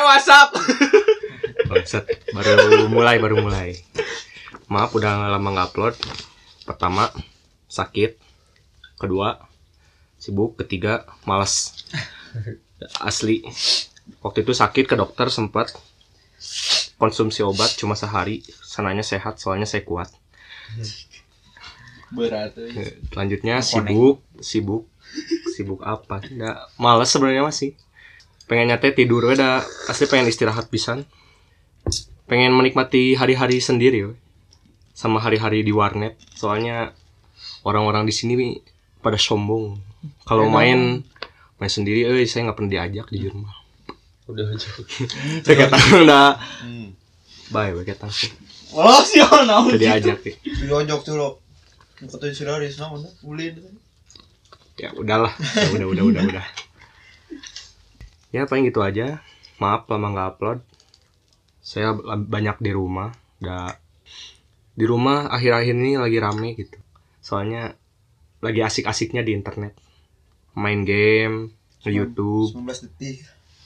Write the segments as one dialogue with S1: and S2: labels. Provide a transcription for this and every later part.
S1: WhatsApp.
S2: Bangsat, baru mulai. Maaf udah lama nggak upload. Pertama, sakit. Kedua, sibuk. Ketiga, malas. Asli. Waktu itu sakit ke dokter sempat konsumsi obat cuma sehari. Sananya sehat soalnya saya kuat.
S1: Berat.
S2: Selanjutnya sibuk apa? Nggak, malas sebenarnya masih. Pengen nyate tidur udah, asli pengen istirahat pisan. Pengen menikmati hari-hari sendiri we. Sama hari-hari di warnet. Soalnya orang-orang di sini pada sombong. Kalau main sendiri, saya nggak pernah diajak di rumah.
S1: Udah aja.
S2: Saya ketang udah. Bye, ketang sih.
S1: Oh sih ono.
S2: Diajak sih.
S3: Diajak tuh lo. Katanya si Laris namanya ulin.
S2: Ya udahlah, udah. Ya paling gitu aja. Maaf lama nggak upload. Saya banyak di rumah. Di rumah akhir-akhir ini lagi rame gitu. Soalnya lagi asik-asiknya di internet. Main game, nge-YouTube.
S3: 19 detik.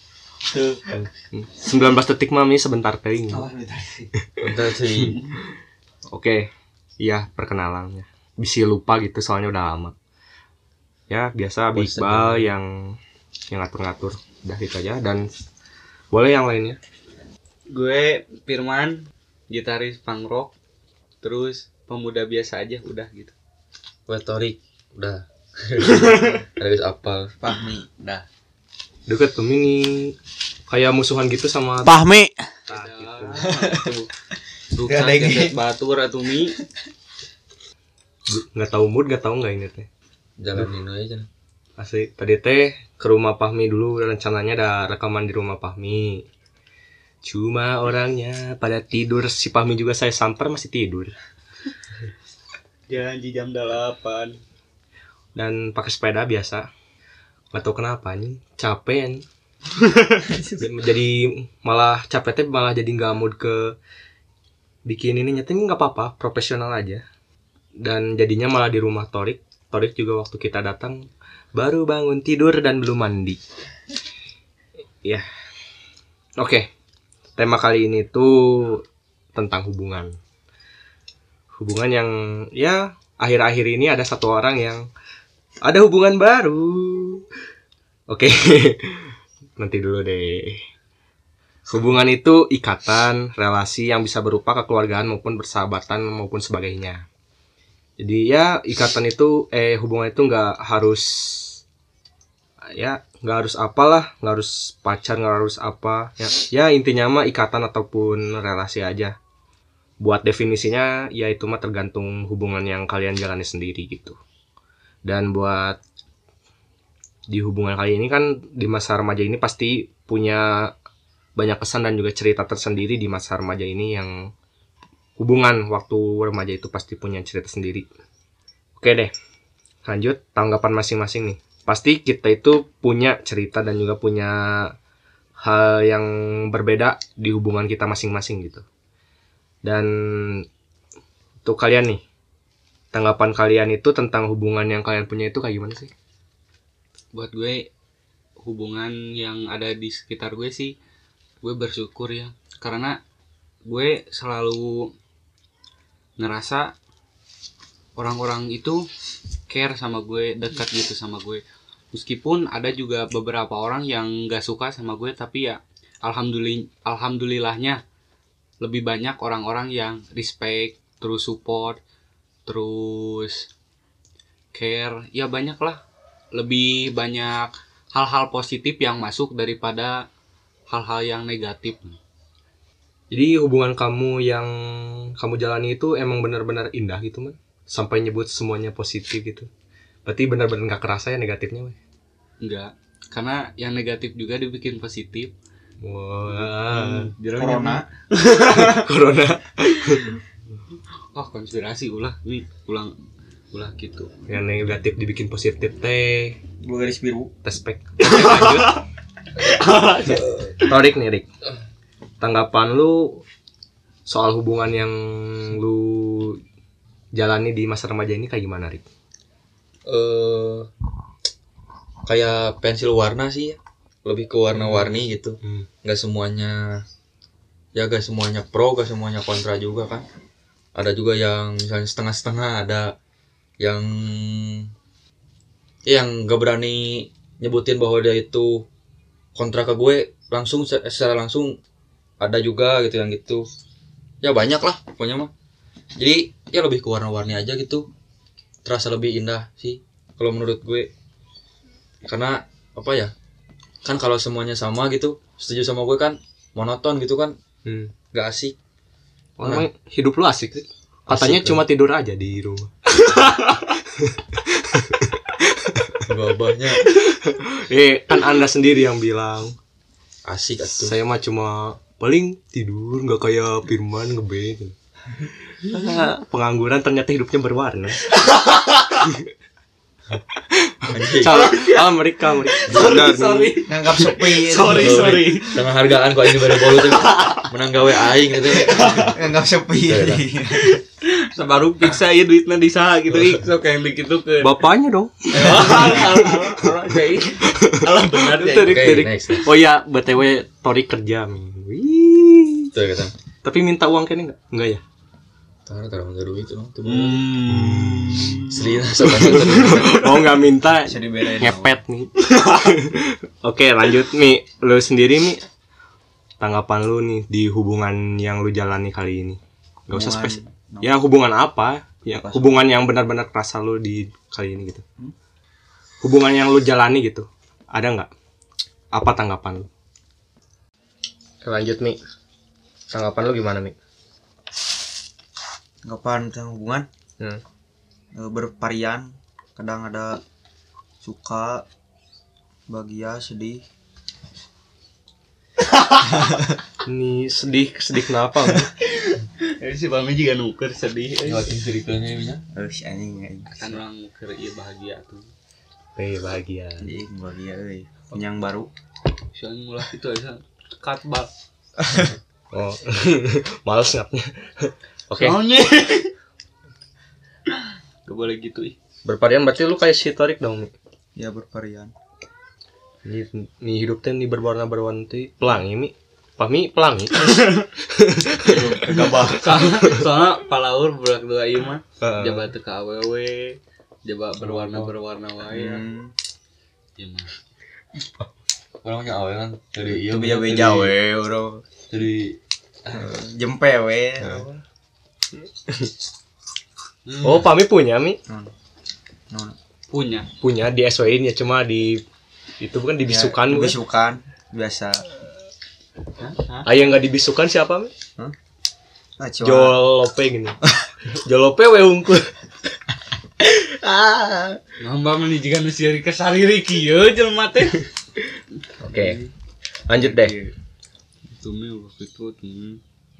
S2: 19 detik mami sebentar teh.
S1: Bentar sih.
S2: Oke. Iya, perkenalannya. Bisa lupa gitu soalnya udah lama. Ya, biasa Iqbal yang ngatur-ngatur. Udah gitu aja dan boleh yang lainnya.
S4: Gue Firman, gitaris punk rock, terus pemuda biasa aja udah gitu.
S1: Gue Torik, udah. Harus apal.
S3: Fahmi, dah.
S2: Deket tuh ini kayak musuhan gitu sama
S5: Fahmi.
S4: Bukan kayak batur atau mi.
S2: Nggak tahu mood, nggak tahu nggak ini teh.
S1: Jalanin aja.
S2: Asli tadi teh ke rumah Fahmi dulu, rencananya ada rekaman di rumah Fahmi. Cuma orangnya pada tidur, si Fahmi juga saya samper masih tidur.
S4: Janji jam 8.
S2: Dan pakai sepeda biasa. Gak tau kenapa nih, capek nih. Jadi malah capeknya malah jadi nggak mood ke bikin ini, nyata nggak apa-apa, profesional aja. Dan jadinya malah di rumah Torik juga waktu kita datang baru bangun tidur dan belum mandi. Ya, oke. Tema kali ini tuh tentang hubungan yang ya akhir-akhir ini ada satu orang yang ada hubungan baru. Oke. Nanti dulu deh. Hubungan itu ikatan, relasi yang bisa berupa kekeluargaan maupun persahabatan maupun sebagainya. Jadi ya ikatan itu hubungan itu nggak harus apalah, nggak harus pacar, nggak harus apa ya intinya mah ikatan ataupun relasi aja. Buat definisinya ya itu mah tergantung hubungan yang kalian jalani sendiri gitu. Dan buat di hubungan kali ini kan di masa remaja ini pasti punya banyak kesan dan juga cerita tersendiri di masa remaja ini. Yang hubungan waktu remaja itu pasti punya cerita sendiri. Oke deh, lanjut tanggapan masing-masing nih. Pasti kita itu punya cerita dan juga punya hal yang berbeda di hubungan kita masing-masing gitu. Dan untuk kalian nih, tanggapan kalian itu tentang hubungan yang kalian punya itu kayak gimana sih?
S4: Buat gue hubungan yang ada di sekitar gue sih, gue bersyukur ya. Karena gue selalu ngerasa orang-orang itu care sama gue, dekat gitu sama gue. Meskipun ada juga beberapa orang yang gak suka sama gue, tapi ya alhamdulillahnya lebih banyak orang-orang yang respect, terus support, terus care. Ya banyak lah, lebih banyak hal-hal positif yang masuk daripada hal-hal yang negatif.
S2: Jadi hubungan kamu yang kamu jalani itu emang benar-benar indah gitu man? Sampai nyebut semuanya positif gitu. Berarti benar-benar gak kerasa ya negatifnya weh?
S4: Enggak, karena yang negatif juga dibikin positif.
S2: Wah,
S3: Corona.
S2: Corona.
S4: Oh konspirasi ulah gitu.
S2: Yang negatif dibikin positif teh.
S3: Dua garis biru.
S2: Tespek. Lanjut. Torik nih Rik. Tanggapan lu soal hubungan yang lu jalani di masa remaja ini kayak gimana Rik?
S1: Kayak pensil warna sih ya. lebih ke warna-warni gitu. Gak semuanya pro, gak semuanya kontra juga kan. Ada juga yang misalnya setengah-setengah, ada yang gak berani nyebutin bahwa dia itu kontra ke gue langsung secara langsung, ada juga gitu yang gitu. Ya banyak lah pokoknya mah. Jadi ya lebih ke warna-warni aja gitu. Terasa lebih indah sih kalau menurut gue. Karena apa ya? Kan kalau semuanya sama gitu, setuju sama gue kan monoton gitu kan. Gak asik.
S2: Emang hidup lu asik sih. Katanya
S1: Asik,
S2: cuma tidur aja di rumah.
S1: Babahnya
S2: Kan Anda sendiri yang bilang.
S1: asik atuh.
S2: Saya mah cuma paling tidur, nggak kayak Firman ngeband. Pengangguran ternyata hidupnya berwarna. Mereka.
S3: Sorry. Nganggap sepi.
S2: Sorry.
S1: Dengan hargaan kok ini baru bolu tuh menang gawe aing gitu.
S3: Nganggap sepi.
S4: Sabaru piksa ieu duitna disaha gitu sok yang gitu ke.
S2: Bapaknya dong.
S4: Alah benar ya.
S1: Oke, next.
S2: Oh ya, BTW Tori kerja. Wih.
S1: Tuh kata.
S2: Tapi minta uang kayaknya enggak ya?
S1: Tahan enggak duit tuh. Selina soalnya.
S2: Oh, enggak minta.
S3: Bisa dibelain.
S2: Ngepet nih. Oke, lanjut nih. Lu sendiri nih, tanggapan lu nih di hubungan yang lu jalani kali ini. Enggak usah spesifik. Ya hubungan apa? Ya hubungan yang benar-benar kerasa lu di kali ini gitu. Hubungan yang lu jalani gitu. Ada enggak? Apa tanggapan lu? Lanjut nih. Tanggapan lu gimana nih?
S3: Tanggapan tentang hubungan bervarian. Kadang ada suka, bahagia, sedih.
S2: Ini sedih kenapa?
S4: Si Pami juga nuker sedih.
S1: Lewatin ceritanya nya.
S3: Si anjing.
S4: Kan orang nuker ieu bahagia tuh.
S2: Bahagia.
S3: Anjing bahagia euy. Yang baru.
S4: Soalnya mulai itu aja cut bal.
S2: Oh. Males ngapnya. Oke.
S4: Soalnya gak boleh gitu ih.
S2: Bervarian berarti lu kayak si Torik dong nih.
S3: Ya bervarian.
S2: Nih hidupnya nih berwarna-warni pelangi mi. Pami pelangi.
S3: Gak bakal.
S4: Soalnya palaur budak dua ieu mah. Jabat teu ka awewe. Jabat berwarna wae. Ieu mah.
S1: Orangnya awal kan dari
S3: Itu beja-beja we bro.
S1: Dari
S3: Jempe we.
S2: Oh, Pami punya mi.
S4: Punya
S2: Di SW-in ya, cuma di itu bukan dibisukan.
S3: Dibisukan biasa.
S2: Yang enggak dibisukan siapa mi?
S3: Nah, cuma
S2: Jolope gini. Jolope we unggul.
S4: Nambah meni jiga nu sieun kesariri kieu jelema teh.
S2: Oke. Lanjut deh.
S4: Itu mi waktu itu tuh.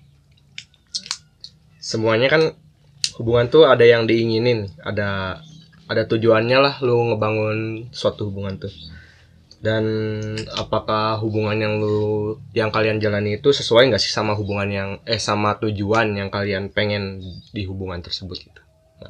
S2: Semuanya kan hubungan tuh ada yang diinginin, ada tujuannya lah lu ngebangun suatu hubungan tuh. Dan apakah hubungan yang kalian jalani itu sesuai nggak sih sama hubungan yang sama tujuan yang kalian pengen di hubungan tersebut gitu? Nah.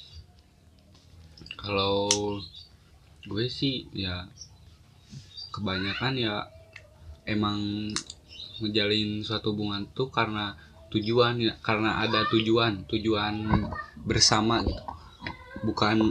S4: Kalau gue sih ya kebanyakan ya emang ngejalin suatu hubungan tuh karena tujuan ya, karena ada tujuan bersama gitu. Bukan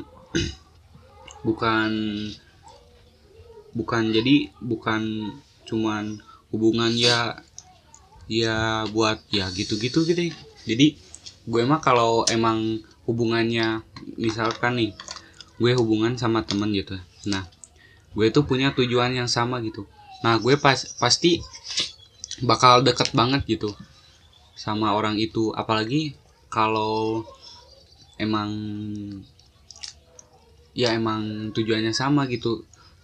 S4: cuman hubungan ya buat ya gitu-gitu gitu. Jadi gue mah kalau emang hubungannya misalkan nih gue hubungan sama temen gitu. Nah, gue tuh punya tujuan yang sama gitu. Nah, gue pasti bakal deket banget gitu sama orang itu, apalagi kalau emang tujuannya sama gitu.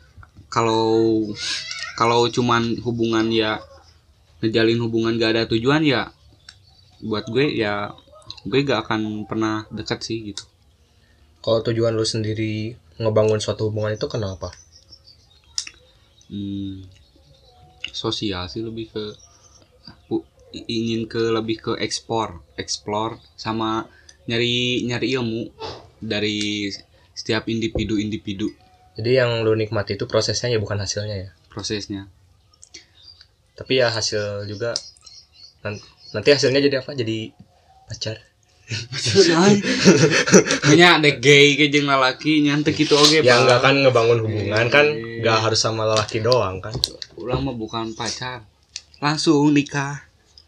S4: Kalau cuman hubungan ya ngejalin hubungan gak ada tujuan ya buat gue gak akan pernah dekat sih gitu.
S2: Kalau tujuan lu sendiri ngebangun suatu hubungan itu kenapa?
S4: Sosial sih, lebih ke lebih ke explore sama nyari ilmu dari setiap individu.
S2: Jadi yang lu nikmati itu prosesnya ya, bukan hasilnya ya?
S4: prosesnya.
S2: Tapi ya hasil juga nanti hasilnya jadi apa? Jadi pacar.
S4: Hanya ada gay ke jeung lalaki nyantek gitu oge.
S2: Ya enggak kan ngebangun hubungan kan enggak harus sama lelaki doang kan.
S4: Ulang mah bukan pacar. Langsung nikah.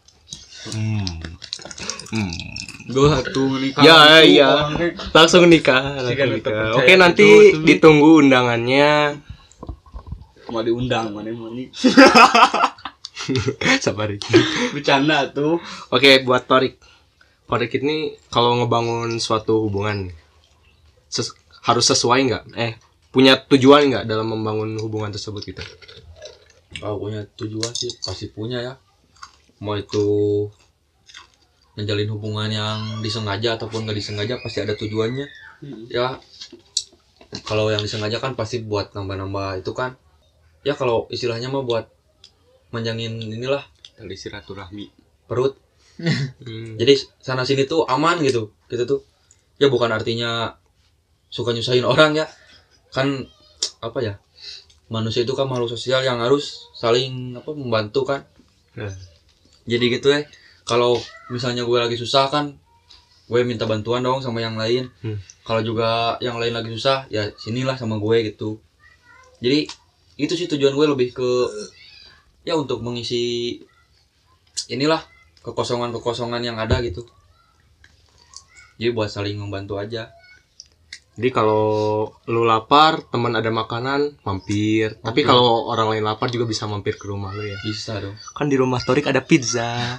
S4: Gua tuh nikah.
S2: Ya iya. Langsung nikah. Oke, nanti ditunggu undangannya.
S4: Mau diundang mana nih?
S2: Sabar.
S4: Bercanda tuh.
S2: Oke, buat Torik. Torik ini kalau ngebangun suatu hubungan harus sesuai nggak? Punya tujuan nggak dalam membangun hubungan tersebut gitu?
S1: Kalau punya tujuan sih pasti punya ya. Mau itu menjalin hubungan yang disengaja ataupun nggak disengaja pasti ada tujuannya. Ya kalau yang disengaja kan pasti buat nambah-nambah itu kan. Ya kalau istilahnya mah buat manjangin inilah
S4: tali silaturahmi
S1: perut. Jadi sana sini tuh aman gitu tuh. Ya bukan artinya suka nyusahin orang ya. Kan apa ya? Manusia itu kan makhluk sosial yang harus saling membantu kan. Jadi gitu ya. Kalau misalnya gue lagi susah kan, gue minta bantuan dong sama yang lain. Kalau juga yang lain lagi susah, ya sinilah sama gue gitu. Jadi itu sih tujuan gue lebih ke ya untuk mengisi inilah kekosongan yang ada gitu. Jadi buat saling membantu aja.
S2: Jadi kalau lu lapar, teman ada makanan, mampir. Tapi kalau orang lain lapar juga bisa mampir ke rumah lu ya.
S1: Bisa dong.
S2: Kan di rumah Torik ada pizza.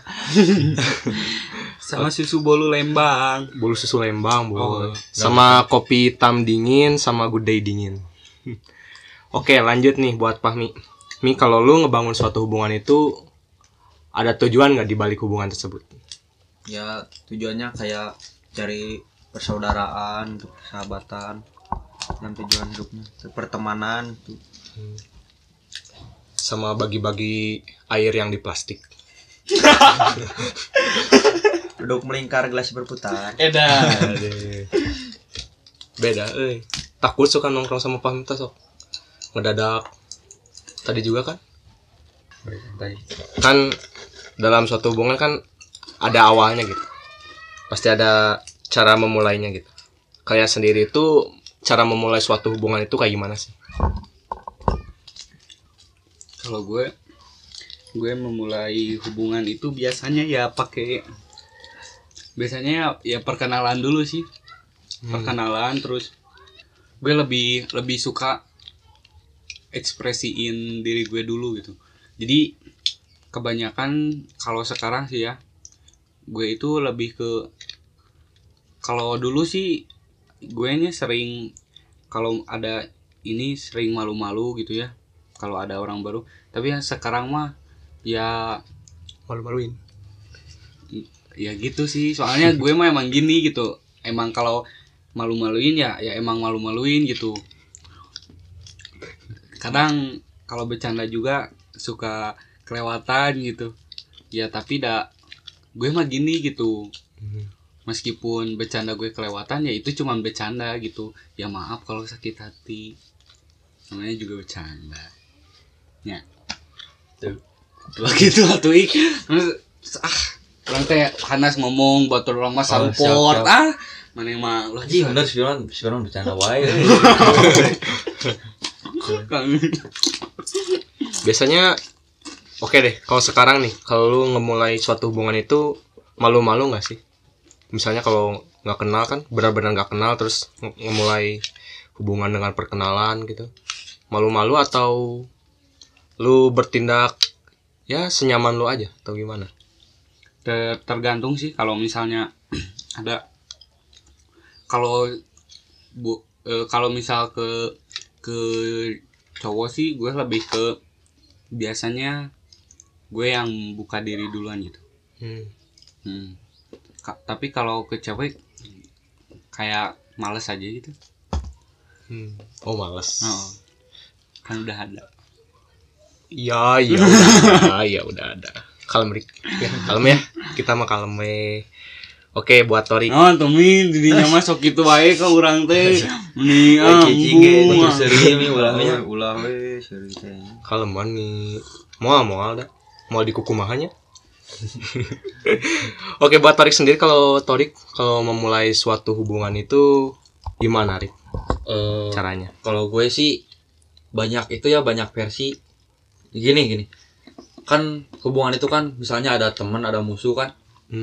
S4: sama susu bolu Lembang.
S2: Bolu susu Lembang, boleh. Sama kopi hitam dingin, sama good day dingin. Oke, lanjut nih buat Fahmi. Mi, kalau lu ngebangun suatu hubungan itu ada tujuan nggak di balik hubungan tersebut?
S3: Ya tujuannya kayak cari persaudaraan, persahabatan, dan tujuan hidupnya pertemanan tuh.
S2: Sama bagi-bagi air yang di plastik.
S3: Duduk melingkar gelas berputar.
S2: Beda, takut suka nongkrong sama Fahmi sok ngedadak. Tadi juga kan? Kan dalam suatu hubungan kan ada awalnya gitu. Pasti ada cara memulainya gitu. Kalian sendiri itu cara memulai suatu hubungan itu kayak gimana sih?
S4: Kalau gue memulai hubungan itu biasanya ya perkenalan dulu sih. Perkenalan, terus gue lebih suka ekspresiin diri gue dulu gitu. Jadi kebanyakan kalau sekarang sih ya, gue itu lebih ke, kalau dulu sih gue nya sering kalau ada ini sering malu-malu gitu ya kalau ada orang baru. Tapi yang sekarang mah ya
S2: Malu-maluin.
S4: Ya gitu sih, soalnya gue mah emang gini gitu. Emang kalau malu-maluin ya emang malu-maluin gitu. Kadang kalau bercanda juga suka kelewatan gitu. Ya tapi gue mah gini gitu. Meskipun bercanda gue kelewatan ya itu cuma bercanda gitu. Ya maaf kalau sakit hati. Namanya juga bercanda. Ya. Tuh gitu atuh ik. Orang teh panas ngomong buat orang mah support. Mana mah lu
S1: Anjing bener sekarang bercanda wae.
S2: Biasanya oke deh, kalau sekarang nih, kalau lu ngemulai suatu hubungan itu malu-malu nggak sih? Misalnya kalau nggak kenal kan, benar-benar nggak kenal terus ngemulai hubungan dengan perkenalan gitu, malu-malu atau lu bertindak ya senyaman lu aja atau gimana?
S4: Tergantung sih. Kalau misalnya ada, kalau misal ke cowok sih gue lebih ke biasanya gue yang buka diri duluan gitu. Tapi kalau ke cewek kayak males aja gitu.
S2: Oh males.
S4: Kan udah ada.
S2: Ya udah, ya udah ada. Kalem ya, kita mah kalem. Oke, buat Torik.
S4: Nah, temin dirinya mah sok kitu wae ka urang teh. Mending
S3: Cicing ge
S4: ambung.
S1: Seri mi ulah
S3: ulah ulah we seri teh.
S2: Kaleman nih. Moal dah. Moal di kukumahanya. Oke, buat Torik sendiri, kalau memulai suatu hubungan itu gimana, Rik? Caranya?
S1: Kalau gue sih banyak versi. Gini. Kan hubungan itu kan misalnya ada teman, ada musuh kan.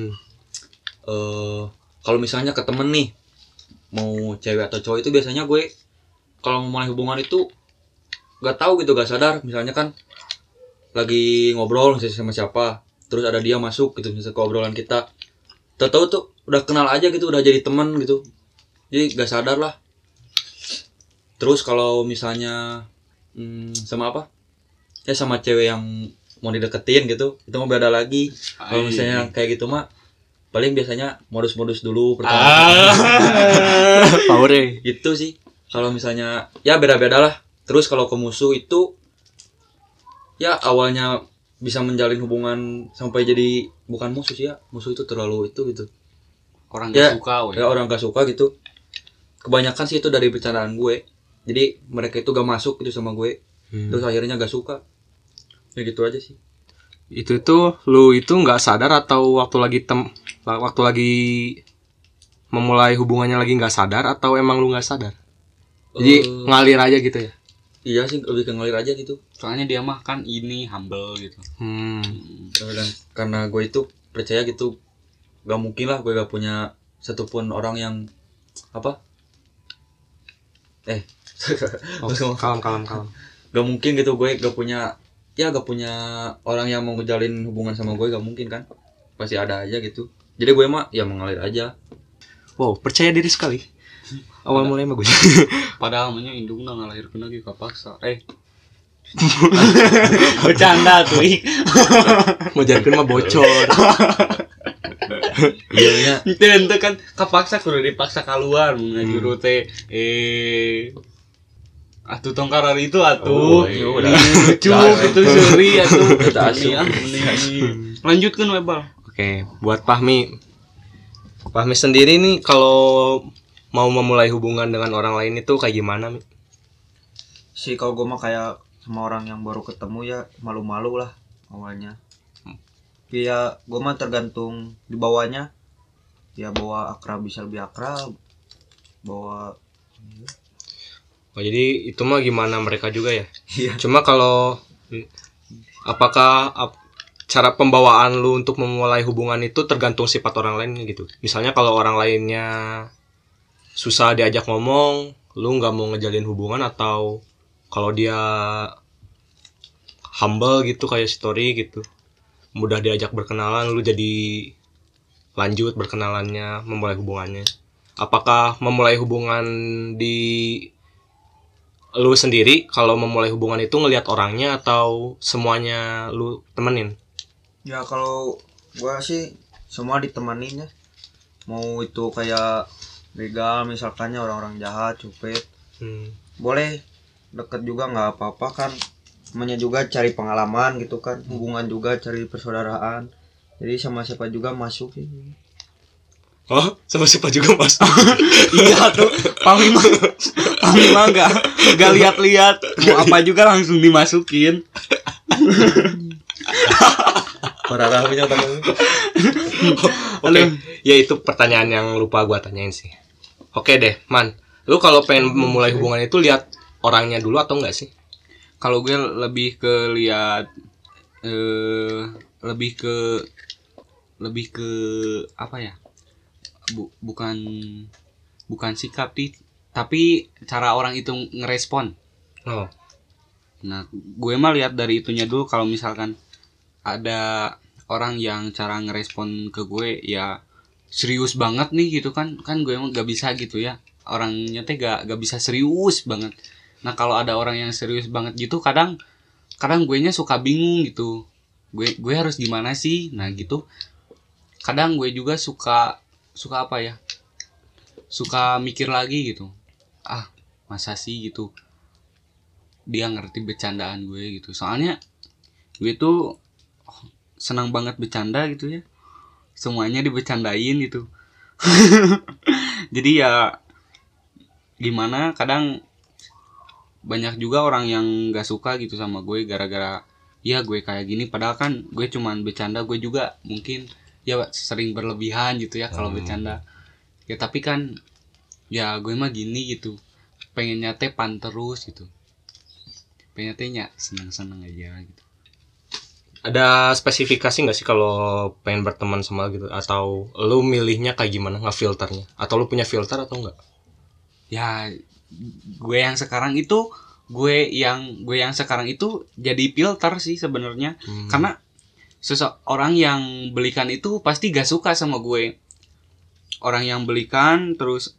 S1: Kalau misalnya ke temen nih, mau cewek atau cowok, itu biasanya gue kalau memulai hubungan itu gak tahu gitu, gak sadar. Misalnya kan lagi ngobrol misalnya sama siapa, terus ada dia masuk gitu misalnya ke obrolan kita, tahu tuh udah kenal aja gitu, udah jadi teman gitu, jadi gak sadar lah. Terus kalau misalnya sama sama cewek yang mau dideketin gitu, itu mah beda lagi. Kalau misalnya kayak gitu mah paling biasanya modus-modus dulu pertama.
S2: Power
S1: Gitu sih. Kalau misalnya ya beda-beda lah. Terus kalau ke musuh itu ya awalnya bisa menjalin hubungan sampai jadi bukan musuh sih ya. Musuh itu terlalu itu gitu.
S4: Orang
S1: Ya,
S4: gak suka we.
S1: Ya orang gak suka gitu. Kebanyakan sih itu dari bercandaan gue. Jadi mereka itu gak masuk gitu sama gue. Terus akhirnya gak suka. Ya gitu aja sih.
S2: Itu tuh lu itu nggak sadar atau waktu lagi memulai hubungannya lagi nggak sadar, atau emang lu nggak sadar? Jadi ngalir aja gitu ya?
S1: Iya sih, lebih ke ngalir aja gitu.
S4: Soalnya dia mah kan ini humble gitu.
S1: Dan karena gue itu percaya gitu, gak mungkin lah gue gak punya satupun orang yang
S2: Kalem.
S1: gak mungkin gitu, gue gak punya orang yang mau ngejalin hubungan sama gue, gak mungkin kan, pasti ada aja gitu. Jadi gue mah ya mengalir aja.
S2: Wow, percaya diri sekali. Awal mulai bagus.
S4: Padahal namanya indung nggak ngalahirkeun lagi kapaksa. Bercanda tuh.
S2: Ngajarkeun mah bocor.
S1: Iya
S4: Itu kan kapaksa kudu dipaksa keluar mun ngajuru teh. Atuh tongkaran itu atuh. Lucu itu seuri atuh. Lanjutkeun we Bal.
S2: Oke, buat Fahmi sendiri nih, kalau mau memulai hubungan dengan orang lain itu kayak gimana, Mi?
S3: Sih kalau gue mah kayak sama orang yang baru ketemu ya malu-malu lah awalnya. Tapi ya gue mah tergantung di bawahnya. Ya bawa akrab bisa lebih akrab. Bawa
S2: Oh, jadi itu mah gimana mereka juga ya?
S3: Iya.
S2: Cuma kalau apakah cara pembawaan lu untuk memulai hubungan itu tergantung sifat orang lain gitu. Misalnya kalau orang lainnya susah diajak ngomong, lu nggak mau ngejalin hubungan, atau kalau dia humble gitu kayak story gitu, mudah diajak berkenalan, lu jadi lanjut berkenalannya, memulai hubungannya. Apakah memulai hubungan di lu sendiri, kalau memulai hubungan itu ngelihat orangnya atau semuanya lu temenin?
S3: ya kalau gue sih semua ditemenin ya. Mau itu kayak begal misalkannya orang-orang jahat, cupet. Boleh deket juga nggak apa-apa kan. Namanya juga cari pengalaman gitu kan. Hubungan juga cari persaudaraan. Jadi sama siapa juga masuk sih.
S2: Oh, sama siapa juga mas?
S4: Iya tuh, Panglima gak lihat-lihat, mau apa juga langsung dimasukin.
S1: Parah punya tamu.
S2: Oke, ya itu pertanyaan yang lupa gua tanyain sih. Oke deh, Man. Lu kalau pengen memulai hubungan itu lihat orangnya dulu atau enggak sih?
S4: Kalau gue lebih ke lihat lebih ke apa ya? Bukan sikap tapi cara orang itu ngerespon.
S2: Oh.
S4: Nah, gue mah lihat dari itunya dulu. Kalau misalkan ada orang yang cara ngerespon ke gue ya serius banget nih gitu kan gue emang gak bisa gitu ya, orangnya teh gak bisa serius banget. Nah kalau ada orang yang serius banget gitu kadang gue nya suka bingung gitu, gue harus gimana sih. Nah gitu kadang gue juga suka apa ya, suka mikir lagi gitu, masa sih gitu dia ngerti bercandaan gue gitu. Soalnya gue tuh senang banget bercanda gitu ya, semuanya dibercandain gitu. Jadi ya gimana, kadang banyak juga orang yang gak suka gitu sama gue gara-gara ya gue kayak gini, padahal kan gue cuman bercanda. Gue juga mungkin ya sering berlebihan gitu ya kalau bercanda ya, tapi kan ya gue mah gini gitu, pengennya teh pan terus gitu, pengennya tehnya seneng-seneng aja gitu.
S2: Ada spesifikasi nggak sih kalau pengen berteman sama gitu, atau lu milihnya kayak gimana ngefilternya, atau lu punya filter atau enggak?
S4: Ya gue yang sekarang itu jadi filter sih sebenarnya. Karena seseorang yang belikan itu pasti gak suka sama gue. Orang yang belikan terus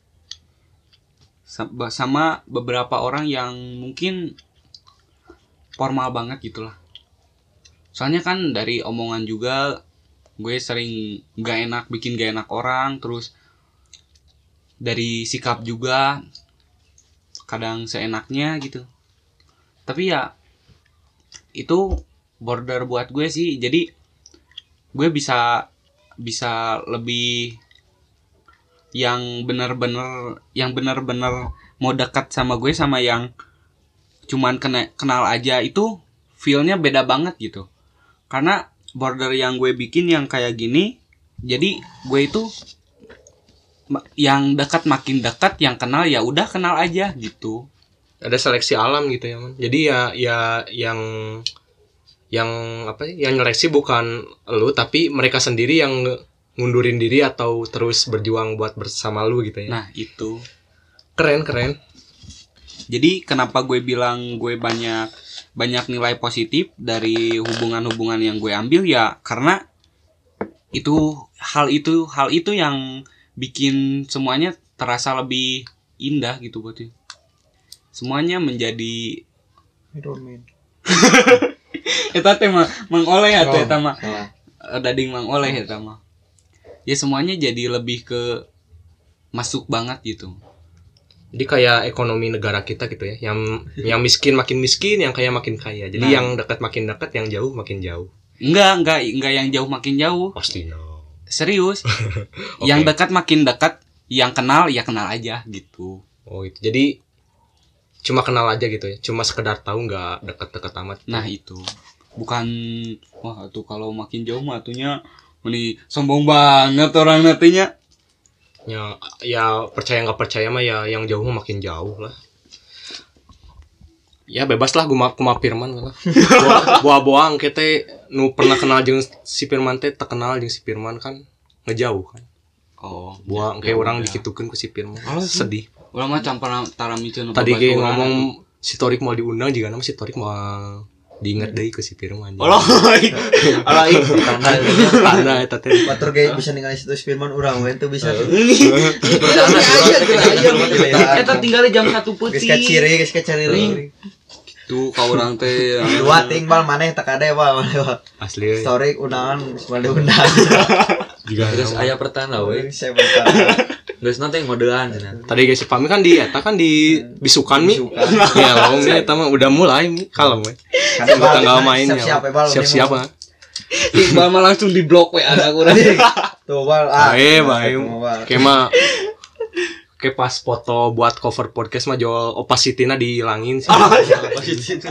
S4: sama beberapa orang yang mungkin formal banget gitulah. Soalnya kan dari omongan juga gue sering bikin gak enak orang, terus dari sikap juga kadang seenaknya gitu. Tapi ya itu border buat gue sih. Jadi gue bisa lebih yang benar-benar mau dekat sama gue, sama yang cuman kenal aja, itu feel-nya beda banget gitu. Karena border yang gue bikin yang kayak gini, jadi gue itu yang dekat makin dekat, yang kenal ya udah kenal aja gitu.
S2: Ada seleksi alam gitu ya, Man. Jadi ya yang apa ya, yang nyeleksi bukan lu, tapi mereka sendiri yang ngundurin diri atau terus berjuang buat bersama lu gitu ya.
S4: Nah, itu
S2: keren.
S4: Jadi kenapa gue bilang gue banyak nilai positif dari hubungan-hubungan yang gue ambil, ya karena hal itu yang bikin semuanya terasa lebih indah gitu buat gue. Semuanya menjadi eta teh Mang Oleh atuh eta mah. Dading Mang Oleh eta mah. Ya semuanya jadi lebih ke masuk banget gitu.
S2: Jadi kayak ekonomi negara kita gitu ya. Yang miskin makin miskin, yang kaya makin kaya. Jadi yang dekat makin dekat, yang jauh makin jauh.
S4: Enggak yang jauh makin jauh.
S2: Pasti no.
S4: Serius. Okay. Yang dekat makin dekat, yang kenal ya kenal aja gitu.
S2: Oh itu. Jadi cuma kenal aja gitu ya. Cuma sekedar tahu, enggak dekat-dekat amat.
S4: Nah, itu. Bukan wah tuh kalau makin jauh mah atunya meni sombong banget orang nantinya. Ya
S2: percaya nggak percaya mah ya, yang jauh mah makin jauh lah. Ya bebas lah kuma Firman lah. Boang kita nu pernah kenal jeung si Firman teh, tak kenal jeung si Firman kan ngejauh kan.
S4: Oh,
S2: boang kayak orang dikitukeun ku si Firman. Sedih.
S4: Urang mah campur antara micen.
S2: Tadi ge ngomong si Torik mau diundang, juga nama si Torik mau diingat deui ku si Firman.
S3: Alay
S2: tanda eta teh.
S3: Batur ge bisa ningali situ si Firman, urang we teu bisa.
S4: Eta tinggal jam 1 peuting.
S3: Geus kaciri.
S4: Tuh ka urang teh
S3: dua ting bal maneh teu kade bal.
S2: Asli.
S3: Story undangan geus undang.
S1: Juga terus aya pertanda we. Geus nanti ngodean cenah.
S2: Tadi guys si Pami kan di eta kan di bisukan mi. Ya laung eta mah udah mulai mi kalem we. Kan tanggal mainnya. Siap-siap mah.
S4: Iqbal mah langsung di blok we ada urang.
S3: Tuh bal
S2: bae. Kema kayak pas foto buat cover podcast mah jual opacity-na dihilangin sih.
S3: Opacity.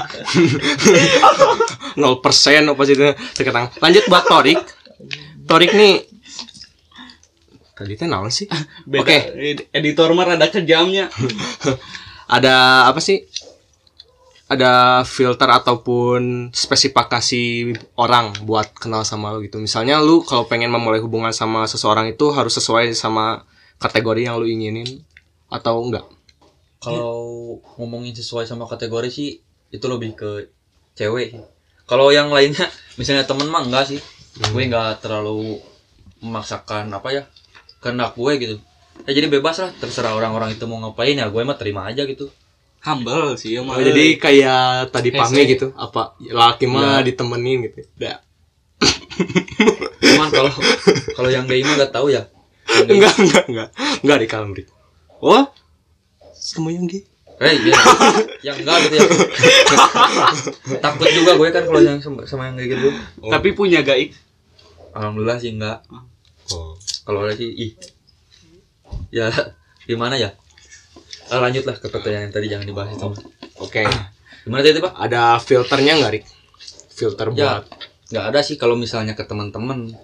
S2: 0% opacity-na sekarang. Lanjut buat Torik nih. Tadi teh naon sih?
S4: Oke. Editor mah rada kejamnya.
S2: Ada apa sih? Ada filter ataupun spesifikasi orang buat kenal sama lu gitu. Misalnya lu kalau pengen memulai hubungan sama seseorang itu harus sesuai sama kategori yang lu inginin atau enggak?
S1: Kalau ngomongin sesuai sama kategori sih itu lebih ke cewek. Kalau yang lainnya misalnya temen mah enggak sih. Gue enggak terlalu memaksakan apa ya, kehendak gue gitu. Ya jadi bebas lah, terserah orang-orang itu mau ngapain ya, gue mah terima aja gitu.
S4: Humble sih emang.
S2: Jadi kayak tadi Pami gitu, apa laki mah ditemenin gitu. Udah.
S1: Cuman kalau yang gay mah enggak tahu ya.
S2: Enggak di Kalmrik. Oh, sama yang gay.
S1: Ya. Yang enggak gitu ya. Takut juga gue kan kalau yang sama yang kayak gitu.
S4: Oh. Tapi punya gaib.
S1: Alhamdulillah sih enggak.
S2: Oh.
S1: Kalau ada sih Ya gimana ya? Lanjutlah ke pertanyaan yang tadi jangan dibahas itu.
S2: Oke.
S1: Gimana tadi Pak?
S2: Ada filternya nggak, Rik? Filter
S1: Ya,
S2: buat
S1: nggak ada sih kalau misalnya ke teman-teman.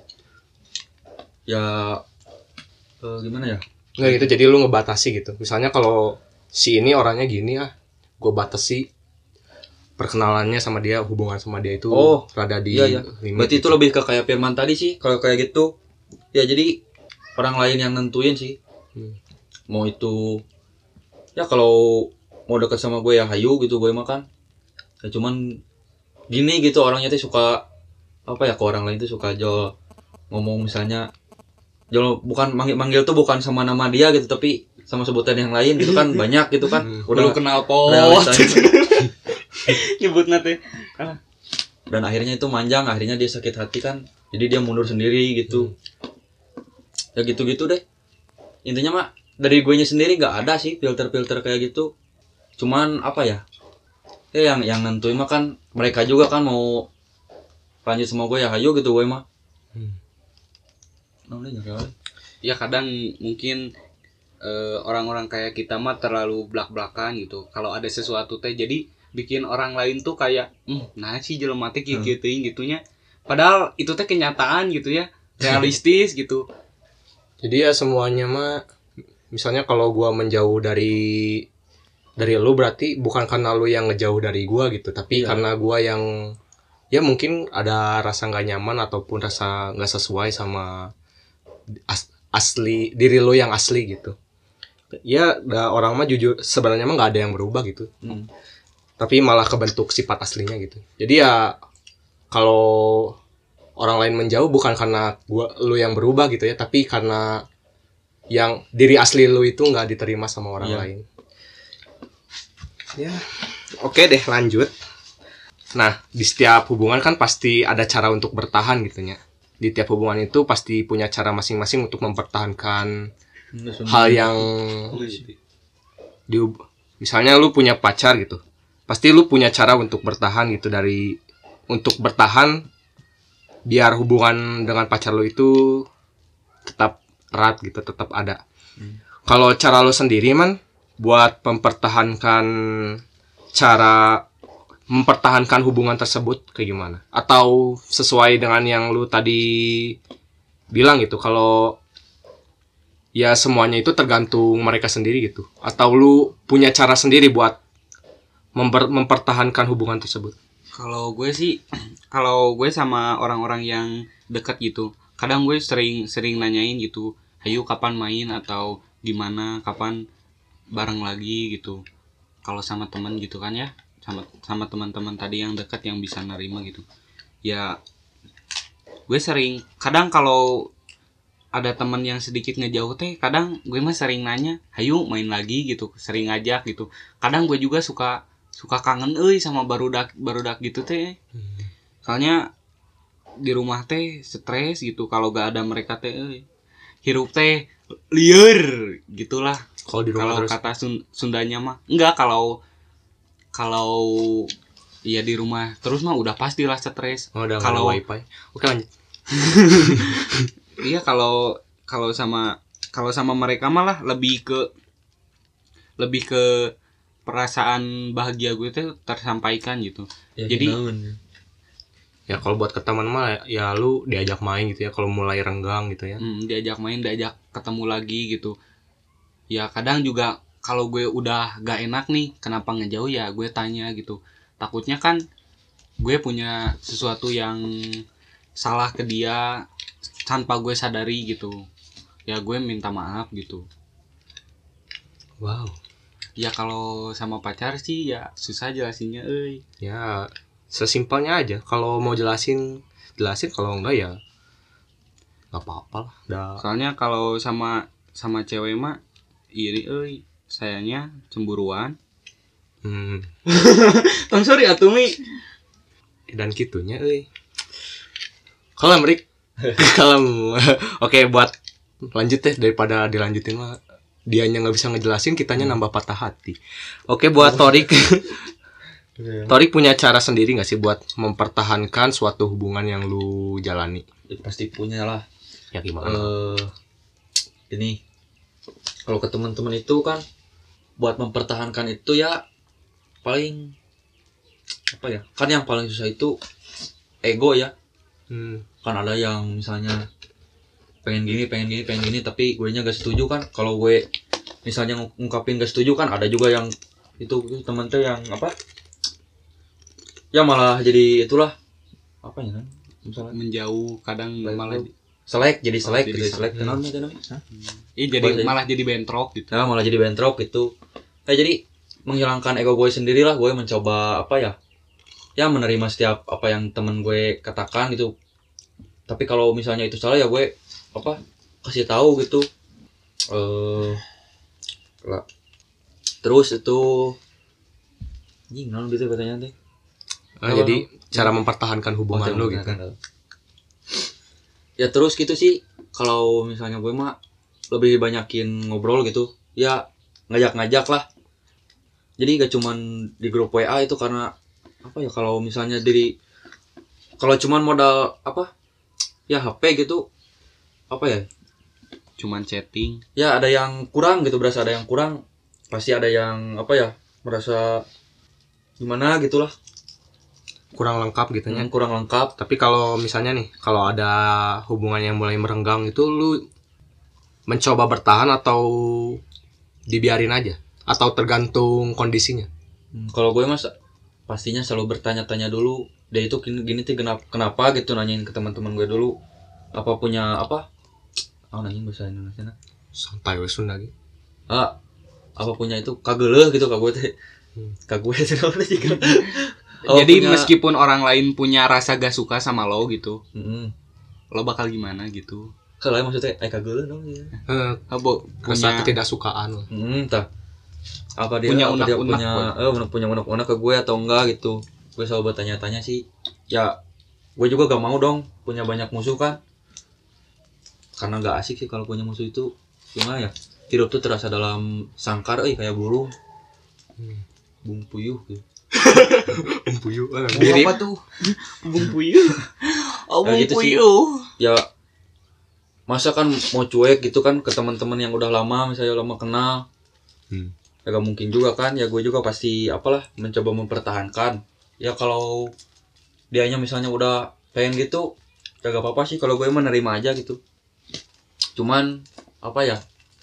S1: Ya gimana ya?
S2: nggak gitu. Jadi lu ngebatasi gitu. Misalnya kalau si ini orangnya gini gue batasi perkenalannya sama dia, hubungan sama dia itu rada di
S1: iya.
S2: limit.
S1: Berarti itu lebih ke kayak Firman tadi sih. Kalau kayak gitu, ya jadi orang lain yang nentuin sih. Mau itu, ya kalau mau dekat sama gue ya hayu gitu gue makan. Ya cuman gini gitu orangnya tuh suka apa ya, ke orang lain tuh suka jol ngomong misalnya jol, bukan manggil tuh bukan sama nama dia gitu tapi sama sebutan yang lain gitu kan banyak gitu kan.
S4: Udah kenal pot. Nyebut nanti.
S1: Dan akhirnya itu manjang, akhirnya dia sakit hati kan. Jadi dia mundur sendiri gitu. Ya gitu-gitu deh. Intinya mah dari gue nya sendiri nggak ada sih filter-filter kayak gitu. Cuman apa ya? Ya yang nentuin mah kan mereka juga kan mau lanjut sama gue ya hayo gitu gue mah.
S4: Ya kadang mungkin orang-orang kayak kita mah terlalu blak-blakan gitu. Kalau ada sesuatu teh jadi bikin orang lain tuh kayak nah sih jelema teh gituin gitunya. Padahal itu teh kenyataan gitu ya, realistis gitu.
S2: Jadi ya semuanya mah misalnya kalau gua menjauh dari lu berarti bukan karena lu yang ngejauh dari gua gitu, tapi karena gua yang ya mungkin ada rasa nggak nyaman ataupun rasa nggak sesuai sama asli diri lu yang asli gitu. Ya orang mah jujur sebenarnya mah nggak ada yang berubah gitu. Tapi malah kebentuk sifat aslinya gitu. Jadi ya kalau orang lain menjauh bukan karena lu yang berubah gitu ya, tapi karena yang diri asli lu itu nggak diterima sama orang lain. Ya, oke deh lanjut. Nah, di setiap hubungan kan pasti ada cara untuk bertahan gitu ya. Di tiap hubungan itu pasti punya cara masing-masing untuk mempertahankan hal yang misalnya lu punya pacar gitu. Pasti lu punya cara untuk bertahan gitu untuk bertahan biar hubungan dengan pacar lu itu tetap erat gitu, tetap ada. Kalau cara lu sendiri man buat mempertahankan hubungan tersebut kayak gimana? Atau sesuai dengan yang lu tadi bilang gitu, kalau ya semuanya itu tergantung mereka sendiri gitu. Atau lu punya cara sendiri buat mempertahankan hubungan tersebut?
S4: Kalau gue sih, kalau gue sama orang-orang yang dekat gitu, kadang gue sering nanyain gitu, ayo kapan main atau gimana, kapan bareng lagi gitu. Kalau sama teman gitu kan ya, sama teman-teman tadi yang dekat yang bisa nerima gitu. Ya gue sering, kadang kalau ada teman yang sedikit ngejauh teh, kadang gue mah sering nanya, ayo main lagi gitu, sering ngajak gitu. Kadang gue juga suka kangen sama barudak gitu teh. Soalnya di rumah teh stres gitu kalau gak ada mereka teh. Hirup teh liar gitulah.
S2: Kalau di rumah terus
S4: kata Sundanya mah enggak, kalau ya di rumah terus mah udah pastilah stres.
S2: Kalau wifi. Oke lanjut.
S4: Iya, kalau sama mereka malah lebih ke perasaan bahagia gue tuh tersampaikan gitu.
S1: Ya,
S4: jadi
S2: ya kalau buat ke teman mah ya lu diajak main gitu ya, kalau mulai renggang gitu ya.
S4: Diajak main, diajak ketemu lagi gitu. Ya kadang juga kalau gue udah gak enak nih kenapa ngejauh, ya gue tanya gitu. Takutnya kan gue punya sesuatu yang salah ke dia tanpa gue sadari gitu. Ya gue minta maaf gitu.
S2: Wow.
S4: Ya kalau sama pacar sih ya susah jelasinnya
S2: Ya sesimpelnya aja. Kalau mau jelasin, kalau enggak ya enggak apa-apa lah.
S4: Soalnya kalau sama cewek mah iri sayanya cemburuan. Tong sorry atumi.
S2: Dan gitunya Kalem Rik. Kalem. Oke, buat lanjut deh, daripada dilanjutin mah dianya nggak bisa ngejelasin, kitanya nambah patah hati. Oke, buat Torik. Torik punya cara sendiri nggak sih buat mempertahankan suatu hubungan yang lu jalani?
S1: Pasti punya lah.
S2: Ya gimana?
S1: Ini Kalau ke teman-teman itu kan buat mempertahankan itu ya paling apa ya, kan yang paling susah itu ego ya. Kan ada yang misalnya pengen gini tapi gue nya gak setuju kan. Kalau gue misalnya ngungkapin gak setuju kan ada juga yang itu temen tuh yang apa ya malah jadi itulah apa ya kan misalnya
S4: menjauh kadang malah
S1: selek gitu
S4: jadi
S1: selek kenapa
S4: jadi malah jadi bentrok gitu.
S1: Nah, malah jadi bentrok gitu. Jadi menghilangkan ego gue sendiri lah, gue mencoba apa ya menerima setiap apa yang temen gue katakan gitu. Tapi kalau misalnya itu salah ya gue apa kasih tahu gitu. Terus itu gitu katanya teh.
S2: Jadi cara mempertahankan hubungan lo gitu.
S1: Ya terus gitu sih, kalau misalnya gue mah lebih banyakin ngobrol gitu. Ya ngajak-ngajak lah. Jadi gak cuman di grup WA itu karena apa ya, kalau misalnya kalau cuman modal apa ya HP gitu apa ya
S4: cuman chatting
S1: ya ada yang kurang gitu, berasa ada yang kurang, pasti ada yang apa ya merasa gimana gitulah,
S2: kurang lengkap gitu ya.
S1: Kurang lengkap.
S2: Tapi kalau misalnya nih, kalau ada hubungan yang mulai merenggang itu lu mencoba bertahan atau dibiarin aja atau tergantung kondisinya?
S1: Kalau gue mas pastinya selalu bertanya-tanya dulu, dia itu gini tuh kenapa gitu, nanyain ke teman-teman gue dulu apa punya apa nanyain bahasa Indonesia
S2: santai wes Sunda gitu.
S1: Apa punya itu kageuleuh gitu kak gue teh. Kak gue teh
S4: jadi meskipun orang lain punya rasa gak suka sama lo gitu, lo bakal gimana gitu?
S1: Kalau maksudnya kageuleuh dong ya.
S2: Rasa ketidaksukaan lah.
S1: Entah apa dia
S4: punya
S1: punya unek-unek ke gue atau enggak gitu. Gue selalu bertanya-tanya sih. Ya gue juga gak mau dong punya banyak musuh kan. Karena gak asik sih kalau punya musuh itu. Gimana ya, hidup tuh terasa dalam sangkar kayak burung. Bung puyuh gitu.
S2: Bung puyuh
S3: mirip apa tuh?
S4: Bung puyuh.
S1: Bung gitu puyuh. Ya masa kan mau cuek gitu kan ke teman-teman yang udah lama, misalnya lama kenal. Ya gak mungkin juga kan, ya gue juga pasti apalah mencoba mempertahankan. Ya kalau dianya misalnya udah pengen gitu, ya gak apa-apa sih kalau gue menerima aja gitu. Cuman apa ya,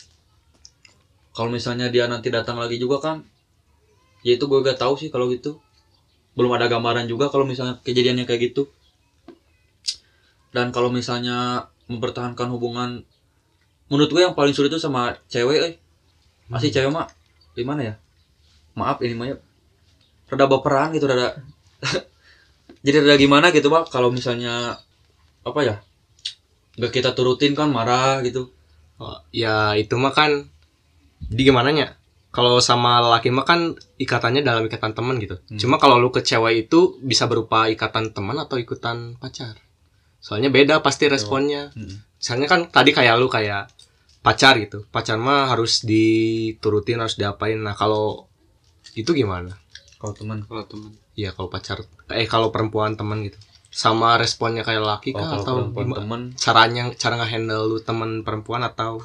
S1: kalau misalnya dia nanti datang lagi juga kan, ya itu gue gak tahu sih kalau gitu. Belum ada gambaran juga kalau misalnya kejadiannya kayak gitu. Dan kalau misalnya mempertahankan hubungan, menurut gue yang paling sulit itu sama cewek masih cewek mah gimana ya, maaf ini mah rada baperan gitu, rada jadi rada gimana gitu Pak, kalau misalnya apa ya gak kita turutin kan marah gitu.
S2: Ya itu mah kan di gimana nya, kalau sama laki mah kan ikatannya dalam ikatan teman gitu. Cuma kalau lu ke cewek itu bisa berupa ikatan teman atau ikutan pacar, soalnya beda pasti responnya. Misalnya kan tadi kayak lu kayak pacar gitu, pacar mah harus diturutin, harus diapain. Nah kalau itu gimana?
S1: Kalau teman
S2: iya kalau pacar kalau perempuan teman gitu, sama responnya kayak laki kah atau
S1: teman
S2: cara nge-handle lu teman perempuan atau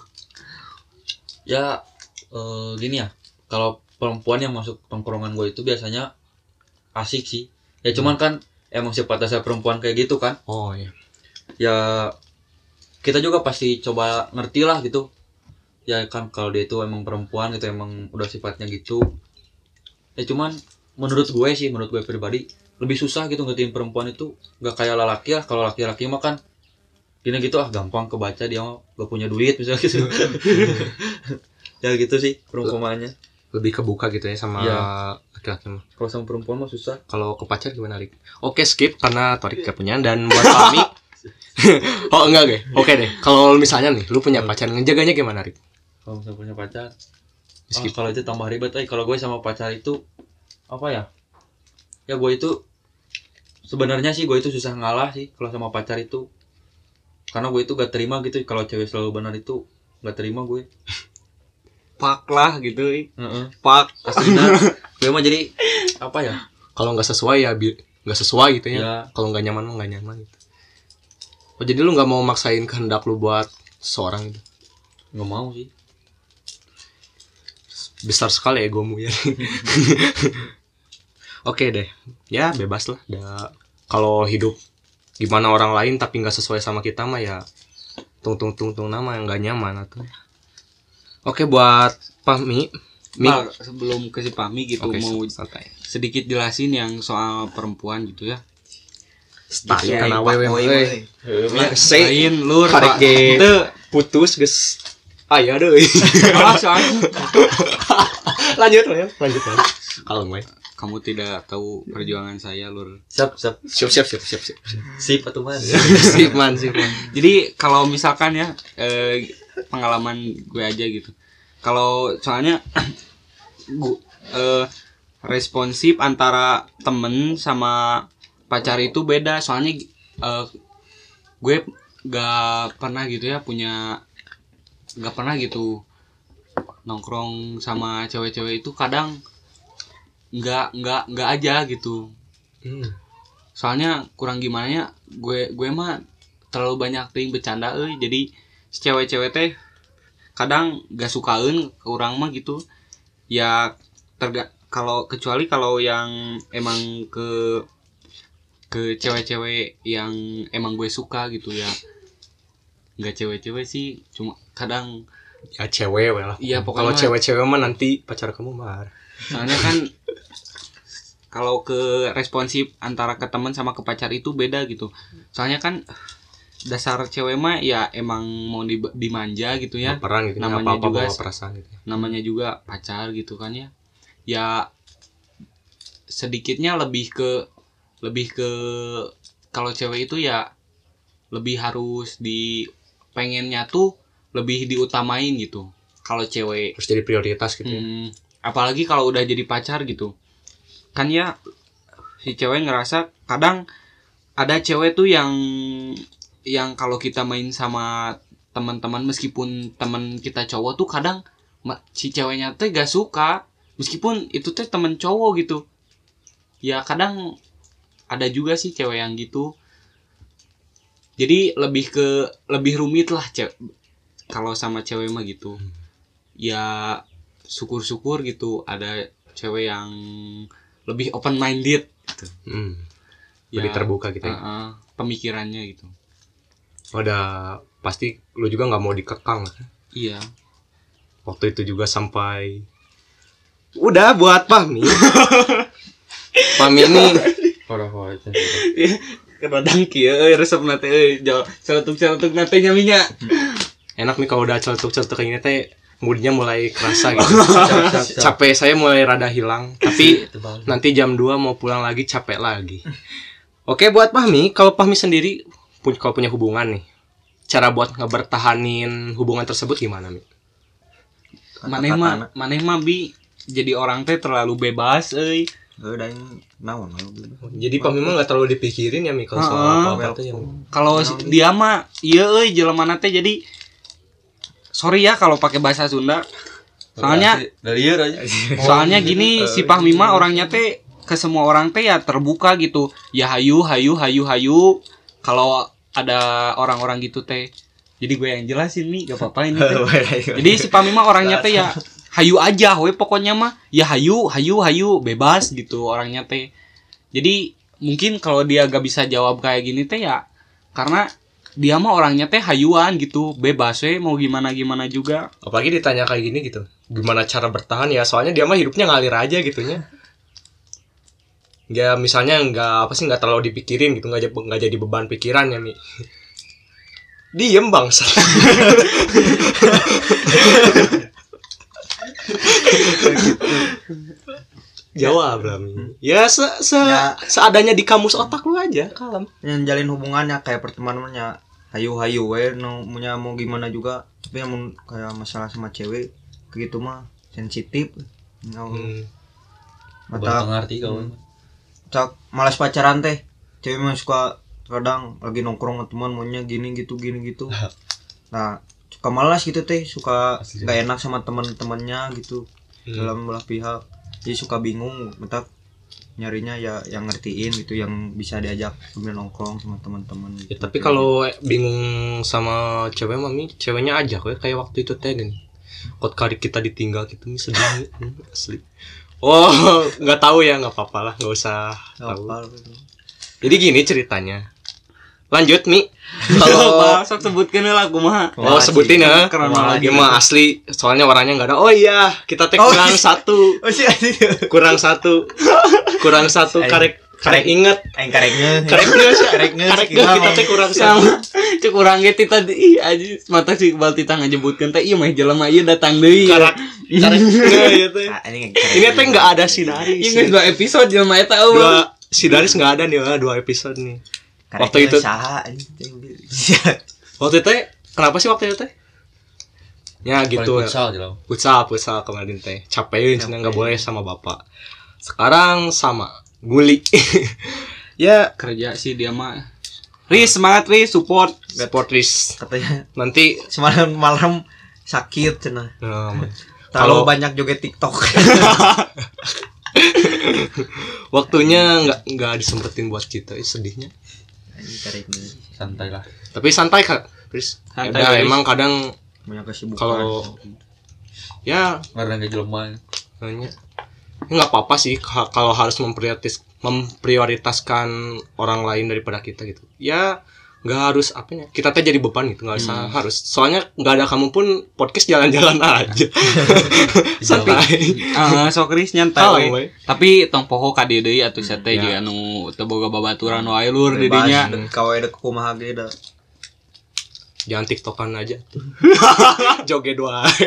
S1: ya gini ya, kalau perempuan yang masuk tongkrongan gue itu biasanya asik sih ya, cuman kan emang sifat dasar perempuan kayak gitu kan.
S2: iya
S1: Ya kita juga pasti coba ngerti lah gitu ya kan, kalau dia itu emang perempuan gitu, emang udah sifatnya gitu ya. Cuman menurut gue pribadi lebih susah gitu ngertiin perempuan itu, gak kayak laki lah. Kalau laki-laki mah kan gini gitu gampang kebaca, dia mah gak punya duit misalnya gitu. Ya gitu sih perumpamaannya,
S2: lebih kebuka gitu ya sama laki-laki mah.
S1: Kalau sama perempuan mah susah.
S2: Kalau ke pacar gimana Rik? Oke skip karena Torik gak punya. Dan buat kami oh enggak deh, oke deh. Kalau misalnya nih lu punya pacar, ngejaganya gimana Rik?
S1: Kalau misalnya punya pacar kalau itu tambah ribet. Kalau gue sama pacar itu apa ya, ya gue itu sebenarnya sih gue itu susah ngalah sih kalau sama pacar itu, karena gue itu gak terima gitu kalau cewek selalu benar, itu gak terima gue.
S4: Pak lah gitu. Pak
S1: aslinya gue mah jadi apa ya,
S2: kalau nggak sesuai ya nggak sesuai gitu ya. Kalau nggak nyaman mah nggak nyaman gitu. Jadi lu nggak mau maksain kehendak lu buat seorang gitu?
S1: Nggak mau sih.
S2: besar sekali egomu ya. Oke deh, ya bebas lah. Kalau hidup gimana orang lain tapi nggak sesuai sama kita mah ya tung nama yang nggak nyaman atau. Oke, buat Pahmi,
S4: sebelum ke si Pahmi gitu, mau
S2: santai.
S4: sedikit jelasin yang soal perempuan gitu ya.
S2: Style karena wewe
S4: Lain lur
S2: Pak putus guys. Aya deh.
S4: Soalnya
S2: lanjut. Kalau
S4: kamu tidak tahu perjuangan saya lur.
S1: Siap. Sip atuh man.
S2: Sip man.
S4: Jadi kalau misalkan ya pengalaman gue aja gitu. Kalau soalnya responsif antara temen sama pacar itu beda. Soalnya gue gak pernah gitu ya gak pernah gitu nongkrong sama cewek-cewek itu kadang nggak aja gitu. Soalnya kurang gimana ya, gue mah terlalu banyak ting bercanda jadi si cewek-cewek teh kadang gak sukain ke orang mah gitu ya. Kecuali kalau yang emang ke cewek-cewek yang emang gue suka gitu ya. Nggak cewek-cewek sih, cuma kadang
S2: ya cewek lah.
S4: Iya,
S2: kalau cewek-cewek mah nanti pacar kamu marah.
S4: Soalnya kan kalau ke responsif antara ke teman sama ke pacar itu beda gitu. Soalnya kan dasar cewek mah ya emang mau dimanja gitu ya.
S2: Baperan gitu.
S4: Namanya
S2: apa-apa
S4: juga
S2: bawa perasaan gitu.
S4: Namanya juga pacar gitu kan ya. Ya sedikitnya lebih ke kalau cewek itu ya lebih harus pengennya tuh lebih diutamain gitu. Kalau cewek
S2: harus jadi prioritas gitu ya.
S4: Apalagi kalau udah jadi pacar gitu kan ya, si cewek ngerasa kadang ada cewek tuh yang kalau kita main sama teman-teman meskipun teman kita cowok tuh kadang si ceweknya tuh gak suka meskipun itu tuh temen cowok gitu ya. Kadang ada juga sih cewek yang gitu, jadi lebih rumit lah kalau sama cewek mah gitu ya. Syukur gitu ada cewek yang lebih open minded gitu.
S2: Lebih terbuka gitu ya.
S4: Pemikirannya gitu.
S2: Udah pasti lu juga nggak mau dikekang kan?
S4: Iya.
S2: Waktu itu juga sampai udah buat Pahmi. Pahmi ini
S4: kadang kieu resep na teh celetuk na teh nyaminya.
S2: Enak nih kalau udah celetuk kayak gini teh moodnya mulai kerasa gitu. Capek saya mulai rada hilang. Tapi nanti jam 2 mau pulang lagi capek lagi. Oke, buat Pahmi, kalau Pahmi sendiri kalau punya hubungan nih, cara buat ngebertahanin hubungan tersebut gimana, Mi?
S4: Maneh mah bi jadi orang teh terlalu bebas euy.
S2: Jadi Pahmi mah enggak terlalu dipikirin ya, Mi, kalau soal apa-apa teh.
S4: Kalau dia mah ieu euy jelema teh jadi sorry ya kalau pakai bahasa Sunda. Soalnya gini, si Pahmi mah orangnya teh ke semua orang teh ya terbuka gitu. Ya hayu. Kalau ada orang-orang gitu teh. Jadi gue yang jelasin nih, gak apa-apa ini teh. Jadi si Pahmi mah orangnya teh ya hayu aja, we pokoknya mah ya hayu, bebas gitu orangnya teh. Jadi mungkin kalau dia gak bisa jawab kayak gini teh ya karena dia mah orangnya teh hayuan gitu, bebas we mau gimana juga.
S2: Apalagi ditanya kayak gini gitu, gimana cara bertahan ya, soalnya dia mah hidupnya ngalir aja gitunya. Ya misalnya nggak terlalu dipikirin gitu, nggak jadi beban pikiran ya, Mi. Diem bangsa. Jawab lah, Mi. Ya seadanya di kamus otak lu aja, kalem.
S3: Yang jalin hubungannya kayak pertemanannya hayu we punya mau gimana juga, tapi yang kayak masalah sama cewek kayak gitu mah sensitif.
S1: Mata ngerti kau.
S3: Cak malas pacaran teh. Cewek mah suka kadang lagi nongkrong sama teman maunya gini gitu. Nah, suka malas gitu teh, suka enggak enak sama teman-temannya gitu. Dalam belah pihak. Jadi suka bingung, mentak nyarinya ya yang ngertiin gitu, yang bisa diajak sambil nongkrong sama teman-teman gitu.
S2: Ya, tapi kalau bingung sama cewek, Mami, ceweknya ajak we kayak waktu itu teh gini. Kot kali kita ditinggal gitu nih sedih asli. Oh, nggak tahu ya, nggak apa-apa lah, nggak usah tahu. Jadi gini ceritanya. Lanjut Mi. Kalau
S4: sebutkeun lah kumaha.
S2: Oh, sebutin ya. Kronologi mah asli, soalnya orangnya nggak ada. Oh iya, kita teh kurang satu. Kurang satu. Kurang satu karek inget. Kareknya kita teh kurang satu.
S4: Cek urang ge tadi aja mata si Iqbal tita ngajebutkeun teh ieu mah jelema ieu datang deui.
S2: Karek ieu teh. Ini teh enggak ada Sidaris.
S4: Ini 2 episode jelema eta eueuh.
S2: Dua Sidaris enggak ada nih, 2 episode nih. Waktu itu kenapa sih waktu itu teh? Ya gitu ya. Futsal kemarin teh. Capeun cenah enggak boleh sama bapak. Sekarang sama guli. Ya
S4: kerja sih dia mah. Riz semangat Riz, support
S2: Riz
S3: katanya.
S2: Nanti
S3: malam sakit cenah. Kalau banyak joget TikTok.
S2: Waktunya enggak disempetin buat kita, sedihnya.
S1: Santai lah.
S2: Tapi santai Kak, Riz. Ya, emang kadang
S3: banyak kesibukan.
S2: Kalau ya
S1: karena enggak jelema.
S2: Nggak apa-apa sih kalau harus memprioritaskan orang lain daripada kita gitu. Ya nggak harus apanya. Kita teh jadi beban gitu, nggak usah harus. Soalnya nggak ada kamu pun podcast jalan-jalan aja. Santai.
S4: Sok Riz nyantai we. Tapi tong poho ka dieu deui atuh sia teh jeung anu teu boga babaturan wae lur di dinya.
S3: Kawe dek kumaha ge da.
S2: Jangan TikTokan aja. Joget wae.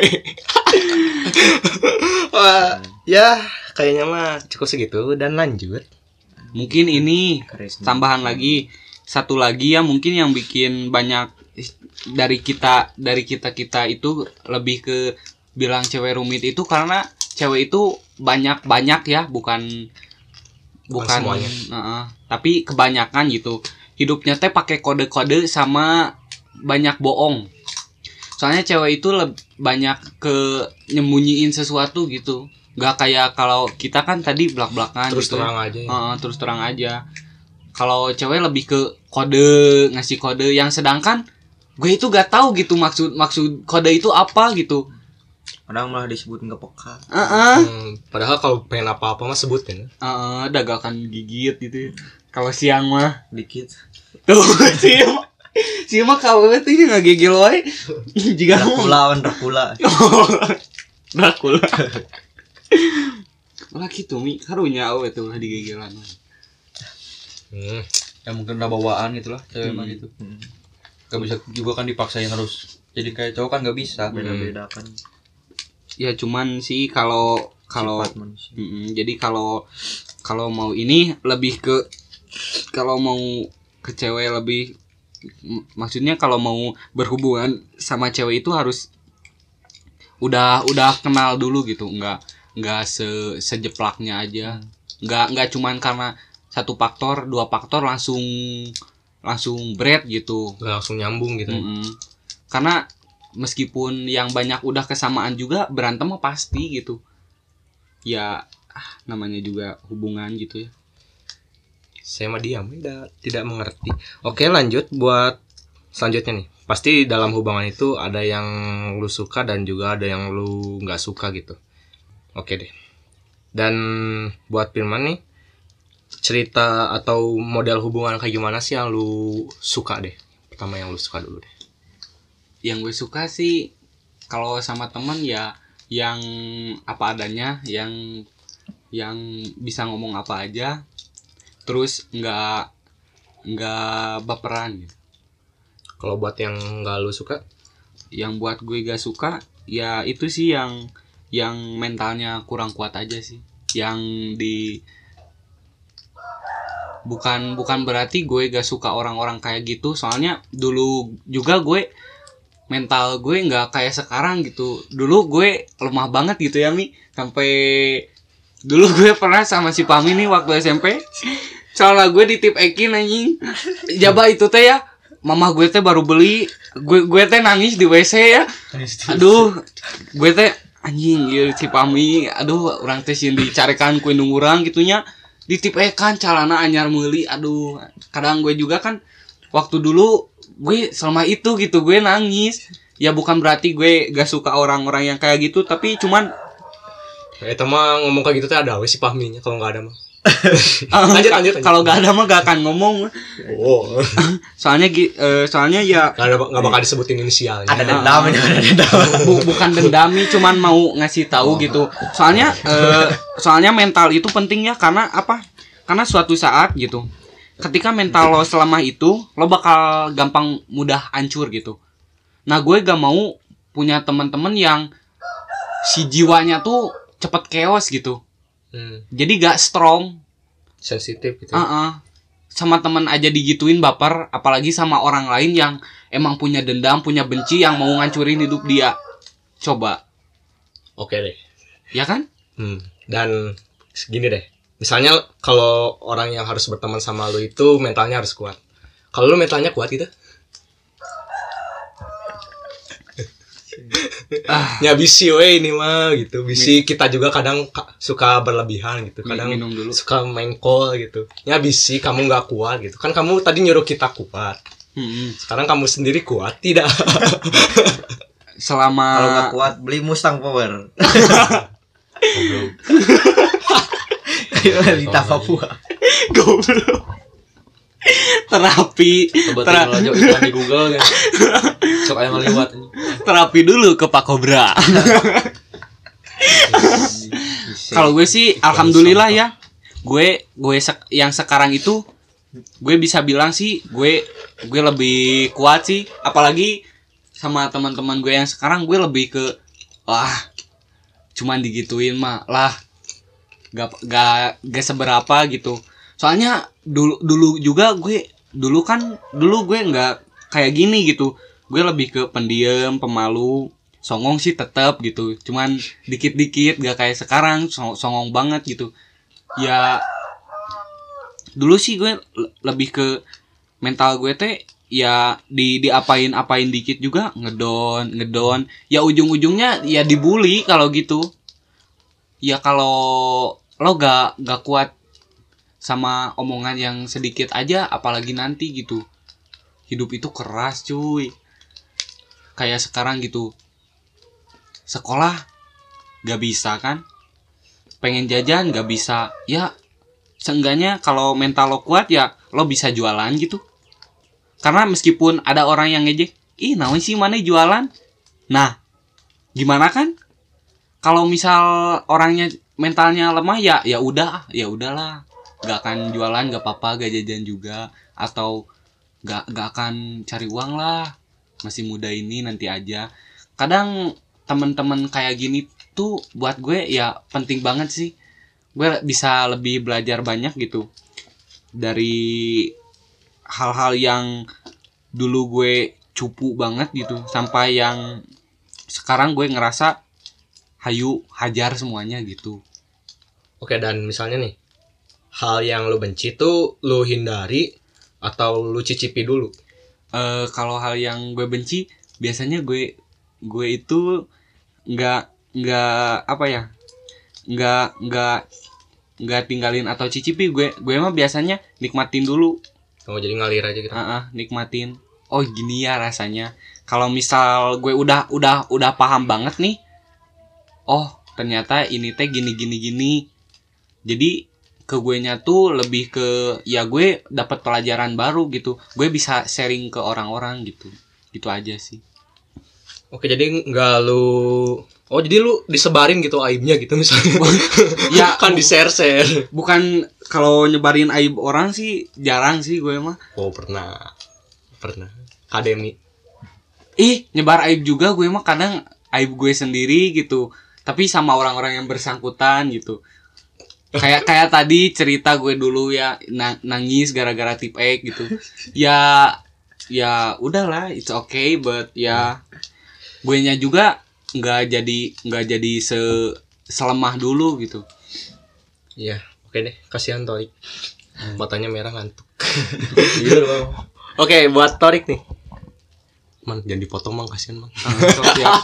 S2: Ya, kayaknya mah cukup segitu dan lanjut.
S4: Mungkin ini tambahan lagi, satu lagi ya mungkin yang bikin banyak dari kita itu lebih ke bilang cewek rumit itu karena cewek itu banyak ya, bukan
S2: semuanya.
S4: Tapi kebanyakan gitu. Hidupnya teh pakai kode-kode sama banyak bohong. Soalnya cewek itu banyak ke nyembunyiin sesuatu gitu. Gak kayak kalau kita kan tadi belak-belakan
S2: terus
S4: gitu.
S2: Terang aja. Ya.
S4: Terus terang aja. Kalau cewek lebih ke kode, ngasih kode, yang sedangkan gue itu gak tahu gitu maksud kode itu apa gitu.
S3: Kadang malah disebut nggak peka.
S2: Padahal kalau pengen apa-apa mah sebutin.
S4: Dagakan gigit gitu. Kalau siang mah
S3: dikit.
S4: Tuh sih mah kau itu nggak gigil wae. Jika
S3: Dracula.
S4: Lah gitu Mi, karunya awe tuh digigilan.
S1: Ya mungkin udah bawaan gitu lah cewek mah gitu. Gak bisa juga kan dipaksain harus jadi kayak cowok kan gak bisa.
S3: Beda-beda kan.
S4: Ya cuman sih kalau jadi kalau mau ini lebih ke kalau mau ke cewek lebih maksudnya kalau mau berhubungan sama cewek itu harus udah kenal dulu gitu, nggak sejeplaknya aja, nggak cuman karena 1 faktor 2 faktor langsung bread gitu,
S2: nggak langsung nyambung gitu.
S4: Karena meskipun yang banyak udah kesamaan juga berantem mah pasti gitu ya, namanya juga hubungan gitu ya.
S2: Saya mah diam, tidak mengerti. Oke, lanjut buat selanjutnya nih. Pasti dalam hubungan itu ada yang lu suka dan juga ada yang lu nggak suka gitu. Oke deh. Dan buat Firman nih, cerita atau model hubungan kayak gimana sih yang lu suka deh? Pertama yang lu suka dulu deh.
S4: Yang gue suka sih kalau sama teman ya yang apa adanya, yang bisa ngomong apa aja. Terus nggak baperan gitu.
S2: Kalau buat yang nggak lu suka,
S4: yang buat gue gak suka ya itu sih yang mentalnya kurang kuat aja sih. Yang bukan berarti gue gak suka orang-orang kayak gitu. Soalnya dulu juga gue mental gue nggak kayak sekarang gitu. Dulu gue lemah banget gitu ya Mi. Sampai dulu gue pernah sama si Pami nih waktu SMP. Soalnya gue ditip Ekin anjing. Jaba itu teh ya. Mama gue teh baru beli. Gue teh nangis di WC ya. Aduh, gue teh anjing ya si Pami. Aduh, orang teh sieun dicarekan ku indung urang gitunya. Ditip Ekan calana anyar meuli. Aduh, kadang gue juga kan waktu dulu gue selama itu gitu gue nangis. Ya bukan berarti gue gak suka orang-orang yang kayak gitu, tapi cuman
S2: mah ngomong kayak gitu tuh ada si pahminya kalau nggak ada mah. lanjut.
S4: Kalau gak ada mah gak akan ngomong.
S2: Oh.
S4: soalnya ya
S2: nggak bakal disebutin inisialnya.
S3: Ada dendam ini, ada dendam.
S4: Bukan dendami, cuman mau ngasih tahu gitu. Soalnya mental itu penting ya, karena apa? Karena suatu saat gitu, ketika mental lo selemah itu, lo bakal gampang mudah hancur gitu. Nah, gue gak mau punya teman-teman yang si jiwanya tuh cepet chaos gitu. Jadi gak strong,
S2: sensitif gitu.
S4: Sama teman aja digituin baper, apalagi sama orang lain yang emang punya dendam, punya benci, yang mau ngancurin hidup dia. Coba.
S2: Oke deh.
S4: Ya kan?
S2: Dan segini deh. Misalnya kalau orang yang harus berteman sama lu itu mentalnya harus kuat. Kalau lu mentalnya kuat gitu? Ya bisi we ini mah gitu. Bisi kita juga kadang suka berlebihan gitu. Kadang suka main call gitu. Ya bisi kamu nggak kuat gitu. Kan kamu tadi nyuruh kita kuat. Sekarang kamu sendiri kuat tidak?
S4: Selama
S3: kalau nggak kuat beli Mustang Power. Realita Papua.
S4: Goblok. Terapi
S1: di Google kan. Sok aya ngaliwat.
S4: Terapi dulu ke Pak Kobra. Kalau gue sih alhamdulillah ya. Gue yang sekarang itu gue bisa bilang sih gue lebih kuat sih, apalagi sama teman-teman gue yang sekarang gue lebih ke cuman digituin mah lah gak seberapa gitu. Soalnya dulu juga gue dulu gue nggak kayak gini gitu. Gue lebih ke pendiam, pemalu, songong sih tetap gitu. Cuman dikit-dikit, gak kayak sekarang songong banget gitu. Ya dulu sih gue lebih ke mental gue teh ya diapain dikit juga ngedon. Ya ujung-ujungnya ya dibully kalau gitu. Ya kalau lo gak kuat sama omongan yang sedikit aja, apalagi nanti gitu. Hidup itu keras cuy. Kayak sekarang gitu, sekolah gak bisa kan, pengen jajan gak bisa. Ya seenggaknya kalau mental lo kuat ya lo bisa jualan gitu. Karena meskipun ada orang yang ngejek, ih naon sih mana jualan. Nah gimana kan kalau misal orangnya mentalnya lemah, ya udahlah, gak akan jualan, gak apa-apa, gak jajan juga, atau gak akan cari uang lah, masih muda ini, nanti aja. Kadang teman-teman kayak gini tuh buat gue ya penting banget sih. Gue bisa lebih belajar banyak gitu dari hal-hal yang dulu gue cupu banget gitu, sampai yang sekarang gue ngerasa hayu hajar semuanya gitu.
S2: Oke, dan misalnya nih, hal yang lu benci tuh lu hindari atau lu cicipi dulu?
S4: Kalau hal yang gue benci, biasanya gue itu nggak apa ya, nggak tinggalin atau cicipi. Gue mah biasanya nikmatin dulu.
S2: Oh, jadi ngalir aja gitu.
S4: Nikmatin. Oh gini ya rasanya. Kalau misal gue udah paham banget nih, oh ternyata ini teh gini. Jadi ke gue nya tuh lebih ke ya gue dapat pelajaran baru gitu. Gue bisa sharing ke orang-orang gitu. Gitu aja sih.
S2: Oke, jadi nggak lu, oh jadi lu disebarin gitu aibnya gitu misalnya.
S4: Ya
S2: kan di-share.
S4: Bukan, kalau nyebarin aib orang sih jarang sih gue mah.
S2: Oh pernah akademi.
S4: Nyebar aib juga gue mah, kadang aib gue sendiri gitu. Tapi sama orang-orang yang bersangkutan gitu. Kayak tadi cerita gue dulu ya, nangis gara-gara tip X gitu. Ya udahlah, it's okay, but ya gue nya juga nggak jadi selemah dulu gitu.
S2: Iya, oke deh, kasihan Torik. Matanya merah ngantuk. Oke, buat Torik nih. Man, jangan dipotong mang, kasihan mang.
S4: Siap.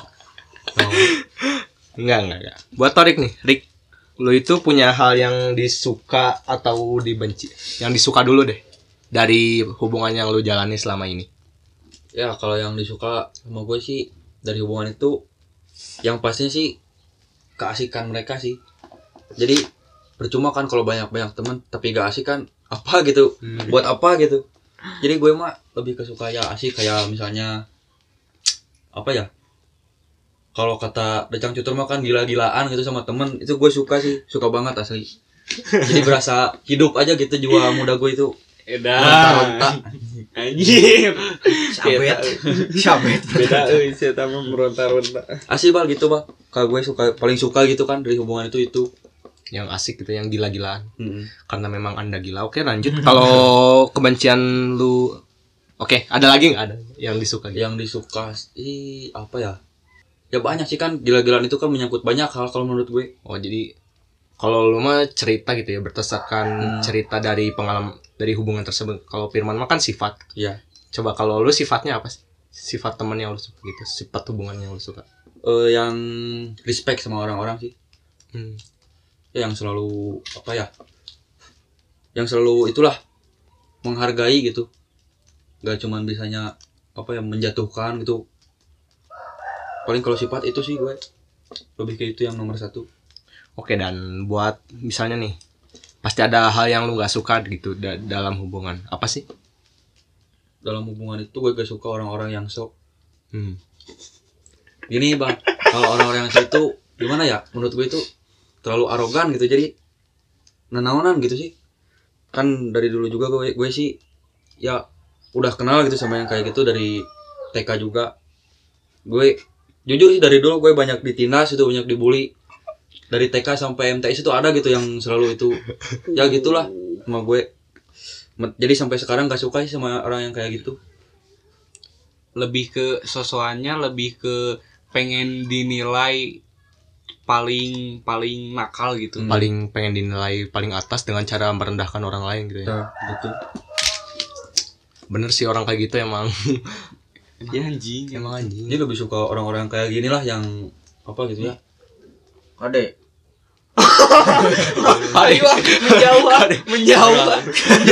S2: Enggak. Buat Torik nih, Rick, lu itu punya hal yang disuka atau dibenci? Yang disuka dulu deh, dari hubungan yang lu jalani selama ini.
S1: Ya kalau yang disuka sama gue sih dari hubungan itu yang pastinya sih keasikan mereka sih. Jadi percuma kan kalau banyak teman tapi gak asik kan apa gitu. Buat apa gitu. Jadi gue mah lebih kesuka ya asik kayak misalnya apa ya? Kalau kata Decang Cutur mah kan gila-gilaan gitu sama temen, itu gue suka sih, suka banget asli. Jadi berasa hidup aja gitu jiwa muda gue itu. Meronta-ronta.
S4: Anjir.
S3: Sabet.
S2: Beda euy saya mah meronta-ronta.
S1: Asli bal gitu bal. Kalau gue suka paling suka gitu kan dari hubungan itu.
S2: Yang asik gitu, yang gila-gilaan. Karena memang Anda gila. Oke, lanjut.
S1: Hmm.
S2: Kalau kebencian lu Oke, ada lagi enggak ada yang disuka gitu?
S1: Yang disuka apa ya? Ya banyak sih kan, gila-gilaan itu kan menyangkut banyak hal kalau menurut gue.
S2: Oh, jadi kalau lu mah cerita gitu ya, berdasarkan cerita dari pengalaman dari hubungan tersebut. Kalau Firman mah kan sifat.
S1: Iya.
S2: Coba kalau lu sifatnya apa sih? Sifat teman yang lu suka gitu, sifat hubungan yang lu suka.
S1: Yang respect sama orang-orang sih. Ya, yang selalu apa ya? Yang selalu itulah menghargai gitu. Gak cuman bisanya apa ya menjatuhkan gitu. Paling kalau sifat itu sih gue lebih ke itu yang nomor 1.
S2: Oke, dan buat misalnya nih, pasti ada hal yang lu gak suka gitu dalam hubungan. Apa sih?
S1: Dalam hubungan itu gue gak suka orang-orang yang sok. Gini bang, kalau orang-orang yang sok itu gimana ya? Menurut gue itu terlalu arogan gitu. Jadi nenaonan gitu sih. Kan dari dulu juga gue sih ya udah kenal gitu sama yang kayak gitu dari TK juga. Gue jujur sih dari dulu gue banyak ditindas itu, banyak dibully. Dari TK sampai MTS itu ada gitu yang selalu itu. Ya gitulah sama gue. Jadi sampai sekarang gak suka sih sama orang yang kayak gitu.
S4: Lebih ke sosokannya, lebih ke pengen dinilai paling nakal gitu.
S2: Paling pengen dinilai paling atas dengan cara merendahkan orang lain gitu ya.
S1: Nah, betul.
S2: Bener sih orang kayak gitu emang.
S4: Ya anjing.
S2: Emang anjing.
S1: Jadi lebih suka orang-orang kayak gini lah yang apa gitu ya.
S3: Ade.
S4: Ayo menjawab.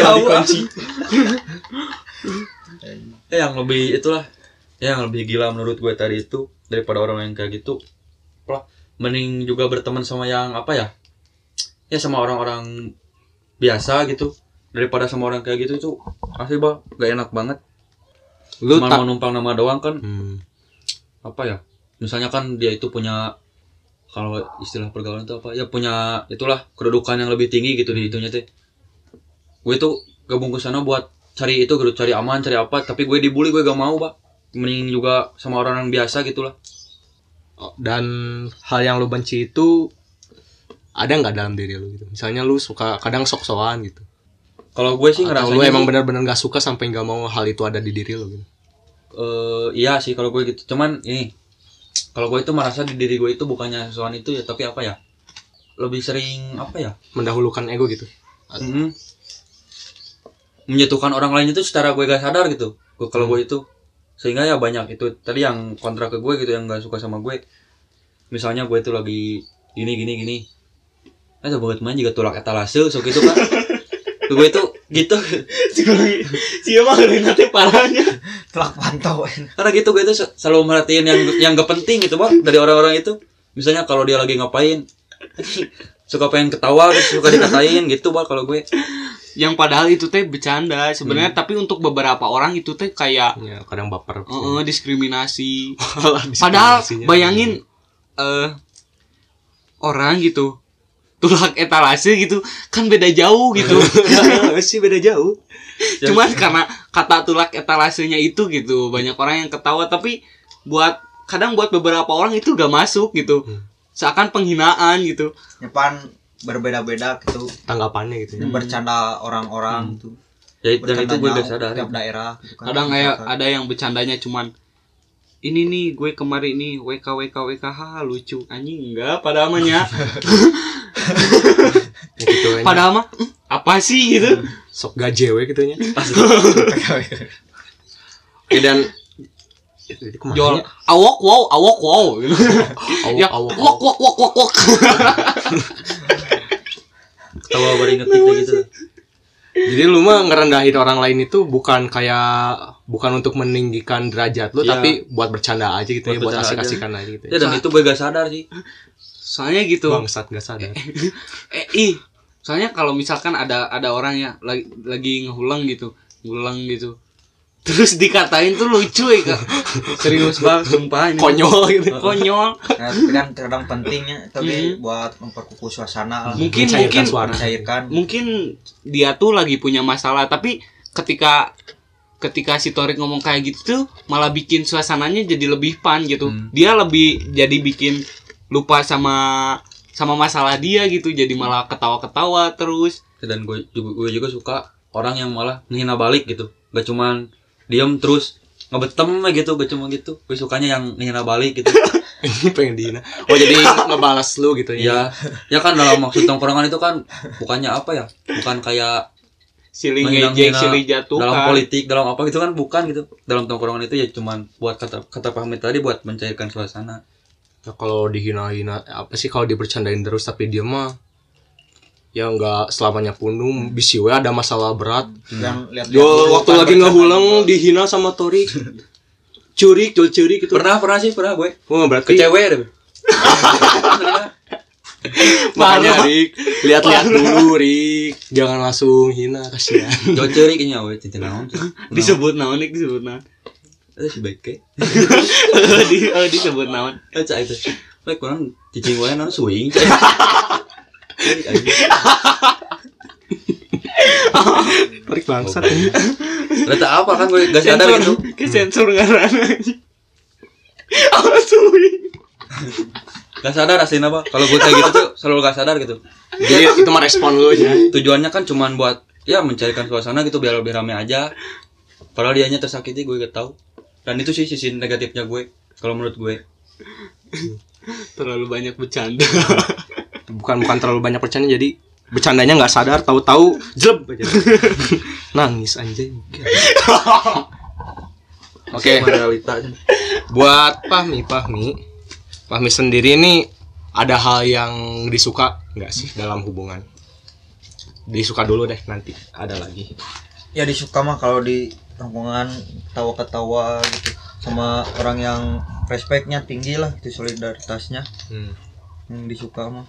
S1: Yang lebih itulah. Yang lebih gila menurut gue tadi itu daripada orang yang kayak gitu. Lah, mending juga berteman sama yang apa ya? Ya sama orang-orang biasa gitu daripada sama orang kayak gitu itu asli bah gak enak banget. Lu cuma mau numpang nama doang kan. Apa ya? Misalnya kan dia itu punya, kalau istilah pergaulan itu apa? Ya punya itulah kedudukan yang lebih tinggi gitu di itunya teh. Gue tuh gabung ke sana buat cari itu, cari aman, cari apa, tapi gue dibully, gue gak mau, Pak. Mending juga sama orang yang biasa gitulah.
S2: Dan hal yang lu benci itu ada nggak dalam diri lu gitu? Misalnya lu suka kadang sok-sokan gitu.
S1: Kalau gue sih ngerasanya
S2: lu emang benar-benar nggak suka sampai nggak mau hal itu ada di diri lu gitu.
S1: Iya sih kalau gue gitu. Cuman ini kalau gue itu merasa di diri gue itu bukannya soal itu ya, tapi apa ya? Lebih sering apa ya?
S2: Mendahulukan ego gitu.
S1: Menjatuhkan orang lain itu secara gue gak sadar gitu. Kalau gue itu sehingga ya banyak itu tadi yang kontra ke gue gitu, yang gak suka sama gue. Misalnya gue itu lagi gini. Buat main juga tulak etalase sok gitu kan. Gue itu gitu.
S4: Si emang nanti parahnya.
S3: Telak pantau.
S1: Karena gitu gue itu selalu merhatiin yang gak penting gitu Bang dari orang-orang itu. Misalnya kalau dia lagi ngapain suka pengen ketawa, suka dikatain gitu Bang kalau gue.
S4: Yang padahal itu teh bercanda sebenarnya, tapi untuk beberapa orang itu teh kayak
S2: ya, kadang baper.
S4: Diskriminasi. Padahal bayangin orang gitu tulak etalase gitu kan beda jauh gitu.
S2: Sih beda jauh.
S4: Cuman karena kata tulak etalasenya itu gitu banyak orang yang ketawa, tapi kadang buat beberapa orang itu gak masuk gitu. Seakan penghinaan gitu.
S3: Nyepan berbeda-beda gitu
S2: tanggapannya gitu.
S3: Bercanda orang-orang gitu.
S1: Ya dan itu gue gak sadar.
S3: Tiap daerah gitu kan.
S4: Kadang kayak ada yang bercandanya cuman ini nih gue kemarin nih WKH lucu anjing enggak padahal mah nya.
S2: Gitu,
S4: padahal mah apa sih gitu.
S2: Sok gajewe gitu nya. Dan
S4: jual awok wow gitu. Ya wok.
S1: Ketawa bari ngetik gitu.
S2: Jadi lu mah ngerendahin orang lain itu bukan untuk meninggikan derajat lu,
S1: Iya.
S2: tapi buat bercanda aja gitu,
S1: Buat
S2: ya, buat
S1: bercanda
S2: asik-asikan aja gitu.
S1: Ya dan itu gue gak sadar sih.
S4: Soalnya gitu.
S2: Bangsat gak sadar.
S4: Soalnya kalau misalkan ada orang ya lagi ngulang gitu. Terus dikatain tuh lucu ya, Kak. Serius banget sumpah ini.
S2: Konyol gitu.
S4: Konyol.
S3: Nah, tapi kan kadang pentingnya tapi buat memperkukuh suasana lah.
S4: Mungkin
S3: mencairkan.
S4: Mungkin dia tuh lagi punya masalah, tapi ketika si Torik ngomong kayak gitu tuh malah bikin suasananya jadi lebih fun gitu. Dia lebih jadi bikin lupa sama masalah dia gitu, jadi malah ketawa-ketawa terus.
S1: Dan gue juga suka orang yang malah menghina balik gitu, gak cuman diam terus ngebetem gitu, gak cuma gitu. Gue sukanya yang menghina balik gitu.
S2: Ini pengen dihina. Oh jadi ngebalas lu gitu ya.
S1: Ya kan dalam maksud tongkrongan itu kan bukannya apa ya, bukan kayak
S4: Silih
S1: menghina-
S4: ngejek,
S1: menghina
S4: silih jatuhkan.
S1: dalam politik, dalam apa gitu kan, bukan gitu. Dalam tongkrongan itu ya cuman buat kata pamit tadi, buat mencairkan suasana.
S2: Ya kalau dihina-hina apa sih, kalau dibercandain terus tapi dia mah ya nggak selamanya penuh, bisi we ada masalah berat.
S3: Yang lihat
S2: Yo waktu lagi ngehulang dihina sama Tori. Curi gitu.
S1: Pernah gue
S2: Oh
S1: ke
S2: berarti
S1: cewek deh.
S2: makanya Rik, lihat-lihat dulu Rik, jangan langsung hina, kasihan.
S1: Jauh ceri kayaknya we cincin naon.
S4: Disebut naon.
S1: Ada si baik ke.
S4: Disebut naon.
S1: Cak itu. Baik kurang cicing wae naon swing.
S2: Rik bangsat ini.
S1: Ternyata apa kan gue gak sadar gitu.
S4: Ke sensor ngaran. Apa suwi?
S1: Gak sadar aslinya apa. Kalau gue kayak gitu tuh selalu gak sadar gitu.
S2: Jadi itu mah respon lu ya.
S1: Tujuannya kan cuman buat ya mencarikan suasana gitu biar lebih rame aja. Padahal dianya tersakiti, gue gak tahu. Dan itu sih sisi negatifnya gue kalau menurut gue.
S4: Terlalu banyak bercanda.
S2: Bukan terlalu banyak bercanda, jadi bercandanya nggak sadar, tahu-tahu jeleb aja. Nangis anjing. Oke.
S1: Realita.
S2: Buat Fahmi sendiri nih ada hal yang disuka nggak sih dalam hubungan? Disuka dulu deh, nanti ada lagi.
S3: Ya disuka mah kalau di tongkongan ketawa-ketawa gitu sama orang yang respectnya tinggi lah, itu solidaritasnya. Yang disuka mah.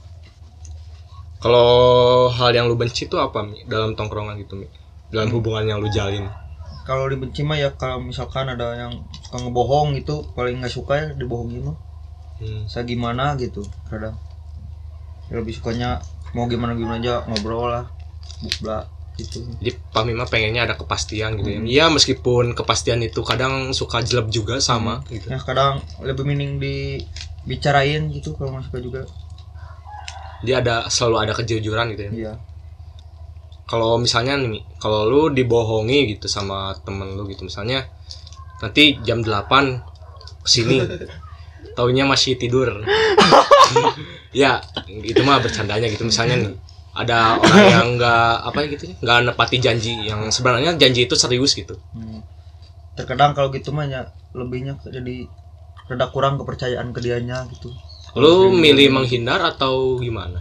S2: Kalau hal yang lu benci tuh apa Mi? Dalam tongkrongan gitu Mi? Dalam hubungan yang lu jalin?
S3: Kalau dibenci mah ya kalau misalkan ada yang suka ngebohong itu paling nggak suka ya dibohongin mah. Saya gimana gitu kadang. Ya, lebih sukanya mau gimana aja ngobrol lah, bukla gitu.
S2: Jadi Fahmi mah pengennya ada kepastian gitu ya. Iya meskipun kepastian itu kadang suka jelek juga sama gitu.
S3: Ya kadang lebih mending dibicarain gitu kalau nggak suka juga.
S2: Dia selalu ada kejujuran gitu ya.
S3: Iya.
S2: Kalau misalnya nih, kalau lu dibohongi gitu sama temen lu gitu, misalnya nanti jam 8 kesini, taunya masih tidur. Ya, itu mah bercandanya gitu. Misalnya nih, ada orang yang nggak nepati janji, yang sebenarnya janji itu serius gitu.
S3: Terkadang kalau gitu mah ya lebihnya jadi rada kurang kepercayaan ke dianya gitu.
S2: Lu milih menghindar atau gimana?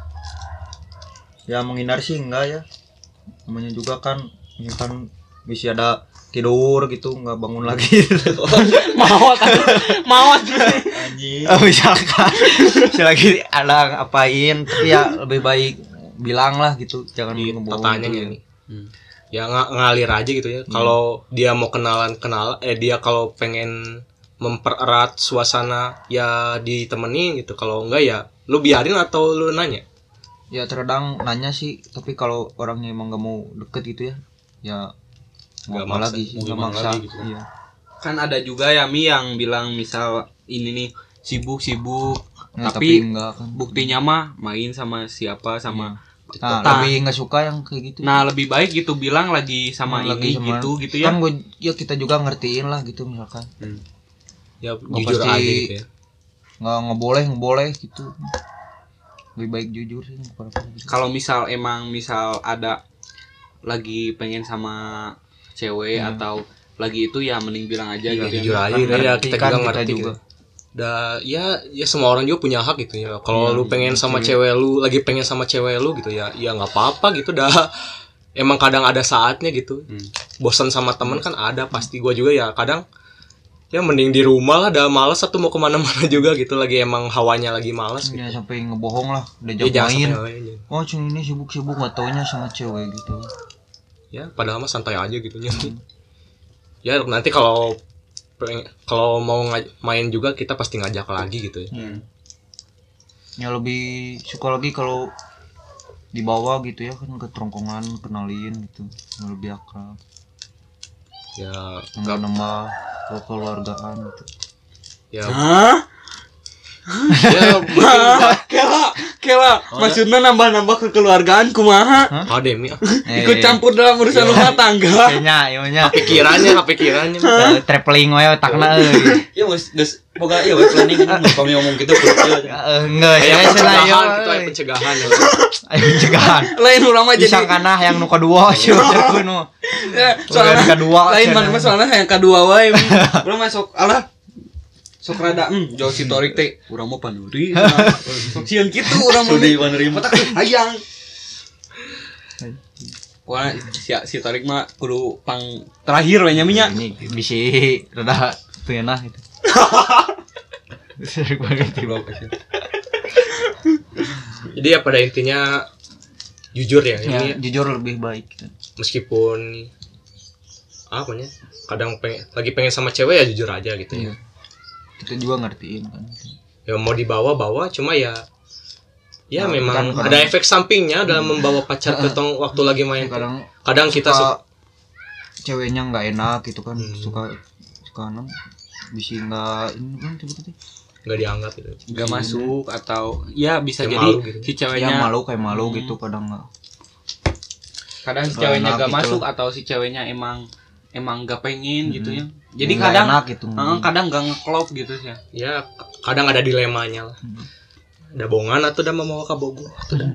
S3: Ya menghindar sih enggak ya, namanya juga kan ini kan bisa ada tidur gitu nggak bangun lagi.
S4: Mawat
S3: Anjing. Misalkan lagi ada ngapain tapi ya lebih baik bilang lah gitu, jangan ngebohong.
S2: Tatanya
S3: gitu.
S2: nih. Ya ngalir aja gitu ya. Kalau dia mau dia kalau pengen mempererat suasana ya ditemenin gitu. Kalau enggak ya lu biarin atau lu nanya?
S3: Ya terkadang nanya sih, tapi kalau orangnya emang nggak mau deket gitu ya nggak mau lagi sih, nggak maksa
S2: gitu.
S3: Iya.
S4: Kan ada juga ya Mi yang bilang misal ini nih sibuk
S3: Ya,
S4: tapi
S3: enggak kan.
S4: buktinya mah main sama siapa sama
S3: Nah, lebih nggak suka yang kayak gitu.
S4: Nah lebih baik gitu bilang lagi sama
S3: Lagi
S4: ini
S3: sama-
S4: gitu ya.
S3: Kan ya kita juga ngertiin lah gitu misalkan.
S2: Ya
S3: Nggak
S2: jujur
S3: pasti
S2: aja gitu ya.
S3: nggak boleh gitu. Lebih baik jujur sih.
S4: Kalau misal ada lagi pengen sama cewek atau lagi itu ya mending bilang aja
S2: Ya,
S4: gitu
S2: jujur aja gitu ya, kita juga ngerti
S3: juga.
S2: gitu. Ya semua orang juga punya hak gitu ya. Kalau lu pengen sama cewek lu, lagi pengen sama cewek lu gitu ya nggak apa-apa gitu dah. emang kadang ada saatnya gitu. Bosan sama teman kan ada pasti. Gue juga ya kadang ya mending di rumah lah, dah malas atau mau kemana-mana juga gitu, lagi emang hawanya lagi malas gitu.
S3: Ya sampai ngebohong lah,
S2: Ya,
S3: diajak
S2: jangan
S3: main.
S2: sampai main.
S3: Oh cuma ini sibuk-sibuk nggak taunya sama cewek gitu.
S2: Ya padahal mah santai aja gitu nya. Ya nanti kalau mau main juga kita pasti ngajak lagi gitu ya.
S3: Ya lebih suka lagi kalau dibawa gitu ya kan ke tongkongan, kenalin gitu, lebih akrab.
S2: Ya
S3: Nambah kekeluargaan gitu.
S2: ya
S1: Hah?
S2: ya
S1: Kela, maksudnya nambah-nambah kekeluargaan kumaha?
S2: akademi
S1: Ikut campur dalam urusan rumah tangga.
S3: Kayaknya
S2: pikirannya
S3: traveling we otakna euy.
S1: Ya geus boga ieu we planning anjing kami ngomong gitu kudu.
S3: Enggak,
S2: kayak
S3: saya
S2: pencegahan
S3: ya.
S2: gitu, kayak pencegahan ya.
S3: Ayo pencegahan.
S1: Lain urang mah
S3: Bisa
S1: jadi
S3: kana yang nu kedua sih nu.
S1: soalnya
S3: kedua.
S1: lain mah soalnya yang kedua wae. Urang mah sok alah sok rada jauh si Torik teh urang mah panuri. Sok sieun kitu urang mah sudi panerima tak hayang. Wah si Torik mah kudu pang terakhir we nya nya.
S3: Ini bisa rada peunah gitu. Sering banget.
S2: Jadi ya pada intinya jujur ya,
S3: Ya,
S2: ini
S3: jujur lebih baik gitu.
S2: meskipun apa nya kadang lagi pengen sama cewek ya jujur aja gitu ya.
S3: Kita juga ngertiin kan.
S2: Ya mau dibawa cuma ya
S3: Nah,
S2: memang
S3: kadang-
S2: ada efek sampingnya dalam membawa pacar ke waktu lagi main. Kadang kita
S3: suka ceweknya nggak enak gitu kan,
S2: Hmm.
S3: suka bisa nggak ini kan tiba-tiba
S2: nggak dianggap gitu.
S4: Nggak masuk atau ya bisa
S2: Kayak
S4: jadi
S2: malu gitu.
S4: si
S3: ya
S4: ceweknya
S3: kayak malu gitu kadang nggak.
S4: kadang si
S3: Nggak
S4: ceweknya
S3: enak
S4: gak
S3: gitu.
S4: masuk atau si ceweknya emang gak pengen gitu ya. Jadi
S3: Nggak
S4: kadang
S3: enak gitu.
S4: kadang gak ngeklop gitu sih.
S2: Ya kadang ada dilemanya lah. Ada bongan atau udah mau ke Bogo atau udah.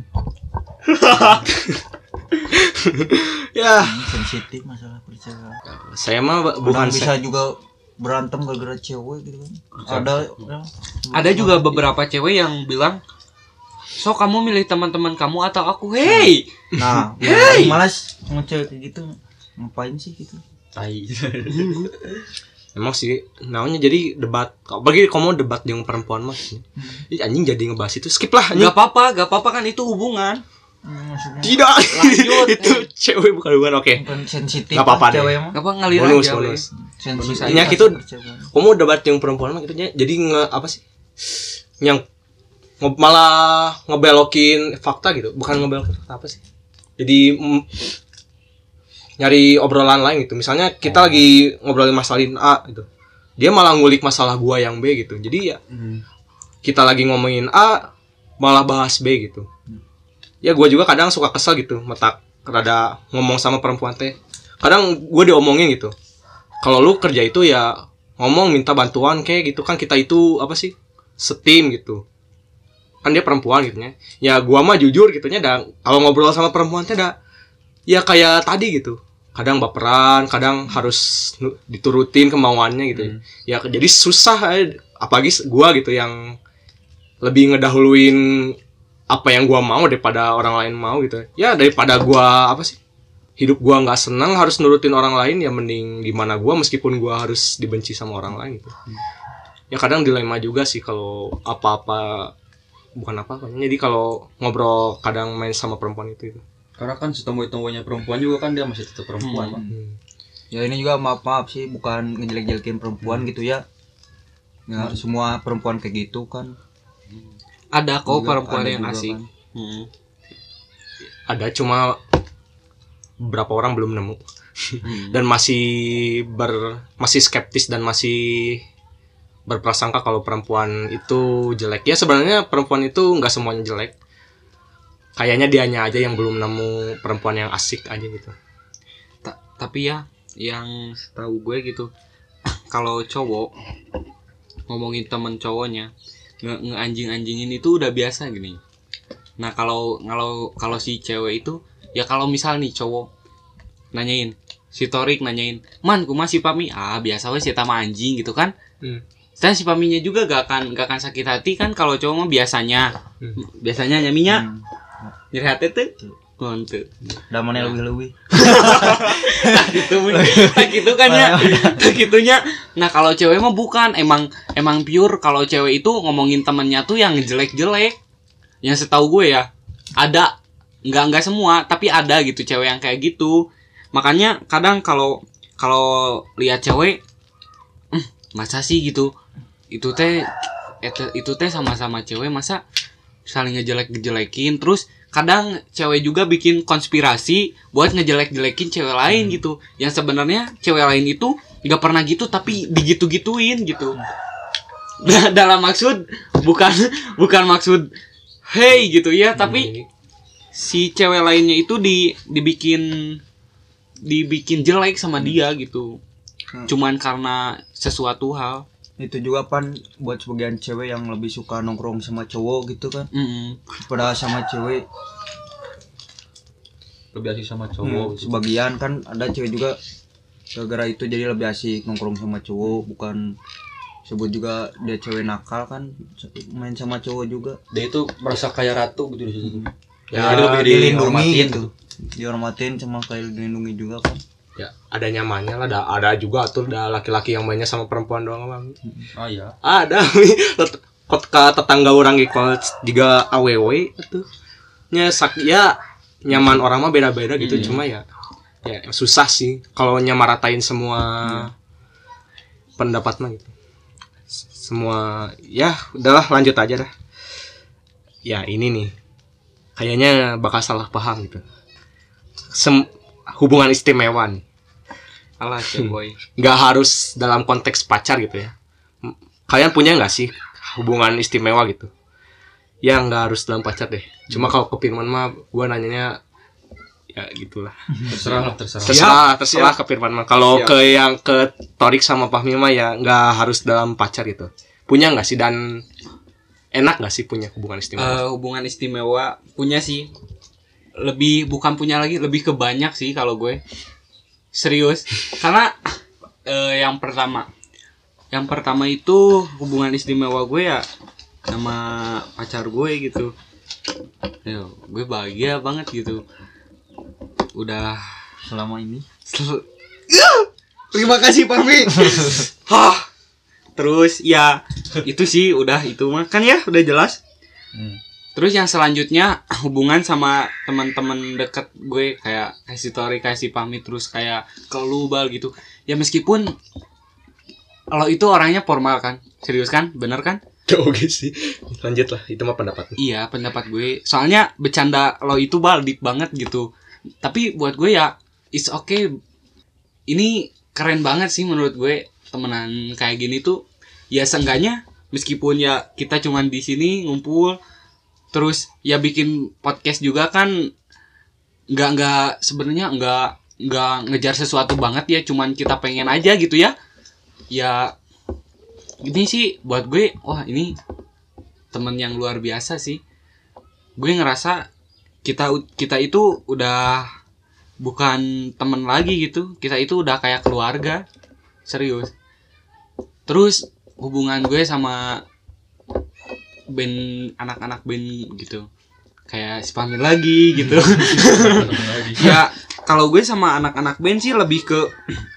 S2: Ya,
S3: Ini sensitif masalah perceraian.
S2: saya mah bukan
S3: Bukan bisa juga berantem gara-gara cewek gitu kan.
S4: Ada juga beberapa cewek yang bilang, "So kamu milih teman-teman kamu atau aku?" Hey.
S3: Nah,
S4: Hey!
S3: malas mau cewek kayak gitu ngapain sih gitu.
S1: Tai.
S2: emang sih namanya jadi debat. Bagi kamu debat yang perempuan mah. Ih, anjing jadi ngebahas itu skip lah anjing.
S4: Gak apa-apa kan itu hubungan.
S3: Maksudnya
S2: Tidak.
S4: Lanjut.
S2: Itu cewek bukan oke.
S3: bukan sensitif.
S2: Nggak apa-apa deh.
S3: cewek mah.
S4: Gak apa ngalir
S2: Bonus.
S4: aja. weh.
S3: Sensitif.
S2: Ya, gitu.
S3: perceraian.
S2: Kamu debat yang perempuan mah gitu nya. Jadi apa sih? Yang malah ngebelokin fakta gitu. Bukan ngebelokin fakta apa sih? Jadi nyari obrolan lain gitu. Misalnya kita lagi ngobrolin masalahin A gitu. Dia malah ngulik masalah gua yang B gitu. Jadi ya kita lagi ngomongin A malah bahas B gitu. Ya gua juga kadang suka kesel gitu, metak rada ngomong sama perempuan teh. Kadang gua diomongin gitu. Kalau lu kerja itu ya ngomong minta bantuan kayak gitu kan, kita itu apa sih? Setim gitu. Kan dia perempuan gitu nya. Ya gua mah jujur gitu nya, kalau ngobrol sama perempuan teh ya kayak tadi gitu. Kadang baperan, kadang harus diturutin kemauannya gitu. Ya jadi susah apalagi gua gitu yang lebih ngedahuluin apa yang gua mau daripada orang lain mau gitu. Ya daripada gua apa sih? Hidup gua nggak senang harus nurutin orang lain, ya mending gimana gua meskipun gua harus dibenci sama orang lain gitu. Ya kadang dilema juga sih kalau apa-apa bukan apa-apa. Jadi kalau ngobrol kadang main sama perempuan itu.
S1: Karena kan setomboy-tomboynya perempuan juga kan dia masih tetap perempuan, Pak.
S3: Ya ini juga maaf sih, bukan ngejelek-jelekin perempuan gitu ya. Ya semua perempuan kayak gitu kan.
S4: Ada kok
S3: Juga
S4: perempuan
S3: ada
S4: yang
S3: juga
S4: asik.
S3: kan.
S2: Ada cuma beberapa orang belum nemu. Dan masih skeptis dan masih berprasangka kalau perempuan itu jelek. Ya sebenarnya perempuan itu nggak semuanya jelek. Kayaknya dianya aja yang belum nemu perempuan yang asik aja gitu.
S4: Tapi ya yang setahu gue gitu, kalau cowok ngomongin temen cowoknya nge-anjing-anjingin itu udah biasa gini. Nah kalau si cewek itu ya, kalau misal nih cowok nanyain, si Torik nanyain, "Man, kumaha si Pami?" Ah, biasa we si tama anjing gitu kan. Dan si Paminya juga gak akan sakit hati kan kalau cowok mah biasanya nyaminya nyeri hati tuh. Mantep.
S3: Da mana leuwih-leuwih.
S4: gitu kan ya. Gitunya. Nah, kalau cewek mah bukan, emang pure kalau cewek itu ngomongin temennya tuh yang jelek-jelek. Yang setahu gue ya, ada enggak semua, tapi ada gitu cewek yang kayak gitu. Makanya kadang kalau lihat cewek, masa sih gitu. Itu teh sama-sama cewek masa saling ngejelek-ngejelekin. Terus kadang cewek juga bikin konspirasi buat ngejelek-jelekin cewek lain gitu. Yang sebenarnya cewek lain itu gak pernah gitu tapi digitu-gituin gitu. Dalam maksud bukan maksud hey gitu ya, tapi si cewek lainnya itu dibikin jelek sama dia gitu. Cuman karena sesuatu hal.
S3: Itu juga pan buat sebagian cewek yang lebih suka nongkrong sama cowok gitu kan. Padahal sama cewek
S1: lebih asik sama cowok.
S3: Gitu. Sebagian kan ada cewek juga gara-gara itu jadi lebih asik nongkrong sama cowok, bukan sebut juga dia cewek nakal kan main sama cowok juga.
S1: Dia itu merasa kayak ratu gitu di situ.
S3: Ya,
S1: lebih
S3: dilindungi gitu. Dihormatin sama kayak dilindungi juga kan.
S2: Ya, ada nyamannya lah, ada juga tuh ada laki-laki yang mainnya sama perempuan doang bang.
S1: Ah iya.
S2: Ada ke tetangga orang ikut juga aww tuh. Ya nyaman orang mah beda-beda gitu, cuma ya susah sih kalau nyamaratain semua pendapat mah gitu. Semua ya udahlah lanjut aja dah. Ya ini nih kayaknya bakal salah paham gitu. Hubungan istimewa nih.
S4: Alah boy.
S2: Nggak harus dalam konteks pacar gitu ya. Kalian punya nggak sih hubungan istimewa gitu? Ya nggak harus dalam pacar deh. Cuma kalau ke Firman mah gue nanyanya ya gitulah. Terserah ke Firman mah. Kalau ke yang ke Torik sama Fahmi mah ya nggak harus dalam pacar gitu. Punya nggak sih dan enak nggak sih punya hubungan istimewa?
S4: Hubungan istimewa punya sih. Bukan punya lagi, lebih ke banyak sih kalau gue. Serius. Karena yang pertama itu hubungan istimewa gue ya sama pacar gue gitu. Gue bahagia banget gitu. Udah
S3: Selama ini.
S4: Terima kasih Parmi. Terus ya itu sih udah itu mah kan ya udah jelas. Terus yang selanjutnya hubungan sama teman-teman dekat gue kayak kasih Tori, kasih Pamit, terus kayak kelubal gitu. Ya meskipun kalau itu orangnya formal kan, serius kan, bener kan?
S2: Oke sih, lanjut lah, itu mah pendapat.
S4: Iya pendapat gue. Soalnya bercanda lo itu balik banget gitu. Tapi buat gue ya it's okay. Ini keren banget sih menurut gue temenan kayak gini tuh. Ya seenggaknya meskipun ya kita cuman di sini ngumpul. Terus ya bikin podcast juga kan nggak sebenarnya nggak ngejar sesuatu banget ya, cuman kita pengen aja gitu ya. Ya ini sih buat gue wah ini temen yang luar biasa sih. Gue ngerasa kita itu udah bukan temen lagi gitu, kita itu udah kayak keluarga, serius. Terus hubungan gue sama band anak-anak band gitu kayak Spamil lagi gitu. Ya kalau gue sama anak-anak band sih lebih ke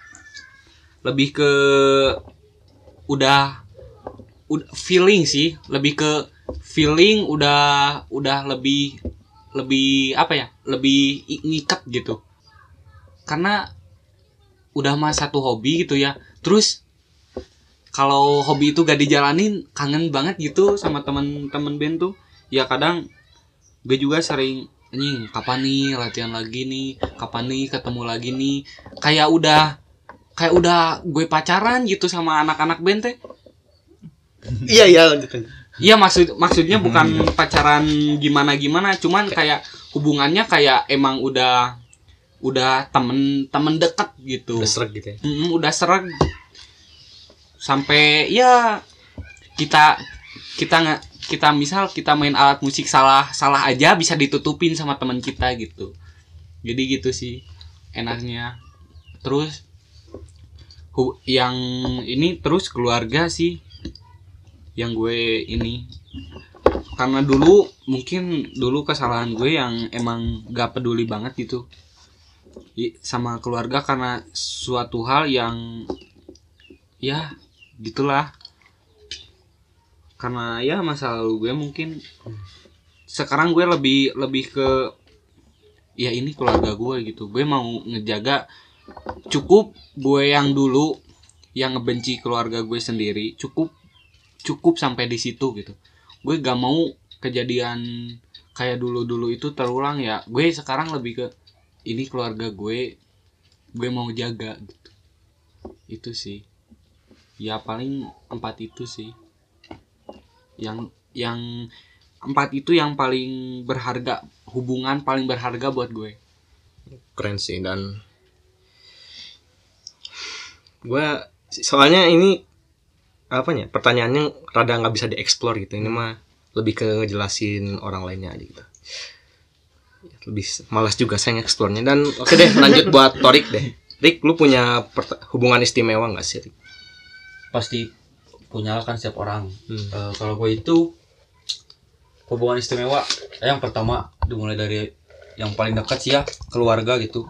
S4: udah feeling sih, lebih ke feeling udah lebih apa ya, lebih ngikat gitu karena udah mah satu hobi gitu ya. Terus kalau hobi itu gak dijalanin kangen banget gitu sama teman-teman band tuh. Ya kadang gue juga sering kapan nih latihan lagi nih, kapan nih ketemu lagi nih. Kayak udah gue pacaran gitu sama anak-anak band teh.
S2: Iya lanjutkan.
S4: Iya maksudnya bukan pacaran gimana, cuman kayak hubungannya kayak emang udah temen dekat gitu.
S2: Udah sreg gitu ya.
S4: Udah sreg. Sampai ya kita misal kita main alat musik salah aja bisa ditutupin sama teman kita gitu. Jadi gitu sih enaknya. Terus yang ini terus keluarga sih yang gue ini karena dulu mungkin kesalahan gue yang emang gak peduli banget gitu sama keluarga, karena suatu hal yang ya gitulah, karena ya masa lalu gue mungkin. Sekarang gue lebih ke ya ini keluarga gue gitu, gue mau ngejaga. Cukup gue yang dulu yang ngebenci keluarga gue sendiri, cukup sampai di situ gitu. Gue gak mau kejadian kayak dulu itu terulang ya. Gue sekarang lebih ke ini keluarga gue mau jaga gitu. Itu sih ya, paling 4 itu sih yang 4 itu yang paling berharga, hubungan paling berharga buat gue.
S2: Keren sih. Dan gue soalnya ini apanya, pertanyaannya rada nggak bisa dieksplor gitu. Ini mah lebih ke ngejelasin orang lainnya aja gitu. Lebih malas juga saya ngeksplornya. Dan oke deh, lanjut buat Torik deh. Rik, lu punya hubungan istimewa nggak sih, Rik?
S1: Pasti punya kan setiap orang. Kalau gue itu hubungan istimewa, yang pertama dimulai dari yang paling dekat sih ya, keluarga gitu.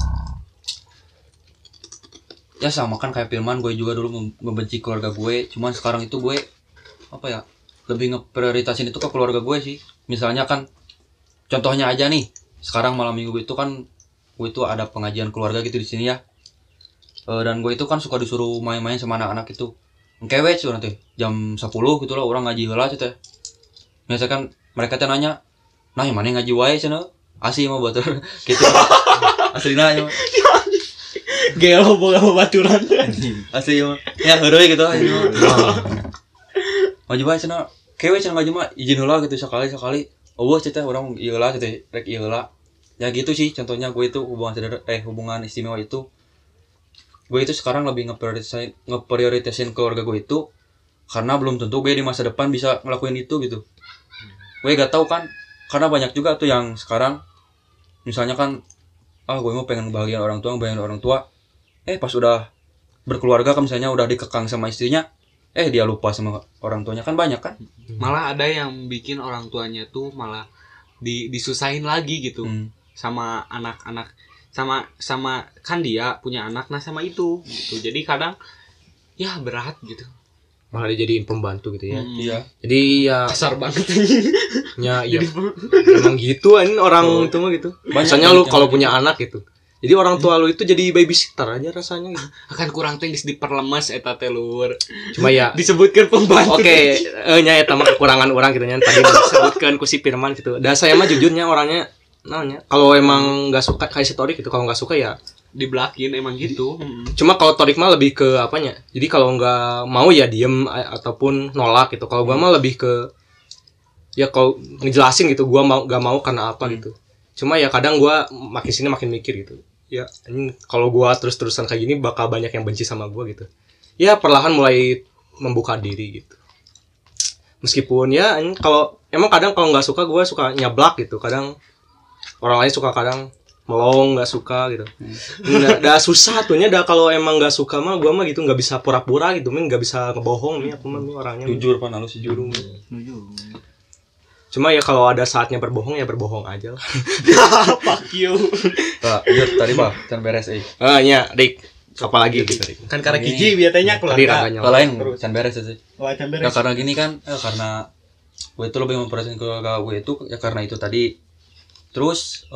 S1: Ya sama kan kayak Firman, gue juga dulu membenci keluarga gue. Cuman sekarang itu gue apa ya, lebih ngeprioritasin itu ke keluarga gue sih. Misalnya kan contohnya aja nih, sekarang malam minggu itu kan gue itu ada pengajian keluarga gitu di sini ya. Dan gue itu kan suka disuruh main-main sama anak-anak itu. Ngkewet sih nanti jam 10 gitu lah orang ngaji heula teh. Biasa kan mereka teh nanya, "Nah, yang mana ngaji wae cenah?" Asli mah batur gitu. Aslina nya.
S2: Gelo boga babaturan.
S1: Asli mah. Ya heureuy gitu aja. Ngaji wae cenah. Kewe cenah ngaji mah izin heula gitu sekali-sekali. Oh, teh orang ieu heula teh rek ieu heula. Ya gitu sih contohnya gue itu hubungan istimewa itu. Gue itu sekarang lebih ngeprioritasin keluarga gue itu karena belum tentu gue di masa depan bisa ngelakuin itu gitu. Gue gak tahu kan, karena banyak juga tuh yang sekarang misalnya kan gue mau pengen bahagia orang tua, pas udah berkeluarga kan misalnya udah dikekang sama istrinya, dia lupa sama orang tuanya, kan banyak kan.
S4: Malah ada yang bikin orang tuanya tuh malah disusahin lagi gitu. Sama anak-anak, sama kan dia punya anak, nah sama itu gitu. Jadi kadang ya berat gitu,
S2: Malah dijadiin pembantu gitu ya.
S1: Iya.
S2: Jadi ya
S4: kasar banget.
S2: ya emang gitu kan orang itu mah gitu. Misalnya lu kalau punya anak gitu, jadi orang tua lu itu jadi babysitter aja rasanya gitu.
S4: Akan kurang teh diperlemas eta teh lur.
S2: Cuma ya
S4: Disebutkan pembantu.
S2: oke, nya eta mah kekurangan orang gitu nya tadi disebutkan ku si Firman gitu. Dan saya mah jujurnya orangnya kalau emang nggak suka kayak si Torik gitu, kalau nggak suka ya
S4: Dibelakin emang gitu.
S2: cuma kalau Torik mah lebih ke apanya, jadi kalau nggak mau ya diem ataupun nolak gitu. Kalau gua mah lebih ke ya kalau ngejelasin gitu, gua nggak mau karena apa gitu. Cuma ya kadang gua makin sini makin mikir gitu, ya ini kalau gua terus-terusan kayak gini bakal banyak yang benci sama gua gitu. Ya perlahan mulai membuka diri gitu. Meskipun ya kalau emang kadang kalau nggak suka gua suka nyablak gitu. Kadang orang lain suka, kadang melong nggak suka gitu. Udah susah tuhnya. Dah kalau emang nggak suka mah gue mah gitu nggak bisa pura-pura gitu, nggak bisa ngebohong nih aku mah orangnya.
S1: Jujur pan halus jujur.
S2: Cuma ya kalau ada saatnya berbohong ya berbohong aja lah.
S4: Fuck you.
S1: Pak, iya tadi Pak, can beres
S2: Ya, Rik, apa lagi gitu Rik?
S5: Kan karena Kiji biasanya
S2: Tadi raganya.
S1: Kalau lain can beres sih.
S5: Can
S1: Ya karena gini kan, karena gue itu lebih memperhatikan keluarga gue itu ya karena itu tadi. Terus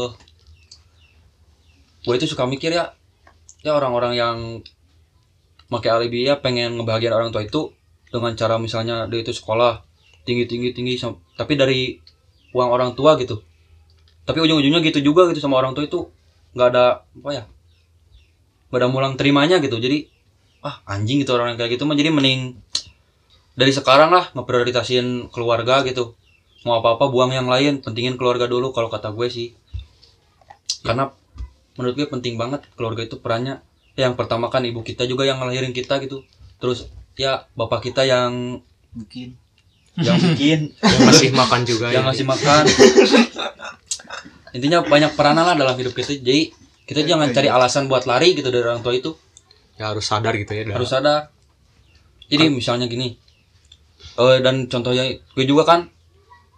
S1: gue itu suka mikir ya orang-orang yang pakai alibi ya pengen ngebahagiain orang tua itu dengan cara misalnya dia itu sekolah tinggi tapi dari uang orang tua gitu. Tapi ujung-ujungnya gitu juga gitu sama orang tua itu nggak ada nggak ada mulang terimanya gitu. Jadi anjing gitu orang yang kayak gitu mah. Jadi mending dari sekarang lah ngeprioritasin keluarga gitu. Mau apa-apa buang yang lain, pentingin keluarga dulu kalau kata gue sih. Karena menurut gue penting banget keluarga itu perannya. Yang pertama kan ibu kita juga yang ngelahirin kita gitu. Terus ya bapak kita yang bikin yang
S2: masih makan juga
S1: yang
S2: ya.
S1: ngasih makan. Intinya banyak peranan lah dalam hidup kita. Jadi kita jangan cari alasan buat lari gitu dari orang tua itu.
S2: Ya harus sadar gitu ya.
S1: Harus sadar. Jadi misalnya gini. Dan contohnya gue juga kan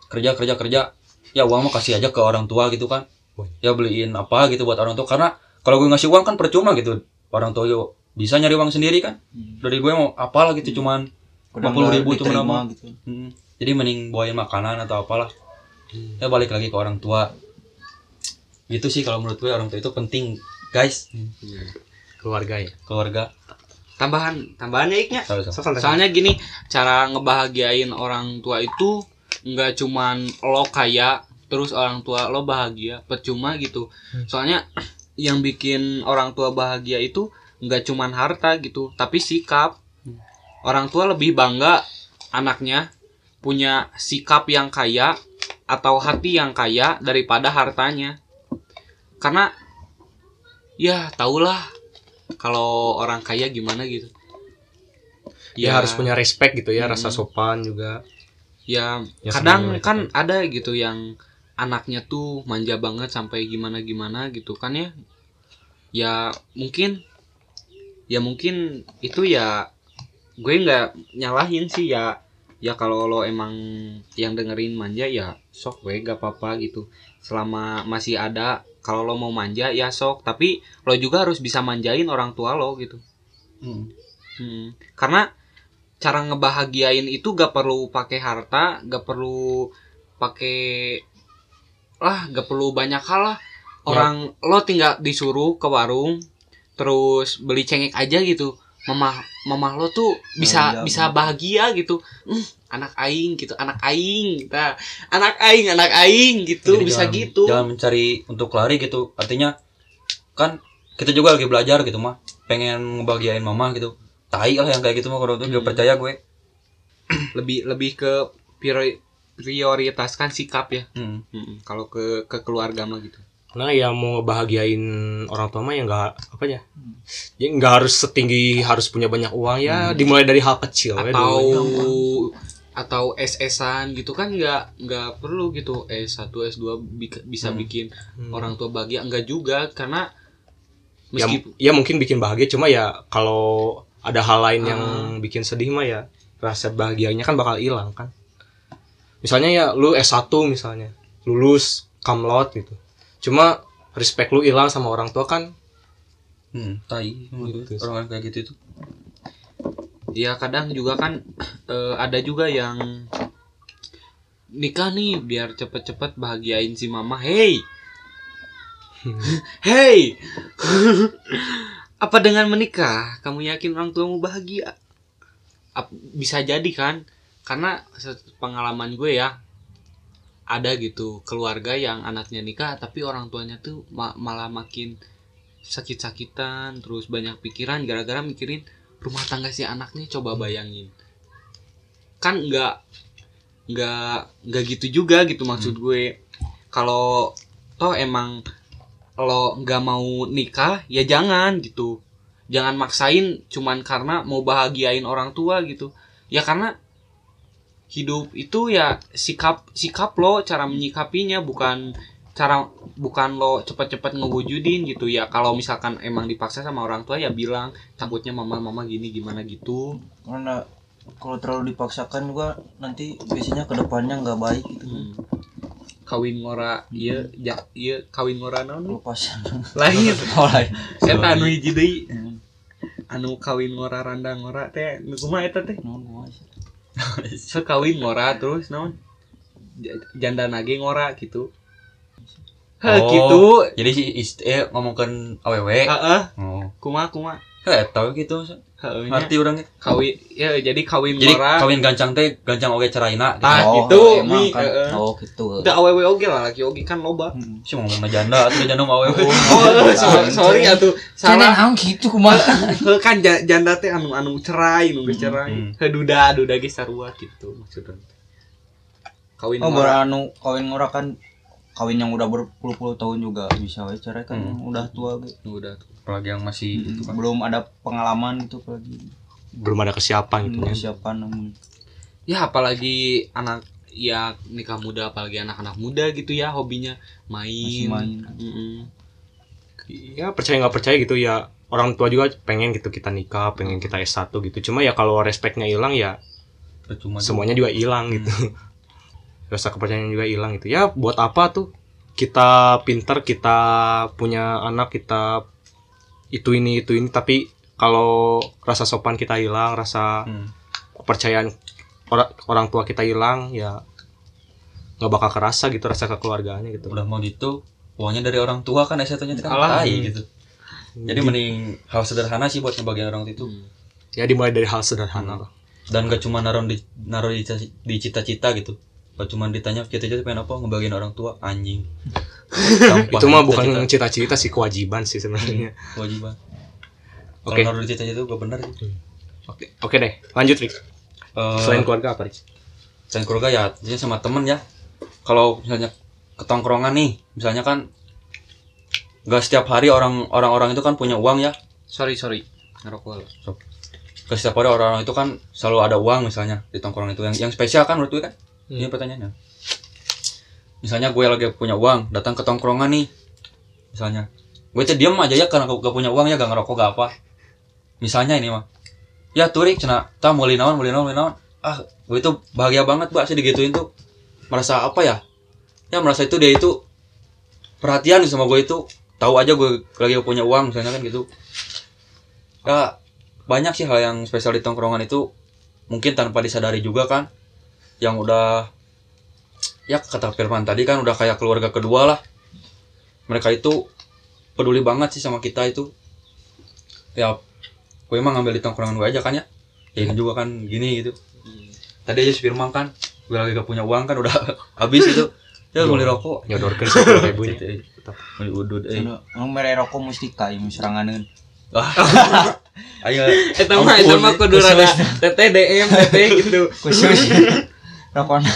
S1: kerja ya uang mah kasih aja ke orang tua gitu kan, ya beliin apa gitu buat orang tua, karena kalau gue ngasih uang kan percuma gitu, orang tua yo bisa nyari uang sendiri kan, dari gue mau apalah gitu cuman 50.000 cuma nama gitu. Jadi mending bawain makanan atau apalah, ya balik lagi ke orang tua gitu sih. Kalau menurut gue orang tua itu penting guys. Keluarga
S4: tambahannya Iknya. Soalnya gini, cara ngebahagiain orang tua itu nggak cuman lo kaya terus orang tua lo bahagia, percuma gitu. Soalnya yang bikin orang tua bahagia itu nggak cuman harta gitu, tapi sikap. Orang tua lebih bangga anaknya punya sikap yang kaya atau hati yang kaya daripada hartanya. Karena ya tahulah kalau orang kaya gimana gitu.
S2: Ya harus punya respect gitu ya, rasa sopan juga.
S4: Ya kadang kan ada gitu yang anaknya tuh manja banget sampai gimana gitu kan ya. Ya mungkin itu ya gue nggak nyalahin sih ya kalau lo emang yang dengerin manja ya sok gue gak apa-apa gitu, selama masih ada. Kalau lo mau manja ya sok, tapi lo juga harus bisa manjain orang tua lo gitu. Karena cara ngebahagiain itu gak perlu pakai harta, gak perlu banyak hal lah. Orang lo tinggal disuruh ke warung terus beli cengek aja gitu, mamah lo tuh bisa bahagia gitu. Anak aing gitu, anak aing gitu. Jadi bisa gitu.
S1: Jangan mencari untuk lari gitu. Artinya kan kita juga lagi belajar gitu mah, pengen ngebahagiain mama gitu. Tai lah yang kayak gitu mah, kalau tuh gak percaya gue.
S4: Lebih ke prioritaskan sikap ya. Kalau ke keluarga mah gitu.
S2: Nah ya mau ngebahagiain orang tua mah ya nggak apa ya, ya nggak harus setinggi harus punya banyak uang ya, dimulai dari hal kecil
S4: atau SS-an gitu kan, nggak perlu gitu. S1 S2 bisa bikin orang tua bahagia, enggak juga. Karena
S2: ya mungkin bikin bahagia, cuma ya kalau ada hal lain yang bikin sedih mah ya rasa bahagianya kan bakal hilang kan. Misalnya ya lu S1 misalnya lulus kamlot gitu, cuma respect lu hilang sama orang tua kan.
S1: Tai orang kayak gitu itu.
S4: Ya kadang juga kan ada juga yang nikah nih biar cepet-cepet bahagiain si mama. Hey apa dengan menikah kamu yakin orang tuamu bahagia? Bisa jadi kan, karena pengalaman gue ya, ada gitu keluarga yang anaknya nikah tapi orang tuanya tuh malah makin sakit-sakitan, terus banyak pikiran gara-gara mikirin rumah tangga si anaknya. Coba bayangin, kan nggak gitu juga gitu. Maksud gue, kalau toh emang lo nggak mau nikah ya jangan gitu, jangan maksain cuman karena mau bahagiain orang tua gitu ya. Karena hidup itu ya sikap lo, cara menyikapinya, bukan lo cepat-cepat ngewujudin gitu ya. Kalau misalkan emang dipaksa sama orang tua ya bilang takutnya mama gini gimana gitu.
S3: Karena kalau terlalu dipaksakan juga nanti biasanya kedepannya nggak baik gitu.
S4: Kawin ngora iya kawin ngora naon
S3: Lepasan
S4: lain
S3: lain
S4: eta anu hiji deui anu kawin ngora randa ngora teh nu kumaha eta teh sekawin ngora terus naon janda nage ngora gitu. Gitu.
S1: Jadi si ngomongkeun awewe.
S4: Heeh. Kumaha
S1: Tahu gitu. Ngerti orangnya.
S4: Kawin ya, jadi kawin ngora.
S1: Jadi kawin gancang teh gancang oge ceraina
S4: gitu.
S3: Gitu.
S4: Da awewe oge lah, laki oge kan loba.
S1: Si ngomongna janda atuh janda mah awewe.
S4: Sorry atuh. Salah.
S3: Cenah gitu kumaha.
S4: Kan janda teh anu cerai, nu geus cerai. Duda ge sarua gitu maksudna. Kawin ngora.
S3: Kawin ngora kan kawin yang udah berpuluh-puluh tahun juga bisa we cerai kan, udah tua gitu.
S1: Udah tuh. Apalagi yang masih itu kan.
S3: Belum ada pengalaman gitu, apalagi
S2: belum ada kesiapan gitu kan.
S3: Kesiapan
S4: ya, apalagi anak ya nikah muda, apalagi anak-anak muda gitu ya hobinya main.
S2: Ya percaya nggak percaya gitu ya, orang tua juga pengen gitu kita nikah, pengen kita S1 gitu. Cuma ya kalau respectnya hilang ya percuma semuanya juga hilang gitu. rasa kepercayaan juga hilang gitu. Ya buat apa tuh kita pinter, kita punya anak, kita itu ini tapi kalau rasa sopan kita hilang, rasa kepercayaan orang tua kita hilang, ya nggak bakal kerasa gitu rasa kekeluargaannya gitu.
S1: Udah mau gitu uangnya dari orang tua kan ST-nya kan tai gitu. Jadi mending hal sederhana sih buat ngebagian orang itu.
S2: Ya dimulai dari hal sederhana lah.
S1: Dan gak cuma naruh di cita-cita gitu. Gak cuma ditanya cita-cita pengen apa, ngebagiin orang tua, anjing.
S2: Itu mah bukan cita-cita sih, kewajiban sih sebenarnya.
S1: Kewajiban.
S2: Oke.
S1: Kalau naruh di cita-cita itu gak benar sih.
S2: Oke deh, lanjut Rick. Selain keluarga apa Rick?
S1: Selain keluarga ya, jadi sama temen ya. Kalau misalnya ketongkrongan nih, misalnya kan gak setiap hari orang-orang itu kan punya uang ya.
S4: Sorry ngerokok lo.
S1: Gak setiap hari orang-orang itu kan selalu ada uang misalnya di tongkrongan itu. Yang spesial kan menurut gue kan. Ini pertanyaannya. Misalnya gue lagi punya uang, datang ke tongkrongan nih. Misalnya, gue tuh diem aja ya karena gak punya uang ya, gak ngerokok gak apa. Misalnya ini mah, ya turik cina, ta mau linawan. Ah, gue itu bahagia banget mbak sih digituin tuh. Merasa apa ya? Ya merasa itu dia itu perhatian sama gue itu. Tahu aja gue lagi punya uang misalnya kan gitu. Ya banyak sih hal yang spesial di tongkrongan itu. Mungkin tanpa disadari juga kan. Yang udah, ya kata Firman tadi kan udah kayak keluarga kedua lah. Mereka itu peduli banget sih sama kita itu. Ya gue emang ngambil di tongkrongan gue aja kan ya. Ya ini juga kan gini gitu. Tadi aja si Firman kan, gue lagi gak punya uang kan udah habis itu. Ya beli rokok.
S2: Nyodorkan 10.000 nya.
S1: Beli udud
S3: Anu mere rokok mustika ieu seranganeun.
S1: Ayo.
S4: Eta mah kudu rada TTDM gitu.
S3: Khusus rokokna.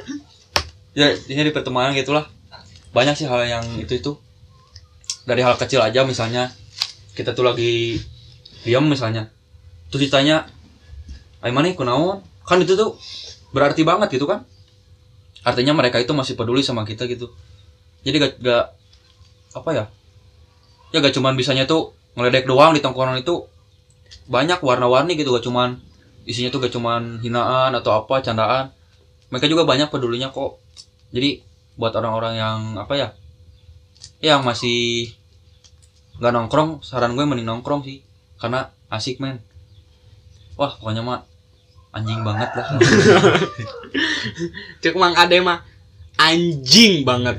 S1: Ya, ini di pertemanan gitulah. Banyak sih hal yang itu. Dari hal kecil aja misalnya kita tuh lagi diam misalnya. Terus ditanya, "Ai maneh kunaon?" Kan itu tuh berarti banget gitu kan. Artinya mereka itu masih peduli sama kita gitu. Jadi gak apa ya? Ya gak cuman bisanya tuh ngeledek doang di tongkrongan itu. Banyak warna-warni gitu, gak cuman isinya tuh gak cuman hinaan atau apa, candaan. Mereka juga banyak pedulinya kok. Jadi buat orang-orang yang apa ya? Yang masih gak nongkrong, saran gue mending nongkrong sih. Karena asik men. Wah pokoknya mah anjing banget lah.
S4: Cek Mang Ade mah anjing banget.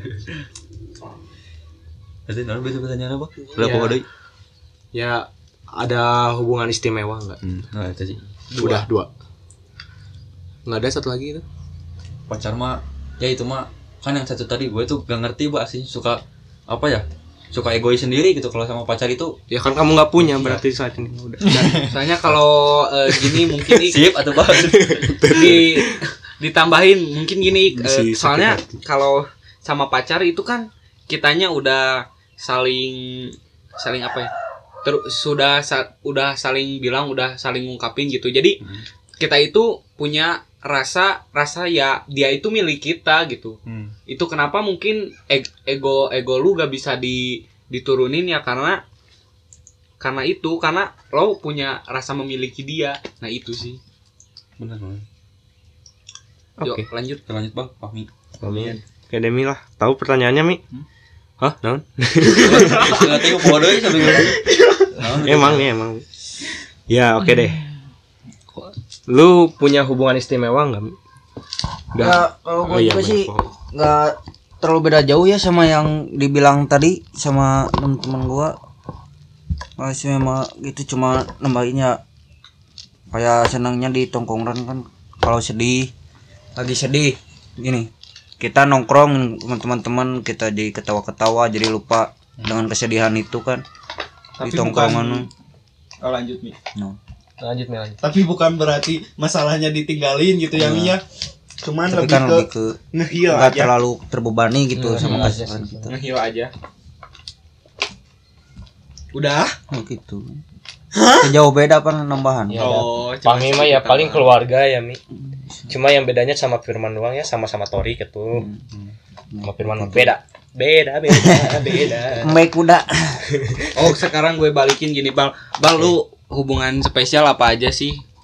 S1: Jadi nanti bisa pertanyaan apa?
S2: Ya ada hubungan istimewa enggak?
S1: Nah itu sih.
S2: Udah 2. Enggak ada satu lagi itu.
S1: Pacar mah ya itu mah kan yang satu tadi gue tuh gak ngerti mbak sih, suka apa ya, suka egois sendiri gitu kalau sama pacar itu.
S2: Ya kan kamu nggak punya berarti saat ini udah.
S4: Soalnya kalau gini mungkin
S1: sip atau apa
S4: ditambahin mungkin gini, soalnya
S2: hati.
S4: kalau sama pacar itu kan kitanya udah saling apa ya, udah saling bilang, udah saling ngungkapin gitu. Jadi kita itu punya rasa ya dia itu milik kita gitu. Itu kenapa mungkin ego lu gak bisa diturunin ya karena lo punya rasa memiliki dia. Nah itu sih.
S1: Benar.
S4: Yuk
S1: Oke.
S4: lanjut
S1: Bang Fahmi.
S2: Kayak Demi lah. Tahu pertanyaannya Mi? Hah? Naon?
S1: Enggak tahu bodoh ya sampai
S2: Emang. Ya oke deh. Lu punya hubungan istimewa enggak?
S3: Ya, kalau gue juga sih nggak terlalu beda jauh ya sama yang dibilang tadi sama teman-teman gue. Masih memang gitu, cuma nambahinnya kayak senangnya di tongkrongan kan. Kalau lagi sedih gini, kita nongkrong sama teman-teman, kita jadi ketawa-ketawa, jadi lupa dengan kesedihan itu kan.
S5: Tapi
S3: di tongkrongan.
S5: lanjut Mi.
S2: Lanjut.
S5: Tapi bukan berarti masalahnya ditinggalin gitu ya Mi ya. Cuman
S3: Tapi
S5: lebih
S3: kan
S5: ke
S3: lebih ke
S5: ngehil
S3: nggak
S5: aja.
S3: terlalu terbebani gitu sama kasihan kita.
S4: ngehil aja.
S5: Udah.
S3: Gitu. Jauh beda apa nambahan?
S2: Ya,
S4: Pang
S2: mah ya paling keluarga ya Mi. Cuma yang bedanya sama Firman doang ya, sama-sama Tori gitu. Sama Firman beda.
S3: Baik kuda.
S4: Oh sekarang gue balikin gini Bal, lu hubungan spesial apa aja sih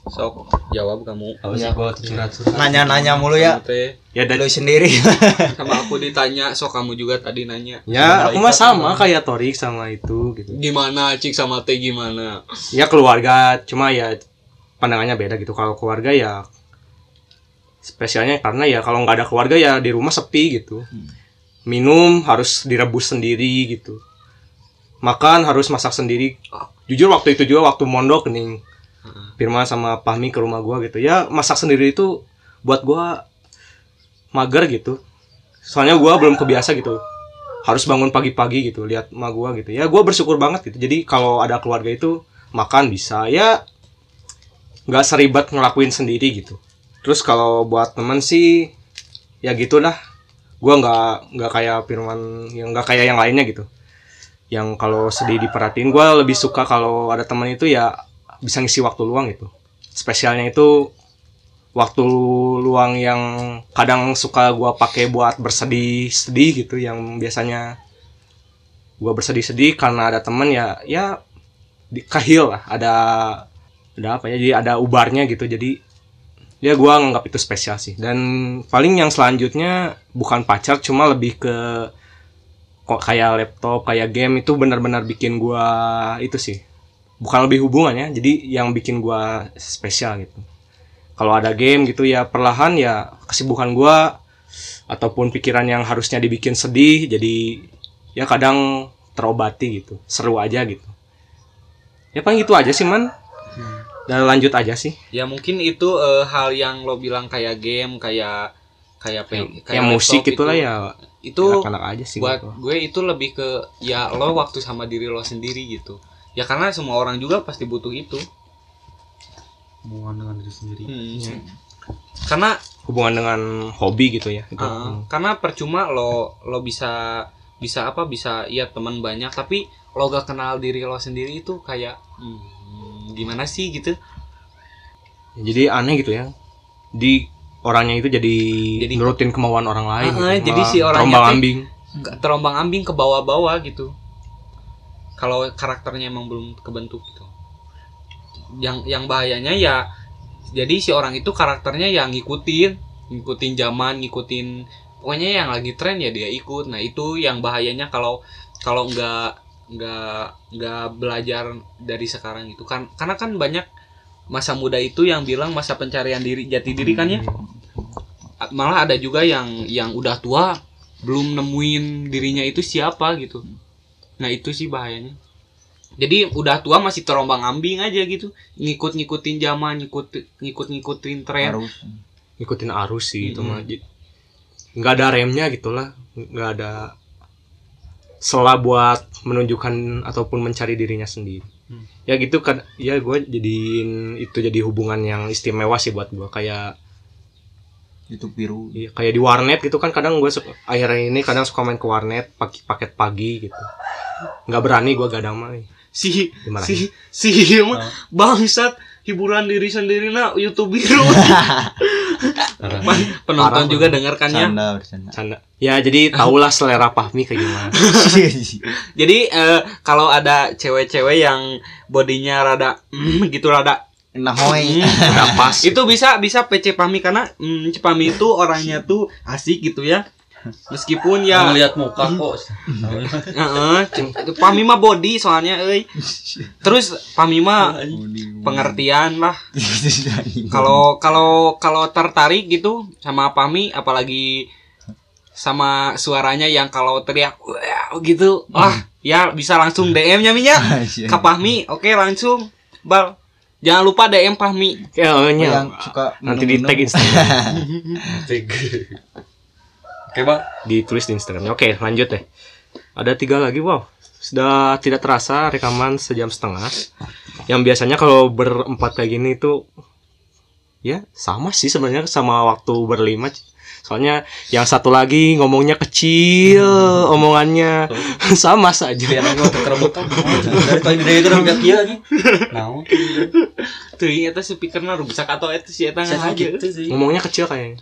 S1: Sok jawab kamu.
S2: Sih gua curhat-curhat.
S3: Nanya-nanya mulu ya.
S1: Teh
S2: Ya dan
S3: Lu sendiri.
S1: sama aku ditanya, sok kamu juga tadi nanya.
S2: ya aku mah sama kayak Torik sama itu gitu.
S1: Gimana Cik sama Teh gimana?
S2: Ya keluarga, cuma ya pandangannya beda gitu. Kalau keluarga ya spesialnya karena ya kalau nggak ada keluarga ya di rumah sepi gitu. Minum harus direbus sendiri gitu. Makan harus masak sendiri. Jujur waktu itu juga waktu mondok nih Firman sama Pahmi ke rumah gua gitu. Ya masak sendiri itu buat gua mager gitu. Soalnya gua belum kebiasa gitu. Harus bangun pagi-pagi gitu lihat emak gua gitu. Ya gua bersyukur banget gitu. Jadi kalau ada keluarga itu makan bisa ya nggak seribet ngelakuin sendiri gitu. Terus kalau buat temen sih ya gitulah. Gua nggak kayak Firman yang nggak kayak yang lainnya gitu. Yang kalau sedih diperhatiin, gua lebih suka kalau ada teman itu ya bisa ngisi waktu luang gitu. Spesialnya itu waktu luang yang kadang suka gua pakai buat bersedih-sedih gitu, yang biasanya gua bersedih-sedih karena ada temen ya kahil lah, ada apa ya, jadi ada ubarnya gitu. Jadi ya gua nganggap itu spesial sih. Dan paling yang selanjutnya bukan pacar, cuma lebih ke kok kayak laptop, kayak game itu benar-benar bikin gua itu sih. Bukan lebih hubungannya, jadi yang bikin gua spesial gitu. Kalau ada game gitu ya perlahan ya kesibukan gua ataupun pikiran yang harusnya dibikin sedih jadi ya kadang terobati gitu. Seru aja gitu. Ya paling gitu aja sih man. Dan lanjut aja sih.
S1: Ya mungkin itu hal yang lo bilang kayak game, kayak
S2: musik gitulah ya.
S1: Itu
S2: anak-anak aja sih
S1: buat
S2: gitu.
S1: gue itu lebih ke ya lo waktu sama diri lo sendiri gitu. Ya karena semua orang juga pasti butuh itu.
S4: Hubungan dengan diri sendiri.
S1: Karena
S2: Hubungan dengan hobi gitu ya. Gitu.
S1: Karena percuma lo bisa ya teman banyak tapi lo gak kenal diri lo sendiri itu kayak gimana sih gitu.
S2: Jadi aneh gitu ya. Di orangnya itu jadi nurutin kemauan orang lain. Gitu.
S1: Jadi si orangnya
S2: terombang-ambing.
S1: Terombang-ambing ke bawah-bawah gitu. Kalau karakternya emang belum kebentuk gitu. Yang bahayanya ya jadi si orang itu karakternya yang ngikutin zaman, pokoknya yang lagi tren ya dia ikut. Nah, itu yang bahayanya kalau nggak belajar dari sekarang itu kan. Karena kan banyak masa muda itu yang bilang masa pencarian jati diri kan ya. Malah ada juga yang udah tua belum nemuin dirinya itu siapa gitu. Nah itu sih bahayanya. Jadi udah tua masih terombang-ambing aja gitu, ngikutin zaman, ngikutin tren.
S2: Ngikutin arus sih itu mah. Nggak ada remnya gitulah, nggak ada sela buat menunjukkan ataupun mencari dirinya sendiri. Ya gitu kan, ya gue jadiin itu jadi hubungan yang istimewa sih buat gue. Kayak
S3: YouTube biru.
S2: Iya, kayak di warnet gitu kan kadang gue akhirnya ini kadang suka main ke warnet paket pagi gitu. Nggak berani gue gadang mah.
S1: Si
S2: Gimana?
S1: bangsat hiburan diri sendiri YouTube biru. Penonton
S2: Parah,
S1: juga dengarkannya.
S2: Canda. Ya jadi tahulah selera Fahmi kayak gimana.
S1: Jadi kalau ada cewek-cewek yang bodinya rada
S3: Nahoy.
S2: Udah pas.
S1: itu bisa PC Pami karena Pami itu orangnya tuh asik gitu ya. Meskipun ya
S5: Ngeliat muka kok.
S1: Pami mah body soalnya Terus Pami mah pengertian lah. Kalau tertarik gitu sama Pami, apalagi sama suaranya yang kalau teriak wow, gitu. Ya bisa langsung DM-nya Minya. Ke Pahmi, oke langsung. Bal. Jangan lupa DM Pahmi.
S3: Yang suka
S2: Nanti di tag Instagram.
S5: Oke, Bang.
S2: Ditulis di Instagramnya. Oke, lanjut deh. Ada 3 lagi, wow. Sudah tidak terasa rekaman sejam setengah. Yang biasanya kalau berempat kayak gini tuh ya sama sih sebenarnya sama waktu berlima. Soalnya yang satu lagi ngomongnya kecil, omongannya sama saja.
S5: Biar aku kerebutan. Dari paling gede itu udah kieu lagi. Naon?
S1: Tuh eta speakerna rusak atau eta si eta
S5: Saya
S1: aja.
S5: gitu sih.
S2: Ngomongnya kecil kayaknya.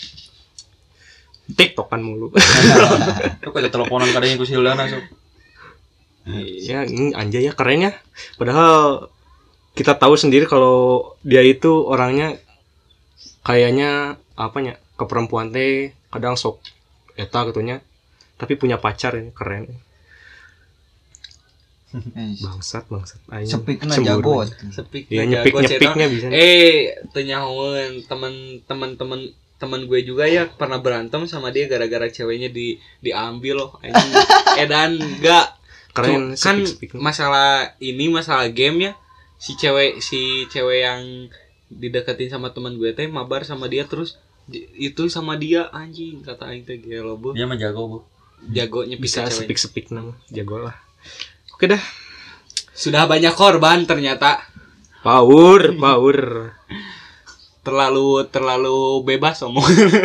S2: TikTokan mulu.
S5: Kok ada teleponan kadang ku Sildana sok.
S2: Ya, ini anjay ya keren ya. Padahal kita tahu sendiri kalau dia itu orangnya kayaknya apanya ke perempuan teh kadang sok eta gitunya, tapi punya pacar ini keren. Bangsat aing
S3: Sepikna
S2: cemburu.
S3: jago.
S4: Sepik
S2: Ya
S4: jago,
S2: nyepiknya
S4: Cetong.
S2: bisa.
S4: Tenyahoan teman gue juga ya pernah berantem sama dia gara-gara ceweknya diambil loh anjing. Edan enggak
S2: Keren
S4: kan
S2: sepik.
S4: masalah game ya, si cewek yang dideketin sama teman gue teh mabar sama dia, terus itu sama dia anjing, kata aing teh gelo bu,
S1: Dia menjago, Bu.
S4: jago nyepik
S2: Bisa
S4: cewek.
S2: sepik nama jago lah. Oke dah.
S4: Sudah banyak korban ternyata,
S2: Power.
S4: terlalu bebas omong.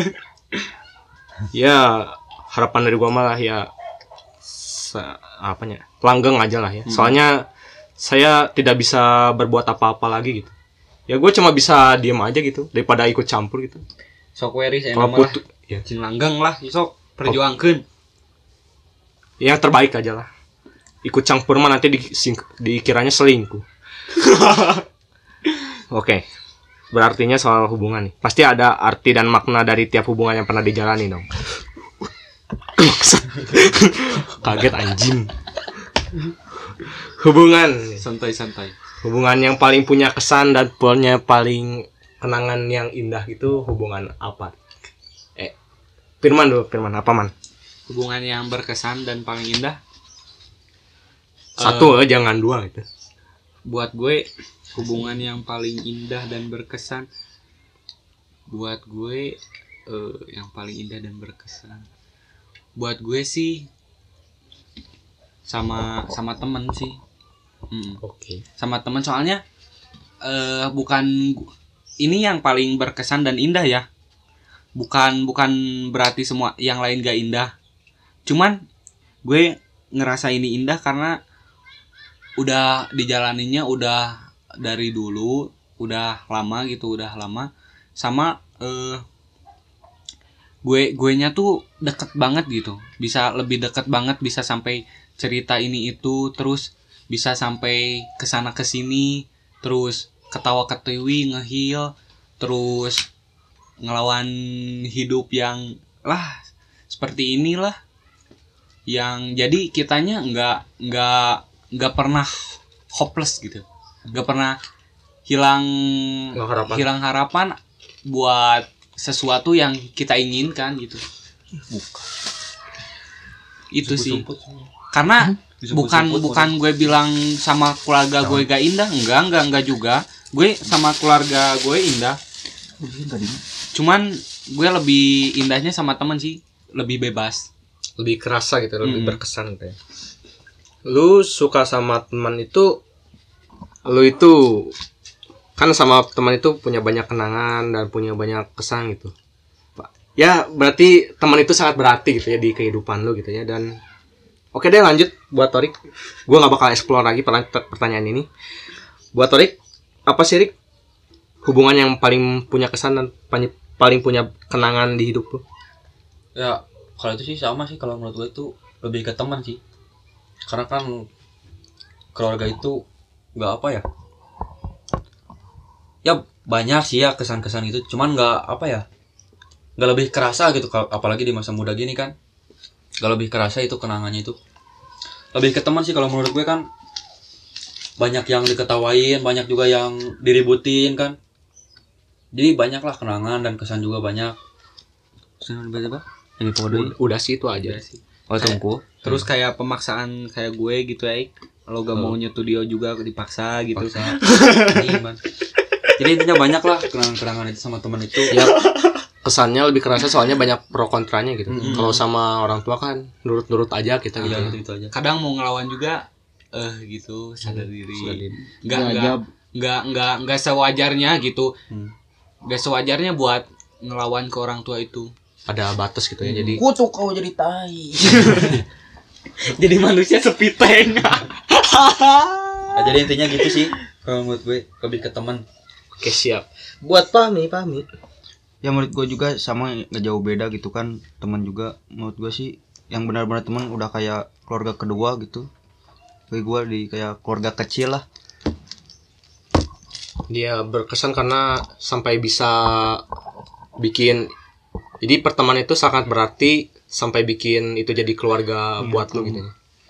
S2: Ya harapan dari gua malah ya apanya langgeng aja lah ya. Soalnya saya tidak bisa berbuat apa-apa lagi gitu. Ya gue cuma bisa diem aja gitu daripada ikut campur gitu.
S4: Sok weris
S2: Kalau
S4: emang lah,
S2: putus ya
S4: cing langgeng lah, sok perjuangkeun.
S2: yang terbaik aja lah. Ikut campur mah nanti dikiranya selingkuh. Oke. Berartinya soal hubungan nih. Pasti ada arti dan makna dari tiap hubungan yang pernah dijalani dong. Kaget anjing. Hubungan.
S4: Santai.
S2: Hubungan yang paling punya kesan dan punya paling kenangan yang indah itu hubungan apa? Firman apa man?
S4: Hubungan yang berkesan dan paling indah.
S2: Satu jangan dua gitu.
S4: Buat gue hubungan yang paling indah dan berkesan. Buat gue yang paling indah dan berkesan. Buat gue sih sama temen sih.
S2: Oke.
S4: Sama temen soalnya bukan ini yang paling berkesan dan indah ya. Bukan berarti semua yang lain gak indah. Cuman gue ngerasa ini indah karena udah dijalaninya udah dari dulu, udah lama gitu, sama gue nya tuh deket banget gitu, bisa lebih deket banget, bisa sampai cerita ini itu, terus bisa sampai kesana kesini, terus ketawa ketiwi ngehil, terus ngelawan hidup yang lah seperti inilah, yang jadi kitanya nggak pernah hopeless gitu, nggak pernah hilang harapan buat sesuatu yang kita inginkan gitu. Itu sih karena bukan gue bilang sama keluarga gue gak indah, enggak juga, gue sama keluarga gue indah, cuman gue lebih indahnya sama teman sih, lebih bebas,
S2: Lebih kerasa gitu, lebih berkesan gitu ya. Lu suka sama teman itu, lu itu kan sama teman itu punya banyak kenangan dan punya banyak kesan gitu. Ya berarti teman itu sangat berarti gitu ya di kehidupan lu gitu ya. Dan oke deh, lanjut buat Torik. Gue nggak bakal explore lagi pertanyaan ini. Buat Torik, apa sih Rik hubungan yang paling punya kesan dan paling punya kenangan di hidup lu?
S1: Ya kalau itu sih sama sih, kalau menurut gue itu lebih ke teman sih. Karena kan keluarga itu nggak apa ya, ya banyak sih ya kesan-kesan itu, cuman nggak apa ya, nggak lebih kerasa gitu. Apalagi di masa muda gini kan, nggak lebih kerasa itu kenangannya. Itu lebih ke teman sih kalau menurut gue kan. Banyak yang diketawain, banyak juga yang diributin kan, jadi banyak lah kenangan dan kesan juga banyak.
S2: Udah sih itu aja.
S1: Oh tunggu.
S4: terus kayak pemaksaan kayak gue gitu ya, kalau gak mau nyetudio juga dipaksa gitu.
S1: Jadi intinya banyak lah kenangan-kenangan itu sama teman itu.
S2: Ya kesannya lebih kerasa soalnya banyak pro kontranya gitu. Kalau sama orang tua kan nurut-nurut aja kita gitu.
S1: Ya, itu aja.
S4: Kadang mau ngelawan juga gitu, sadar diri. Enggak sewajarnya gitu. Enggak sewajarnya buat ngelawan ke orang tua itu.
S2: Ada batas gitu ya. Jadi
S3: Kutuk kau jadi tai.
S4: Jadi manusia sepiteng.
S1: Nah, jadi intinya gitu sih kalau menurut gue, lebih ke teman.
S2: oke siap. Buat Pami.
S3: Ya menurut gue juga sama, nggak jauh beda gitu kan. Teman juga menurut gue sih yang benar-benar teman udah kayak keluarga kedua gitu. Bagi gue di kayak keluarga kecil lah.
S2: Dia berkesan karena sampai bisa bikin, jadi pertemanan itu sangat berarti sampai bikin itu jadi keluarga buat lu gitu.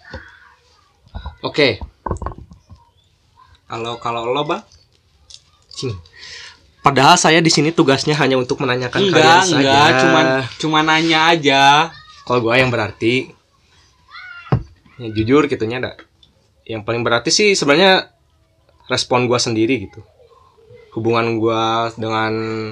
S2: Oke.
S4: Kalau lo Bang?
S2: Padahal saya di sini tugasnya hanya untuk menanyakan kalian saja.
S4: Enggak, cuma nanya aja.
S2: Kalau gue yang berarti, ya jujur gitunya ada. Yang paling berarti sih sebenarnya respon gue sendiri gitu. Hubungan gue dengan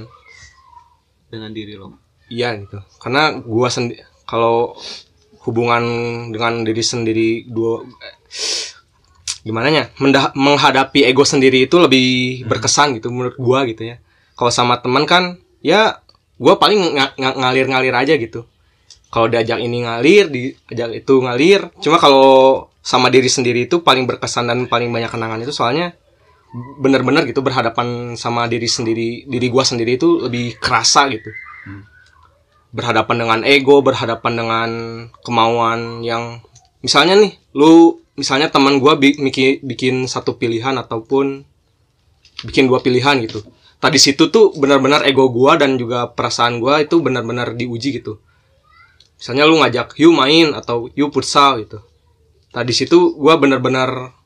S4: diri lo.
S2: Iya gitu. Karena gue sendiri, kalau hubungan dengan diri sendiri gimana ya, menghadapi ego sendiri itu lebih berkesan gitu menurut gue gitu ya. Kalau sama teman kan ya gue paling ngalir aja gitu. Kalau diajak ini ngalir, diajak itu ngalir. Cuma kalau sama diri sendiri itu paling berkesan dan paling banyak kenangan itu soalnya benar-benar gitu berhadapan sama diri gue sendiri itu lebih kerasa gitu. Berhadapan dengan ego, berhadapan dengan kemauan yang misalnya nih, misalnya teman gue bikin satu pilihan ataupun bikin dua pilihan gitu. Tadi situ tuh benar-benar ego gue dan juga perasaan gue itu benar-benar diuji gitu. Misalnya lu ngajak yuk main atau yuk futsal gitu. Tadi situ gue benar-benar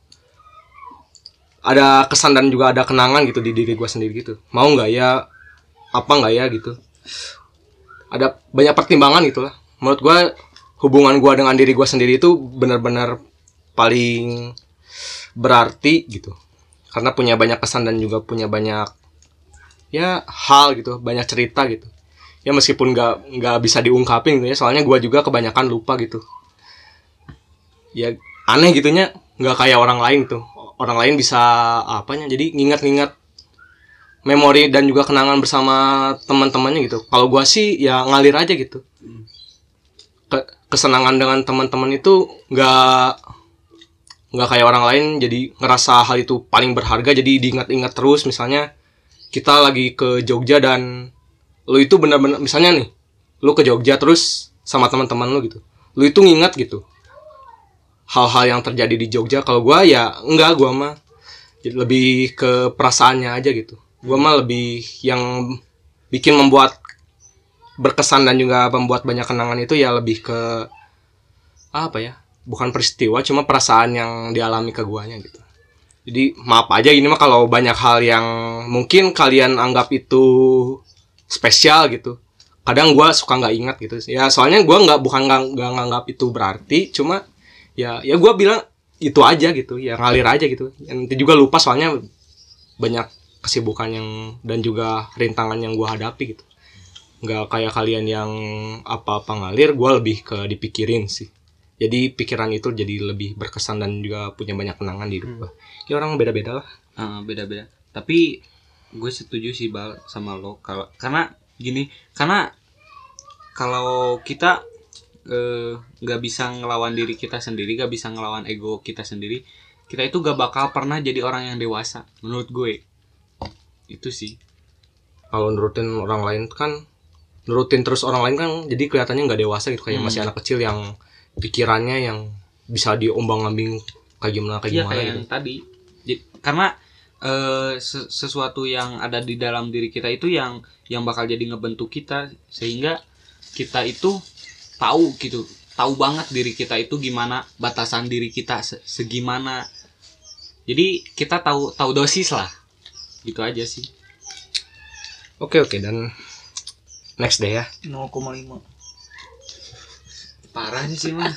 S2: ada kesan dan juga ada kenangan gitu di diri gue sendiri gitu. Mau nggak ya, apa nggak ya gitu. Ada banyak pertimbangan gitulah. Menurut gue hubungan gue dengan diri gue sendiri itu benar-benar paling berarti gitu. Karena punya banyak kesan dan juga punya banyak ya hal gitu, banyak cerita gitu. Ya meskipun nggak bisa diungkapin gitu ya, soalnya gue juga kebanyakan lupa gitu. Ya aneh gitunya, nggak kayak orang lain tuh. Orang lain bisa apanya, jadi ngingat-ngingat memori dan juga kenangan bersama teman-temannya gitu. Kalau gue sih ya ngalir aja gitu. Kesenangan dengan teman-teman itu nggak kayak orang lain, jadi ngerasa hal itu paling berharga, jadi diingat-ingat terus. Misalnya kita lagi ke Jogja dan lu itu benar-benar, misalnya nih lu ke Jogja terus sama teman-teman lu gitu, lu itu ngingat gitu hal-hal yang terjadi di Jogja. Kalau gue ya enggak, gue mah lebih ke perasaannya aja gitu. Gue mah lebih yang bikin membuat berkesan dan juga membuat banyak kenangan itu ya lebih ke apa ya, bukan peristiwa, cuma perasaan yang dialami ke guanya gitu. Jadi maaf aja ini mah kalau banyak hal yang mungkin kalian anggap itu spesial gitu. Kadang gue suka nggak ingat gitu. Ya soalnya gue bukan nggak nganggap itu berarti, cuma ya gue bilang itu aja gitu, ya ngalir aja gitu. Nanti juga lupa soalnya banyak kesibukan yang dan juga rintangan yang gue hadapi gitu. Nggak kayak kalian yang apa-apa ngalir, gue lebih ke dipikirin sih. Jadi pikiran itu jadi lebih berkesan dan juga punya banyak kenangan di hidup gue. Ya orang beda-beda lah.
S4: Beda-beda. Tapi gue setuju sih Bal sama lo, karena kalau kita nggak bisa ngelawan diri kita sendiri, nggak bisa ngelawan ego kita sendiri, kita itu gak bakal pernah jadi orang yang dewasa. Menurut gue itu sih.
S2: Kalau nurutin orang lain kan, nurutin terus orang lain kan jadi kelihatannya nggak dewasa gitu, kayak masih anak kecil yang pikirannya yang bisa diombang-ambing kayak gimana
S4: kayak
S2: gitu.
S4: Yang tadi. Karena sesuatu yang ada di dalam diri kita itu yang bakal jadi ngebentuk kita, sehingga kita itu tahu banget diri kita itu gimana, batasan diri kita segimana. Jadi kita tahu dosis lah. Gitu aja sih.
S2: Oke, dan next deh ya.
S5: 0,5.
S4: Parahnya sih mah.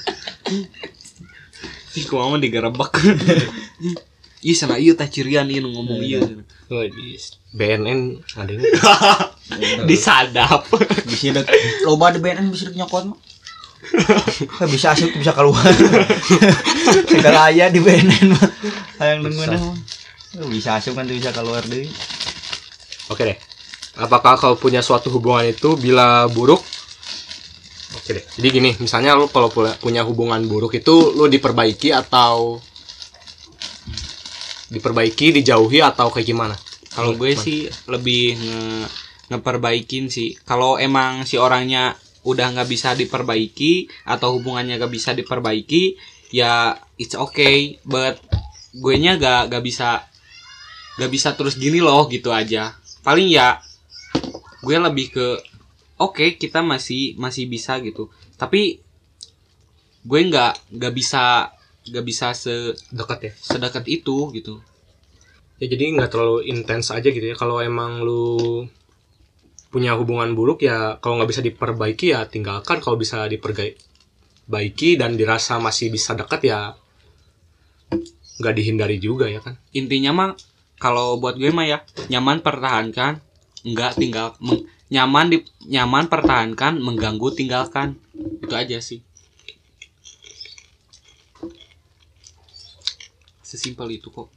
S4: Ih, kok mama digerebek. Ih, sana ieu teh cirian ieu ngomong ieu.
S2: Oh, di BNN ada yang
S4: disadap.
S3: Bisa loba di BNN bisa nyokot mah. Bisa asup bisa keluar. Segala aya di BNN mah. Hayang nungguan mah. Bisa asup kan bisa keluar deui.
S2: Oke deh. Apakah kau punya suatu hubungan itu bila buruk? Oke deh. Jadi gini, misalnya lu kalau punya hubungan buruk itu lu diperbaiki atau dijauhi atau kayak gimana?
S4: Kalau gue sih lebih ngeperbaikin sih. Kalau emang si orangnya udah nggak bisa diperbaiki atau hubungannya nggak bisa diperbaiki, ya it's okay. But gue nya nggak bisa gak bisa terus gini loh gitu aja. Paling ya gue lebih ke oke, kita masih bisa gitu, tapi gue nggak bisa sedekat itu gitu.
S2: Ya jadi nggak terlalu intens aja gitu ya. Kalau emang lu punya hubungan buruk ya, kalau nggak bisa diperbaiki ya tinggalkan. Kalau bisa diperbaiki dan dirasa masih bisa dekat ya nggak dihindari juga ya kan.
S4: Intinya mah kalau buat gue mah ya nyaman pertahankan, nyaman pertahankan, mengganggu tinggalkan. Itu aja sih. Sesimpel itu kok.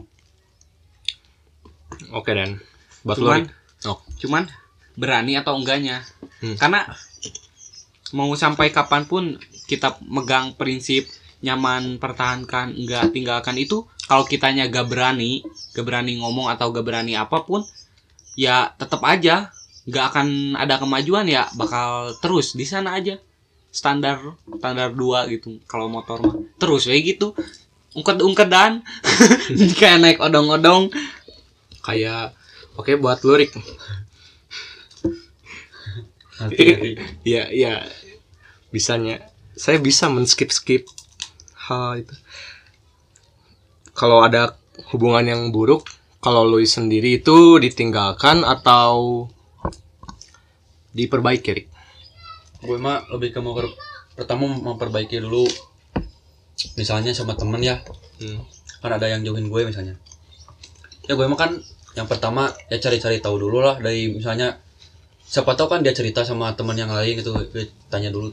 S2: Oke dan buat
S4: cuman berani atau enggaknya. Karena mau sampai kapanpun kita megang prinsip nyaman pertahankan, enggak tinggalkan itu, kalau kitanya gak berani ngomong atau gak berani apapun, ya tetap aja gak akan ada kemajuan, ya bakal terus di sana aja. Standar 2 gitu kalau motor mah. Terus kayak gitu. Ungket-ungketan kayak naik odong-odong.
S2: Kayak oke buat lurik. Ya bisanya saya bisa men-skip hal itu. Kalau ada hubungan yang buruk, kalau lu sendiri itu ditinggalkan atau diperbaiki, Rik?
S1: Gue mah lebih ke pertama memperbaiki dulu. Misalnya sama temen ya, kan ada yang jauhin gue misalnya. Ya gue mah kan yang pertama ya cari-cari tahu dulu lah, dari misalnya siapa tahu kan dia cerita sama teman yang lain gitu, tanya dulu.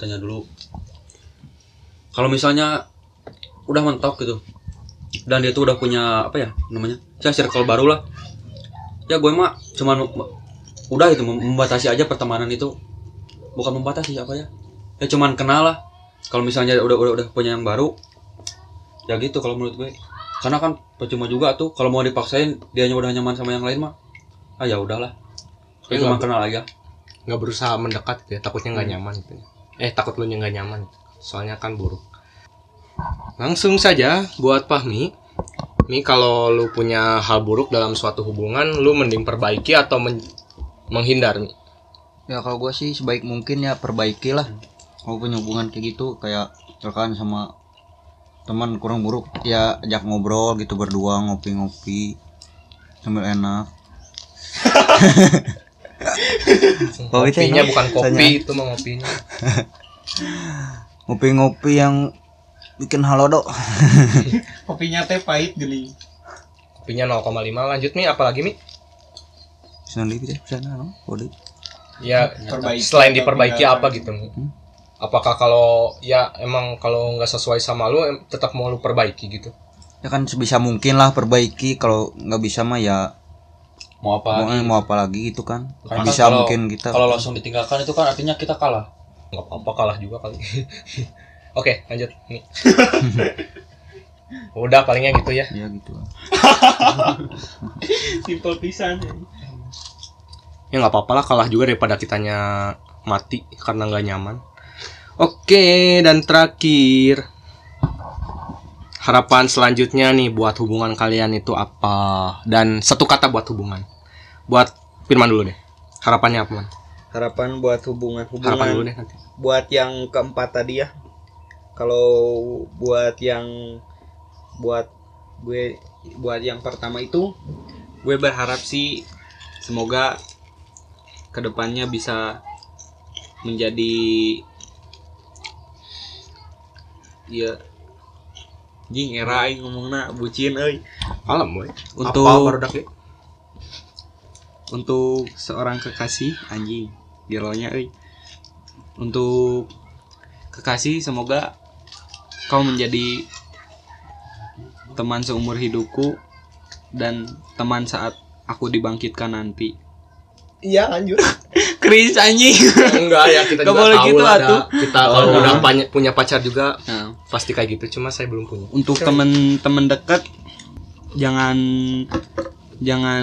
S1: Kalau misalnya udah mentok gitu dan dia tuh udah punya apa ya namanya, circle baru lah, ya gue mah cuman udah itu membatasi aja pertemanan itu. Bukan membatasi apa ya cuman kenal lah. Kalau misalnya udah punya yang baru ya gitu kalau menurut gue. Karena kan percuma juga tuh kalau mau dipaksain dianya udah nyaman sama yang lain mah. Ya udahlah. Cuma kenal aja.
S2: Nggak berusaha mendekat gitu ya, takutnya nggak nyaman gitu. Takut lu nggak nyaman. Soalnya kan buruk. Langsung saja buat Fahmi. Nih kalau lu punya hal buruk dalam suatu hubungan, lu mending perbaiki atau menghindar nih?
S3: Ya kalau gue sih sebaik mungkin ya perbaiki lah. Kalau punya hubungan kayak gitu, kayak misalkan sama teman kurang buruk ya ajak ngobrol gitu berdua, ngopi-ngopi sambil enak.
S2: Kopinya bukan kopi, itu mah ngopinya.
S3: Ngopi-ngopi yang bikin halodo.
S5: Kopinya teh pahit geli.
S2: Kopinya 0,5. Lanjut nih, apalagi Mi?
S3: Senang deh sana no, kode.
S2: Ya, selain diperbaiki apa gitu Mi? Apakah kalau ya emang kalau nggak sesuai sama lu tetap mau lu perbaiki gitu?
S3: Ya kan sebisa mungkin lah perbaiki. Kalau nggak bisa mah ya mau apa lagi gitu kan.
S1: Karena
S3: bisa
S1: kan
S3: mungkin kita
S1: kalau langsung ditinggalkan itu kan artinya kita kalah.
S2: Nggak apa-apa kalah juga kali. Oke, lanjut nih. Udah palingnya gitu ya.
S3: Ya gitu.
S5: Simple pisan.
S2: Ya nggak apa-apa lah, kalah juga daripada kitanya mati karena nggak nyaman. Oke, dan terakhir, harapan selanjutnya nih buat hubungan kalian itu apa? Dan satu kata buat hubungan. Buat Firman dulu deh. Harapannya apa, Man?
S5: Harapan buat hubungan
S2: Harapan dulu deh nanti.
S5: Buat yang keempat tadi ya. Kalau buat yang pertama itu,
S4: Gue berharap sih semoga kedepannya bisa menjadi ya jing era aing ngomongna bucin euy.
S2: Alam boy.
S4: Untuk seorang kekasih anjing geronya euy. Untuk kekasih, semoga kau menjadi teman seumur hidupku dan teman saat aku dibangkitkan nanti.
S5: iya lanjut.
S4: Kris anjing.
S2: Enggak ya, kita
S4: Gak
S2: juga
S4: boleh
S2: tahu
S4: gitu,
S2: lah
S4: atuh.
S2: kita kalau udah punya pacar juga pasti kayak gitu, cuma saya belum punya.
S4: Untuk temen dekat jangan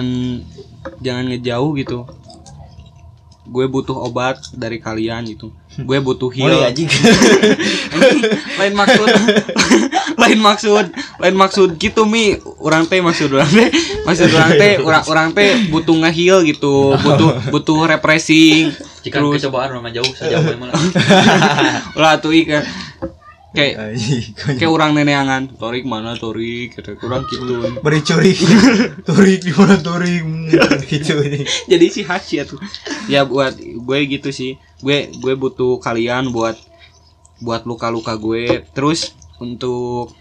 S4: ngejauh gitu. Gue butuh obat dari kalian gitu. gue butuh heal.
S5: Mulai anjing.
S4: lain maksud gitu Mi. Orang teh maksud orang teh butuh nge-heal gitu, butuh refreshing.
S1: Jika
S4: Terus
S1: kecobaan rumah jauh sejauh mana.
S4: ulah tuh kan kayak orang neneangan Torik mana Torik kata kurang gitu
S5: Beri Torik di mana Torik gitu.
S4: jadi si Haci ya tuh ya buat gue gitu sih gue butuh kalian buat luka-luka gue terus untuk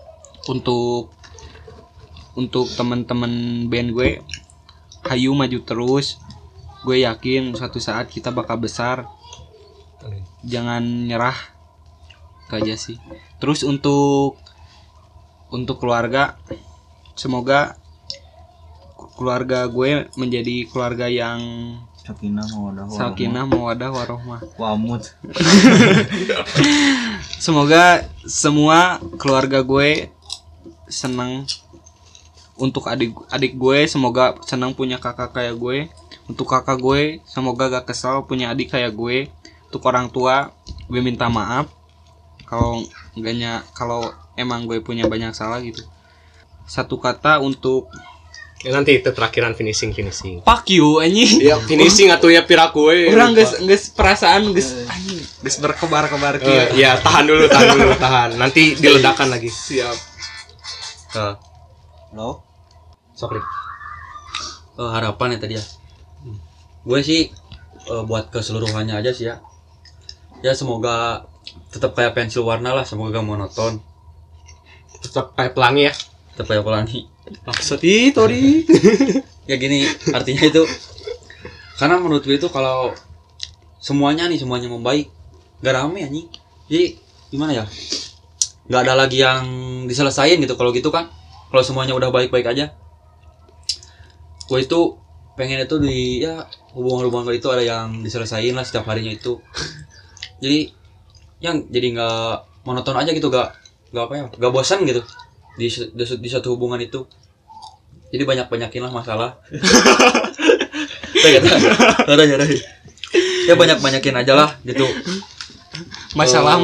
S4: teman-teman band gue hayu maju terus gue yakin suatu saat kita bakal besar jangan nyerah itu aja sih terus untuk keluarga semoga keluarga gue menjadi keluarga yang sakinah mawaddah warohmah
S5: Wamut.
S4: semoga semua keluarga gue senang untuk adik gue semoga senang punya kakak kayak gue untuk kakak gue semoga gak kesal punya adik kayak gue untuk orang tua gue minta maaf kalau emang gue punya banyak salah gitu satu kata untuk
S2: ya nanti itu terakhiran finishing
S4: fuck you anjing
S2: ya finishing atuh ya piraku we
S4: orang geus perasaan geus berkebar-kebar kieu
S2: ya tahan dulu nanti diledakan lagi siap
S3: Halo.
S2: sorry
S1: Harapan ya tadi ya. Gue sih buat keseluruhannya aja sih ya semoga tetap kayak pensil warna lah, semoga gak monoton,
S2: tetap kayak pelangi ya,
S1: tetap kayak pelangi.
S2: maksud itu Tori.
S1: Ya gini artinya itu karena menurut gue itu kalau semuanya membaik gak rame anjing, jadi gimana ya, gak ada lagi yang diselesain gitu. Kalau gitu kan, kalau semuanya udah baik-baik aja, gue itu pengen itu di ya hubungan-hubungan itu ada yang diselesain lah setiap harinya itu. Jadi nggak monoton aja gitu, gak bosan gitu di satu hubungan itu. Jadi banyakin lah masalah. Ya banyakin aja lah gitu.
S4: Masalah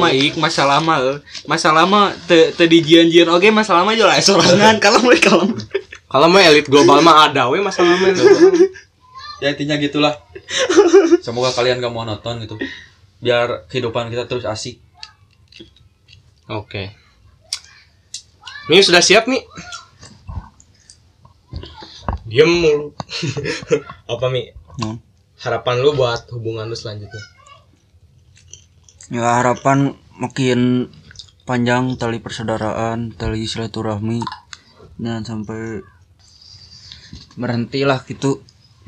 S4: mah teu dijian-jian oge, masalah mah jelas sorangan
S2: kalau mah elit global mah ada we masalah mah.
S1: Ya intinya gitulah. Semoga kalian gak monoton gitu, biar kehidupan kita terus asik.
S2: Oke. Mi sudah siap Mi? Diam mulu. Apa Mi? Harapan lu buat hubungan lu selanjutnya?
S3: Ya harapan makin panjang tali persaudaraan, tali silaturahmi, jangan sampai berhentilah gitu.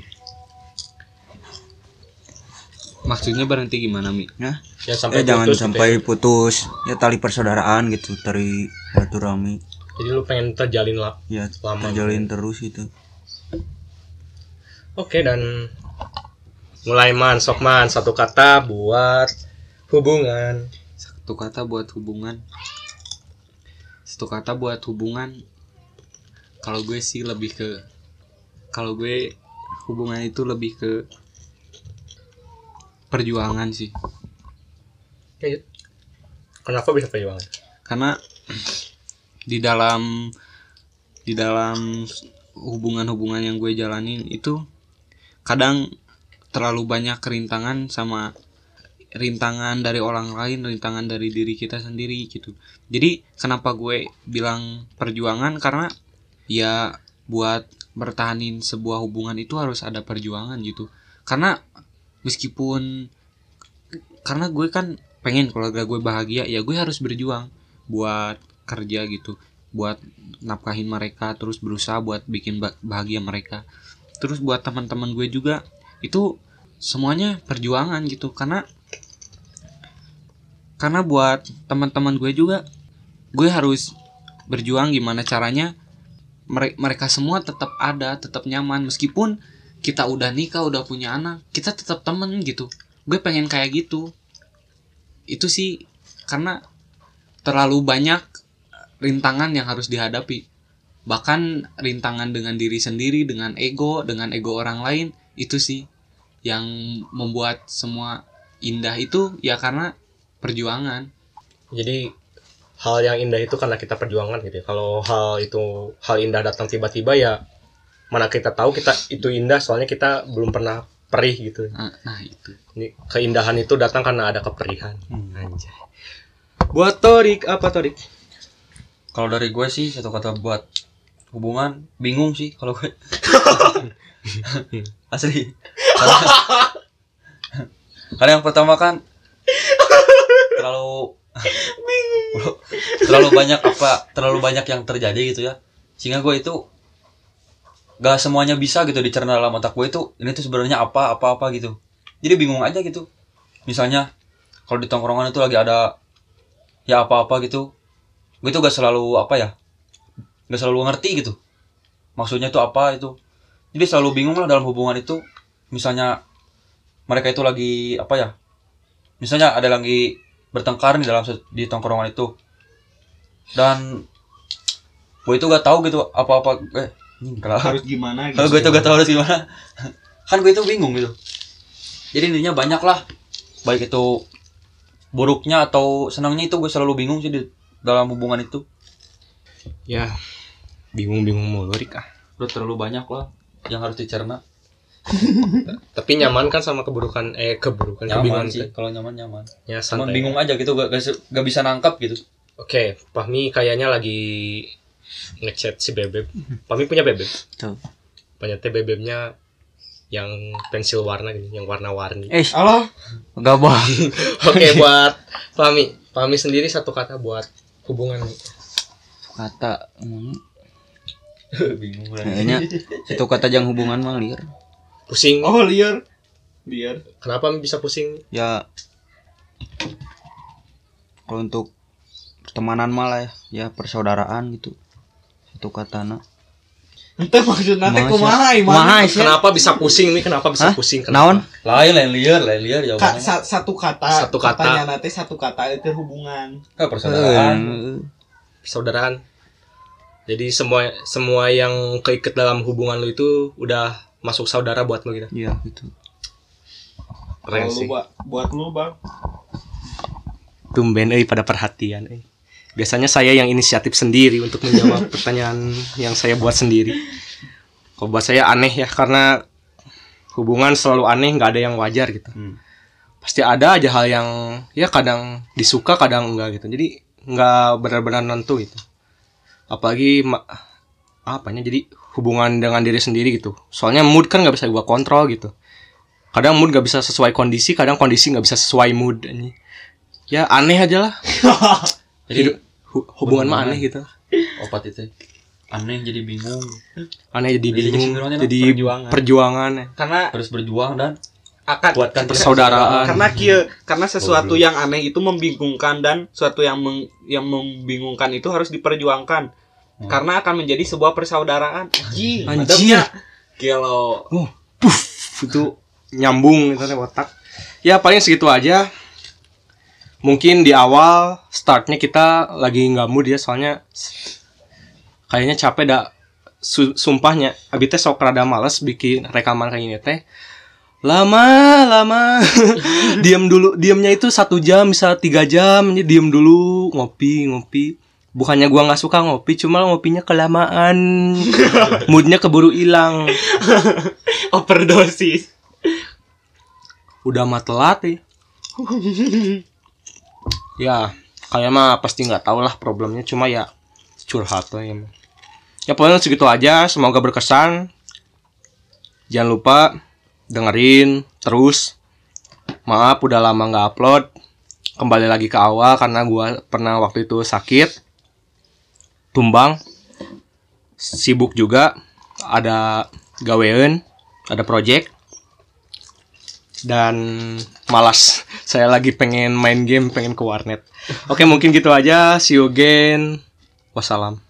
S4: Maksudnya berhenti gimana Mi?
S3: Ya, jangan
S2: putus
S3: sampai
S2: gitu
S3: putus ya tali persaudaraan gitu, tali silaturahmi.
S2: Jadi lu pengen terjalin lah.
S3: Ya
S2: lama
S3: terjalin terus itu.
S2: Oke, dan mulai sok man satu kata buat hubungan.
S4: Satu kata buat hubungan. Kalau gue sih hubungan itu lebih ke perjuangan sih.
S2: Kenapa bisa perjuangan?
S4: Karena di dalam hubungan-hubungan yang gue jalanin itu kadang terlalu banyak rintangan dari orang lain, rintangan dari diri kita sendiri gitu. Jadi kenapa gue bilang perjuangan, karena ya buat bertahanin sebuah hubungan itu harus ada perjuangan gitu. Karena gue kan pengen keluarga gue bahagia, ya gue harus berjuang buat kerja gitu, buat nafkahin mereka, terus berusaha buat bikin bahagia mereka. Terus buat teman-teman gue juga itu semuanya perjuangan gitu, karena buat teman-teman gue juga gue harus berjuang gimana caranya mereka semua tetap ada, tetap nyaman meskipun kita udah nikah, udah punya anak, kita tetap temen gitu. Gue pengen kayak gitu. Itu sih karena terlalu banyak rintangan yang harus dihadapi. Bahkan rintangan dengan diri sendiri, dengan ego orang lain, itu sih yang membuat semua indah itu ya karena perjuangan.
S2: Jadi hal yang indah itu karena kita perjuangan gitu ya. Kalau hal indah datang tiba-tiba ya mana kita tahu kita itu indah soalnya kita belum pernah perih gitu.
S4: Nah itu.
S2: Ini keindahan itu datang karena ada keperihan. Anjay. Buat Torik apa Torik?
S1: Kalau dari gue sih satu kata buat hubungan bingung sih kalau gue. Asli. Karena yang pertama kan terlalu banyak yang terjadi gitu ya, sehingga gue itu gak semuanya bisa gitu dicerna dalam otak gue itu ini tuh sebenarnya apa gitu, jadi bingung aja gitu. Misalnya kalau di tongkrongan itu lagi ada ya apa gitu, gue tuh gak selalu ngerti gitu maksudnya itu apa itu, jadi selalu bingung lah dalam hubungan itu. Misalnya mereka itu lagi misalnya ada lagi bertengkar nih di tongkrongan itu, dan gue itu gak tahu gitu apa-apa
S5: harus gimana gitu.
S1: Kalau gue itu gak tahu harus gimana kan gue itu bingung gitu. Jadi intinya banyak lah, baik itu buruknya atau senangnya, itu gue selalu bingung sih di dalam hubungan itu.
S2: Ya bingung mulu Rik.
S1: Udah terlalu banyak lah yang harus dicerna.
S2: Tapi nyaman kan sama keburukan
S1: Nyaman sih, kalau nyaman
S2: ya,
S1: cuman
S2: santai.
S1: bingung aja gitu, gak bisa nangkap gitu.
S2: Oke, Fahmi kayaknya lagi ngechat si Bebeb. Fahmi punya Bebeb?
S3: Tuh.
S2: Punya teh Bebebnya yang pensil warna gini, yang warna-warni.
S5: Allah,
S3: Enggak bang.
S2: Oke, buat Fahmi sendiri satu kata buat hubungan.
S3: Kata
S1: Bingung lah.
S3: kayaknya itu kata jang hubungan mah liar.
S2: Pusing.
S5: oh liar.
S2: Kenapa bisa pusing?
S3: Ya kalau untuk pertemanan malah ya persaudaraan gitu. Satu katana.
S5: Ente maksudna teh
S3: Kumaha
S5: kumaha
S3: sih?
S2: Kenapa bisa pusing nih? Kenapa bisa
S3: Hah?
S2: pusing?
S3: Naon?
S1: Lain liar jawabannya.
S5: Satu kata.
S2: Satu kata.
S5: Katanya nanti satu kata itu hubungan.
S1: Persaudaraan.
S2: Persaudaraan. Jadi semua yang keikat dalam hubungan lu itu udah masuk saudara buat lu gitu.
S3: Iya gitu.
S2: Keren
S5: Kalau
S2: sih.
S5: lu buat lu bang.
S2: Tumben pada perhatian. Biasanya saya yang inisiatif sendiri untuk menjawab pertanyaan yang saya buat sendiri. Kalau buat saya aneh ya, karena hubungan selalu aneh, nggak ada yang wajar gitu. Pasti ada aja hal yang ya kadang disuka, kadang enggak gitu. Jadi nggak benar-benar nentu gitu. Apalagi jadi hubungan dengan diri sendiri gitu. Soalnya mood kan nggak bisa gua kontrol gitu. Kadang mood nggak bisa sesuai kondisi, kadang kondisi nggak bisa sesuai mood. Ya aneh aja lah. Jadi hubungan mah aneh gitu.
S1: Opat itu aneh, jadi bingung.
S2: Aneh jadi bingung, jadi
S4: perjuangan.
S2: perjuangan.
S4: Karena
S1: Harus berjuang dan
S4: akan
S1: buatkan
S2: persaudaraan.
S5: Karena sesuatu yang aneh itu membingungkan, dan sesuatu yang membingungkan itu harus diperjuangkan. Karena akan menjadi sebuah persaudaraan.
S2: Anjir.
S5: Kalau
S2: Itu nyambung gitu otak. Ya paling segitu aja. Mungkin di awal startnya kita lagi nggak mood ya, soalnya kayaknya capek dah. Sumpahnya abi teh sok rada males bikin rekaman kayak gini teh. Lama diamnya itu 1 jam, bisa 3 jam, jadi diam dulu, ngopi. Bukannya gua nggak suka ngopi, cuma ngopinya kelamaan. Moodnya keburu hilang.
S5: overdosis.
S2: Udah mah telat ya. Ya, kalian mah pasti nggak tahu lah problemnya, cuma ya curhat lah ya. Ya pokoknya segitu aja, semoga berkesan. Jangan lupa dengerin terus. Maaf udah lama nggak upload. Kembali lagi ke awal karena gua pernah waktu itu sakit, tumbang, sibuk juga, ada gawean, ada project. Dan malas, saya lagi pengen main game, pengen ke warnet. Oke, mungkin gitu aja. See you again. Wassalam.